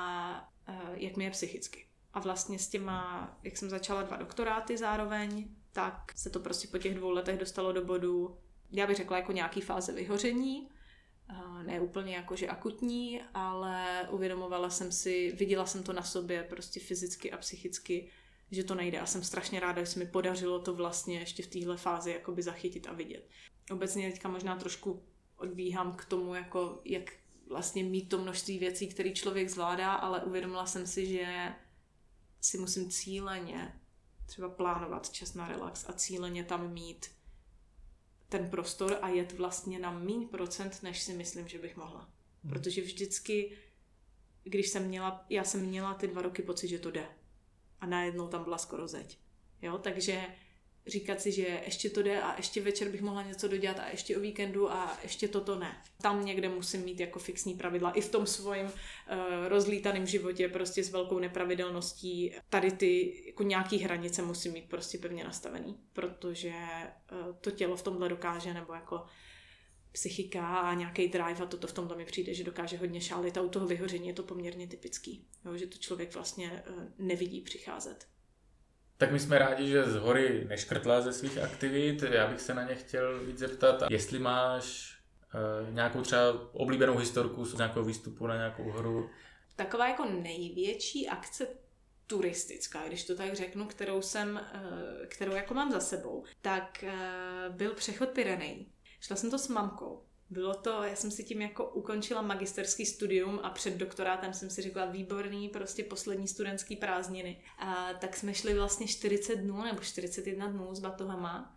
a jak mi je psychicky. A vlastně s těma, jak jsem začala 2 doktoráty zároveň, tak se to prostě po těch 2 letech dostalo do bodu, já bych řekla jako nějaký fáze vyhoření, ne úplně jakože akutní, ale uvědomovala jsem si, viděla jsem to na sobě prostě fyzicky a psychicky, že to nejde a jsem strašně ráda, že se mi podařilo to vlastně ještě v téhle fázi jakoby zachytit a vidět. Obecně teďka možná trošku odbíhám k tomu, jako jak vlastně mít to množství věcí, které člověk zvládá, ale uvědomila jsem si, že si musím cíleně třeba plánovat čas na relax a cíleně tam mít ten prostor a jet vlastně na míň procent, než si myslím, že bych mohla. Protože vždycky, když já jsem měla ty 2 roky pocit, že to jde. A najednou tam byla skoro zeď. Jo, takže říkat si, že ještě to jde a ještě večer bych mohla něco dodělat a ještě o víkendu a ještě toto ne. Tam někde musím mít jako fixní pravidla. I v tom svém rozlítaném životě prostě s velkou nepravidelností. Tady ty jako nějaký hranice musím mít prostě pevně nastavený, protože to tělo v tomhle dokáže, nebo jako psychika a nějaký drive a toto v tomhle mi přijde, že dokáže hodně šálit a u toho vyhoření je to poměrně typický. Jo, že to člověk vlastně nevidí přicházet. Tak my jsme rádi, že z hory neškrtla ze svých aktivit. Já bych se na ně chtěl víc zeptat, jestli máš nějakou třeba oblíbenou historku z nějakého výstupu na nějakou horu. Taková jako největší akce turistická, když to tak řeknu, kterou jako mám za sebou, tak byl přechod Pyrenejí. Šla jsem to s mamkou. Bylo to, já jsem si tím jako ukončila magisterský studium a před doktorátem jsem si řekla výborný, prostě poslední studentský prázdniny. Tak jsme šli vlastně 40 dnů nebo 41 dnů s batohama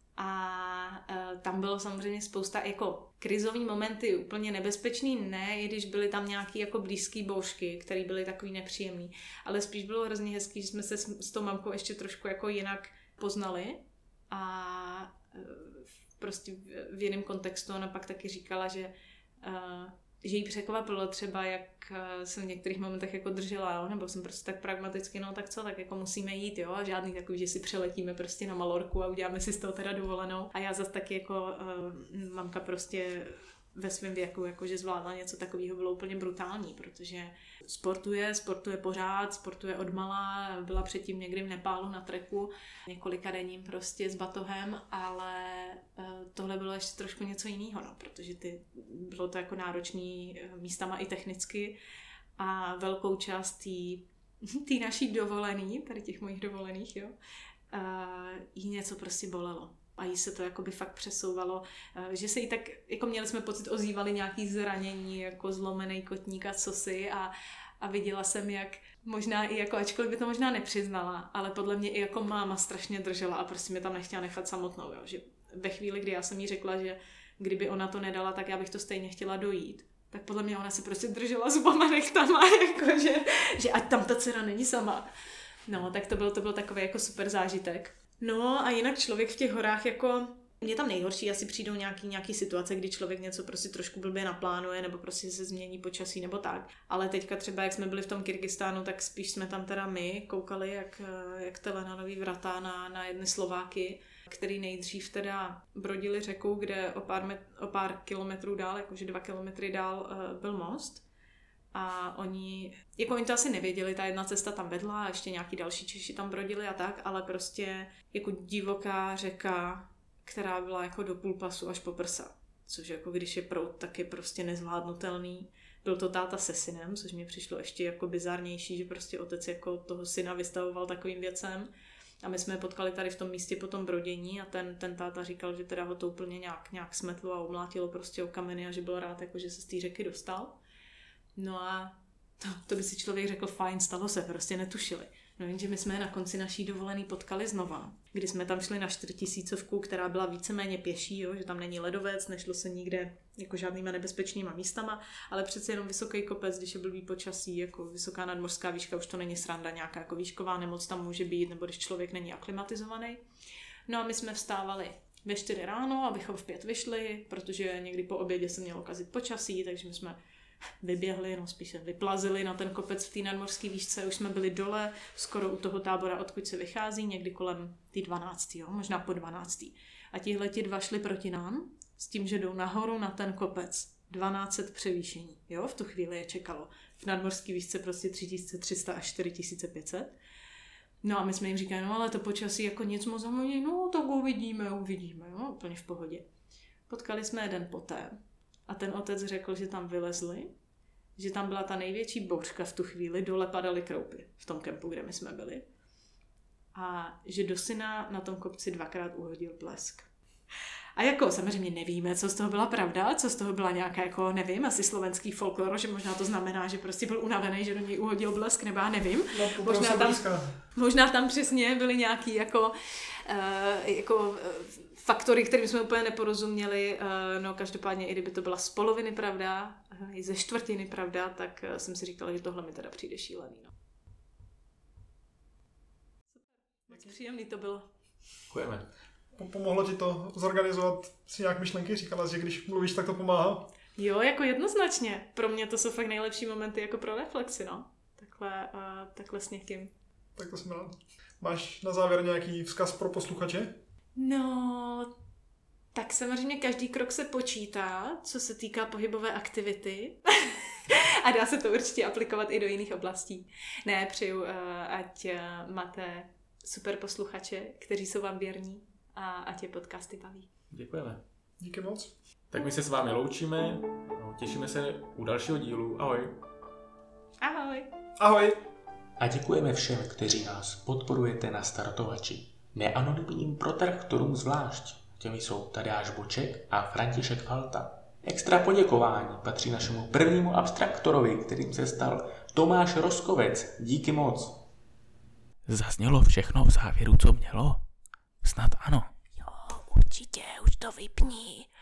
a tam bylo samozřejmě spousta jako krizový momenty, úplně nebezpečný, ne, i když byly tam nějaký jako blízký bouřky, které byly takový nepříjemný, ale spíš bylo hrozně hezký, že jsme se s tou mamkou ještě trošku jako jinak poznali a prostě v jiném kontextu. Ona pak taky říkala, že jí překvapilo třeba, jak jsem v některých momentech jako držela, jo? Nebo jsem prostě tak pragmaticky, no tak co, tak jako musíme jít, jo, a žádný takový, že si přeletíme prostě na Malorku a uděláme si z toho teda dovolenou. A já zase taky jako mamka prostě ve svém věku, jakože zvládla něco takového, bylo úplně brutální, protože sportuje pořád, sportuje odmala, byla předtím někdy v Nepálu na treku, několika denním prostě s batohem, ale tohle bylo ještě trošku něco jiného, no, protože bylo to jako náročný místama i technicky a velkou část té naší dovolený, tady těch mojich dovolených, jo, jí něco prostě bolelo. A jí se to jakoby fakt přesouvalo, že se jí tak, jako měli jsme pocit, ozývali nějaký zranění, jako zlomený kotník a cosi a viděla jsem, jak možná i jako, ačkoliv by to možná nepřiznala, ale podle mě i jako máma strašně držela a prostě mě tam nechtěla nechat samotnou, jo, že ve chvíli, kdy já jsem jí řekla, že kdyby ona to nedala, tak já bych to stejně chtěla dojít, tak podle mě ona se prostě držela zubama nechtama, jako že ať tam ta dcera není sama. No, tak to byl takový jako super zážitek. No a jinak člověk v těch horách jako, mě tam nejhorší asi přijdou nějaký situace, kdy člověk něco prostě trošku blbě naplánuje nebo prostě se změní počasí nebo tak. Ale teďka třeba, jak jsme byli v tom Kyrgyzstánu, tak spíš jsme tam teda my koukali, jak Telena-nový vrata na jedny Slováky, který nejdřív teda brodili řekou, kde o pár kilometrů dál, jakože 2 kilometry dál byl most. A oni to asi nevěděli, ta jedna cesta tam vedla a ještě nějaký další Češi tam brodili a tak, ale prostě jako divoká řeka, která byla jako do půl pasu až po prsa. Což jako když je proud, tak je prostě nezvládnutelný. Byl to táta se synem, což mi přišlo ještě jako bizarnější, že prostě otec jako toho syna vystavoval takovým věcem. A my jsme je potkali tady v tom místě po tom brodění a ten táta říkal, že teda ho to úplně nějak smetlo a omlátilo prostě o kameny a že byl rád, jako, že se z té řeky dostal. No a to by si člověk řekl, fajn, stalo se, prostě netušili. No jenže my jsme na konci naší dovolený potkali znova, kdy jsme tam šli na 4000, která byla víceméně pěší, jo, že tam není ledovec, nešlo se nikde jako žádnýma nebezpečnýma místama, ale přece jenom vysoký kopec, když je blbý počasí, jako vysoká nadmořská výška, už to není sranda, nějaká jako výšková nemoc tam může být, nebo když člověk není aklimatizovaný. No a my jsme vstávali ve 4 ráno, abychom v 5 vyšli, protože někdy po obědě se mělo kazit počasí, takže my jsme vyběhli, no spíš se vyplazili na ten kopec v té nadmořské výšce, už jsme byli dole, skoro u toho tábora, odkud se vychází, někdy kolem té 12, jo, možná po 12. A tihleti 2 šli proti nám, s tím, že jdou nahoru na ten kopec, 1200 převýšení, jo, v tu chvíli je čekalo. V nadmořské výšce prostě 3300 až 4500. No a my jsme jim říkali, no ale to počasí jako nic moc zamluví, no tak uvidíme, jo, úplně v pohodě. Potkali jsme jeden poté a ten otec řekl, že tam vylezli, že tam byla ta největší bouřka v tu chvíli, dole padaly kroupy v tom kempu, kde my jsme byli. A že do syna na tom kopci 2krát uhodil blesk. A jako samozřejmě nevíme, co z toho byla pravda, co z toho byla nějaká, jako nevím, asi slovenský folklor, že možná to znamená, že prostě byl unavený, že do něj uhodil blesk, nebo já nevím. No, možná tam přesně byly nějaký jako faktory, kterým jsme úplně neporozuměli. No každopádně, i kdyby to byla z poloviny pravda, i ze čtvrtiny pravda, tak jsem si říkala, že tohle mi teda přijde šílený. No. Moc příjemný to bylo. Děkujeme. Pomohlo ti to zorganizovat si nějak myšlenky? Říkala jsi, že když mluvíš, tak to pomáhá? Jo, jako jednoznačně. Pro mě to jsou fakt nejlepší momenty jako pro reflexi, no. Takhle s někým. Tak to jsem rád. Máš na závěr nějaký vzkaz pro posluchače? No, tak samozřejmě každý krok se počítá, co se týká pohybové aktivity. A dá se to určitě aplikovat i do jiných oblastí. Ne, přeju, ať máte super posluchače, kteří jsou vám věrní a ať je podcasty baví. Děkujeme. Díky moc. Tak my se s vámi loučíme, těšíme se u dalšího dílu. Ahoj. Ahoj. Ahoj. A děkujeme všem, kteří nás podporujete na Startovači. Neanonymním protektorům zvlášť. Těmi jsou Tadeáš Boček a František Falta. Extra poděkování patří našemu prvnímu abstraktorovi, kterým se stal Tomáš Roskovec. Díky moc. Zaznělo všechno v závěru, co mělo? Snad ano. Jo, určitě, už to vypni.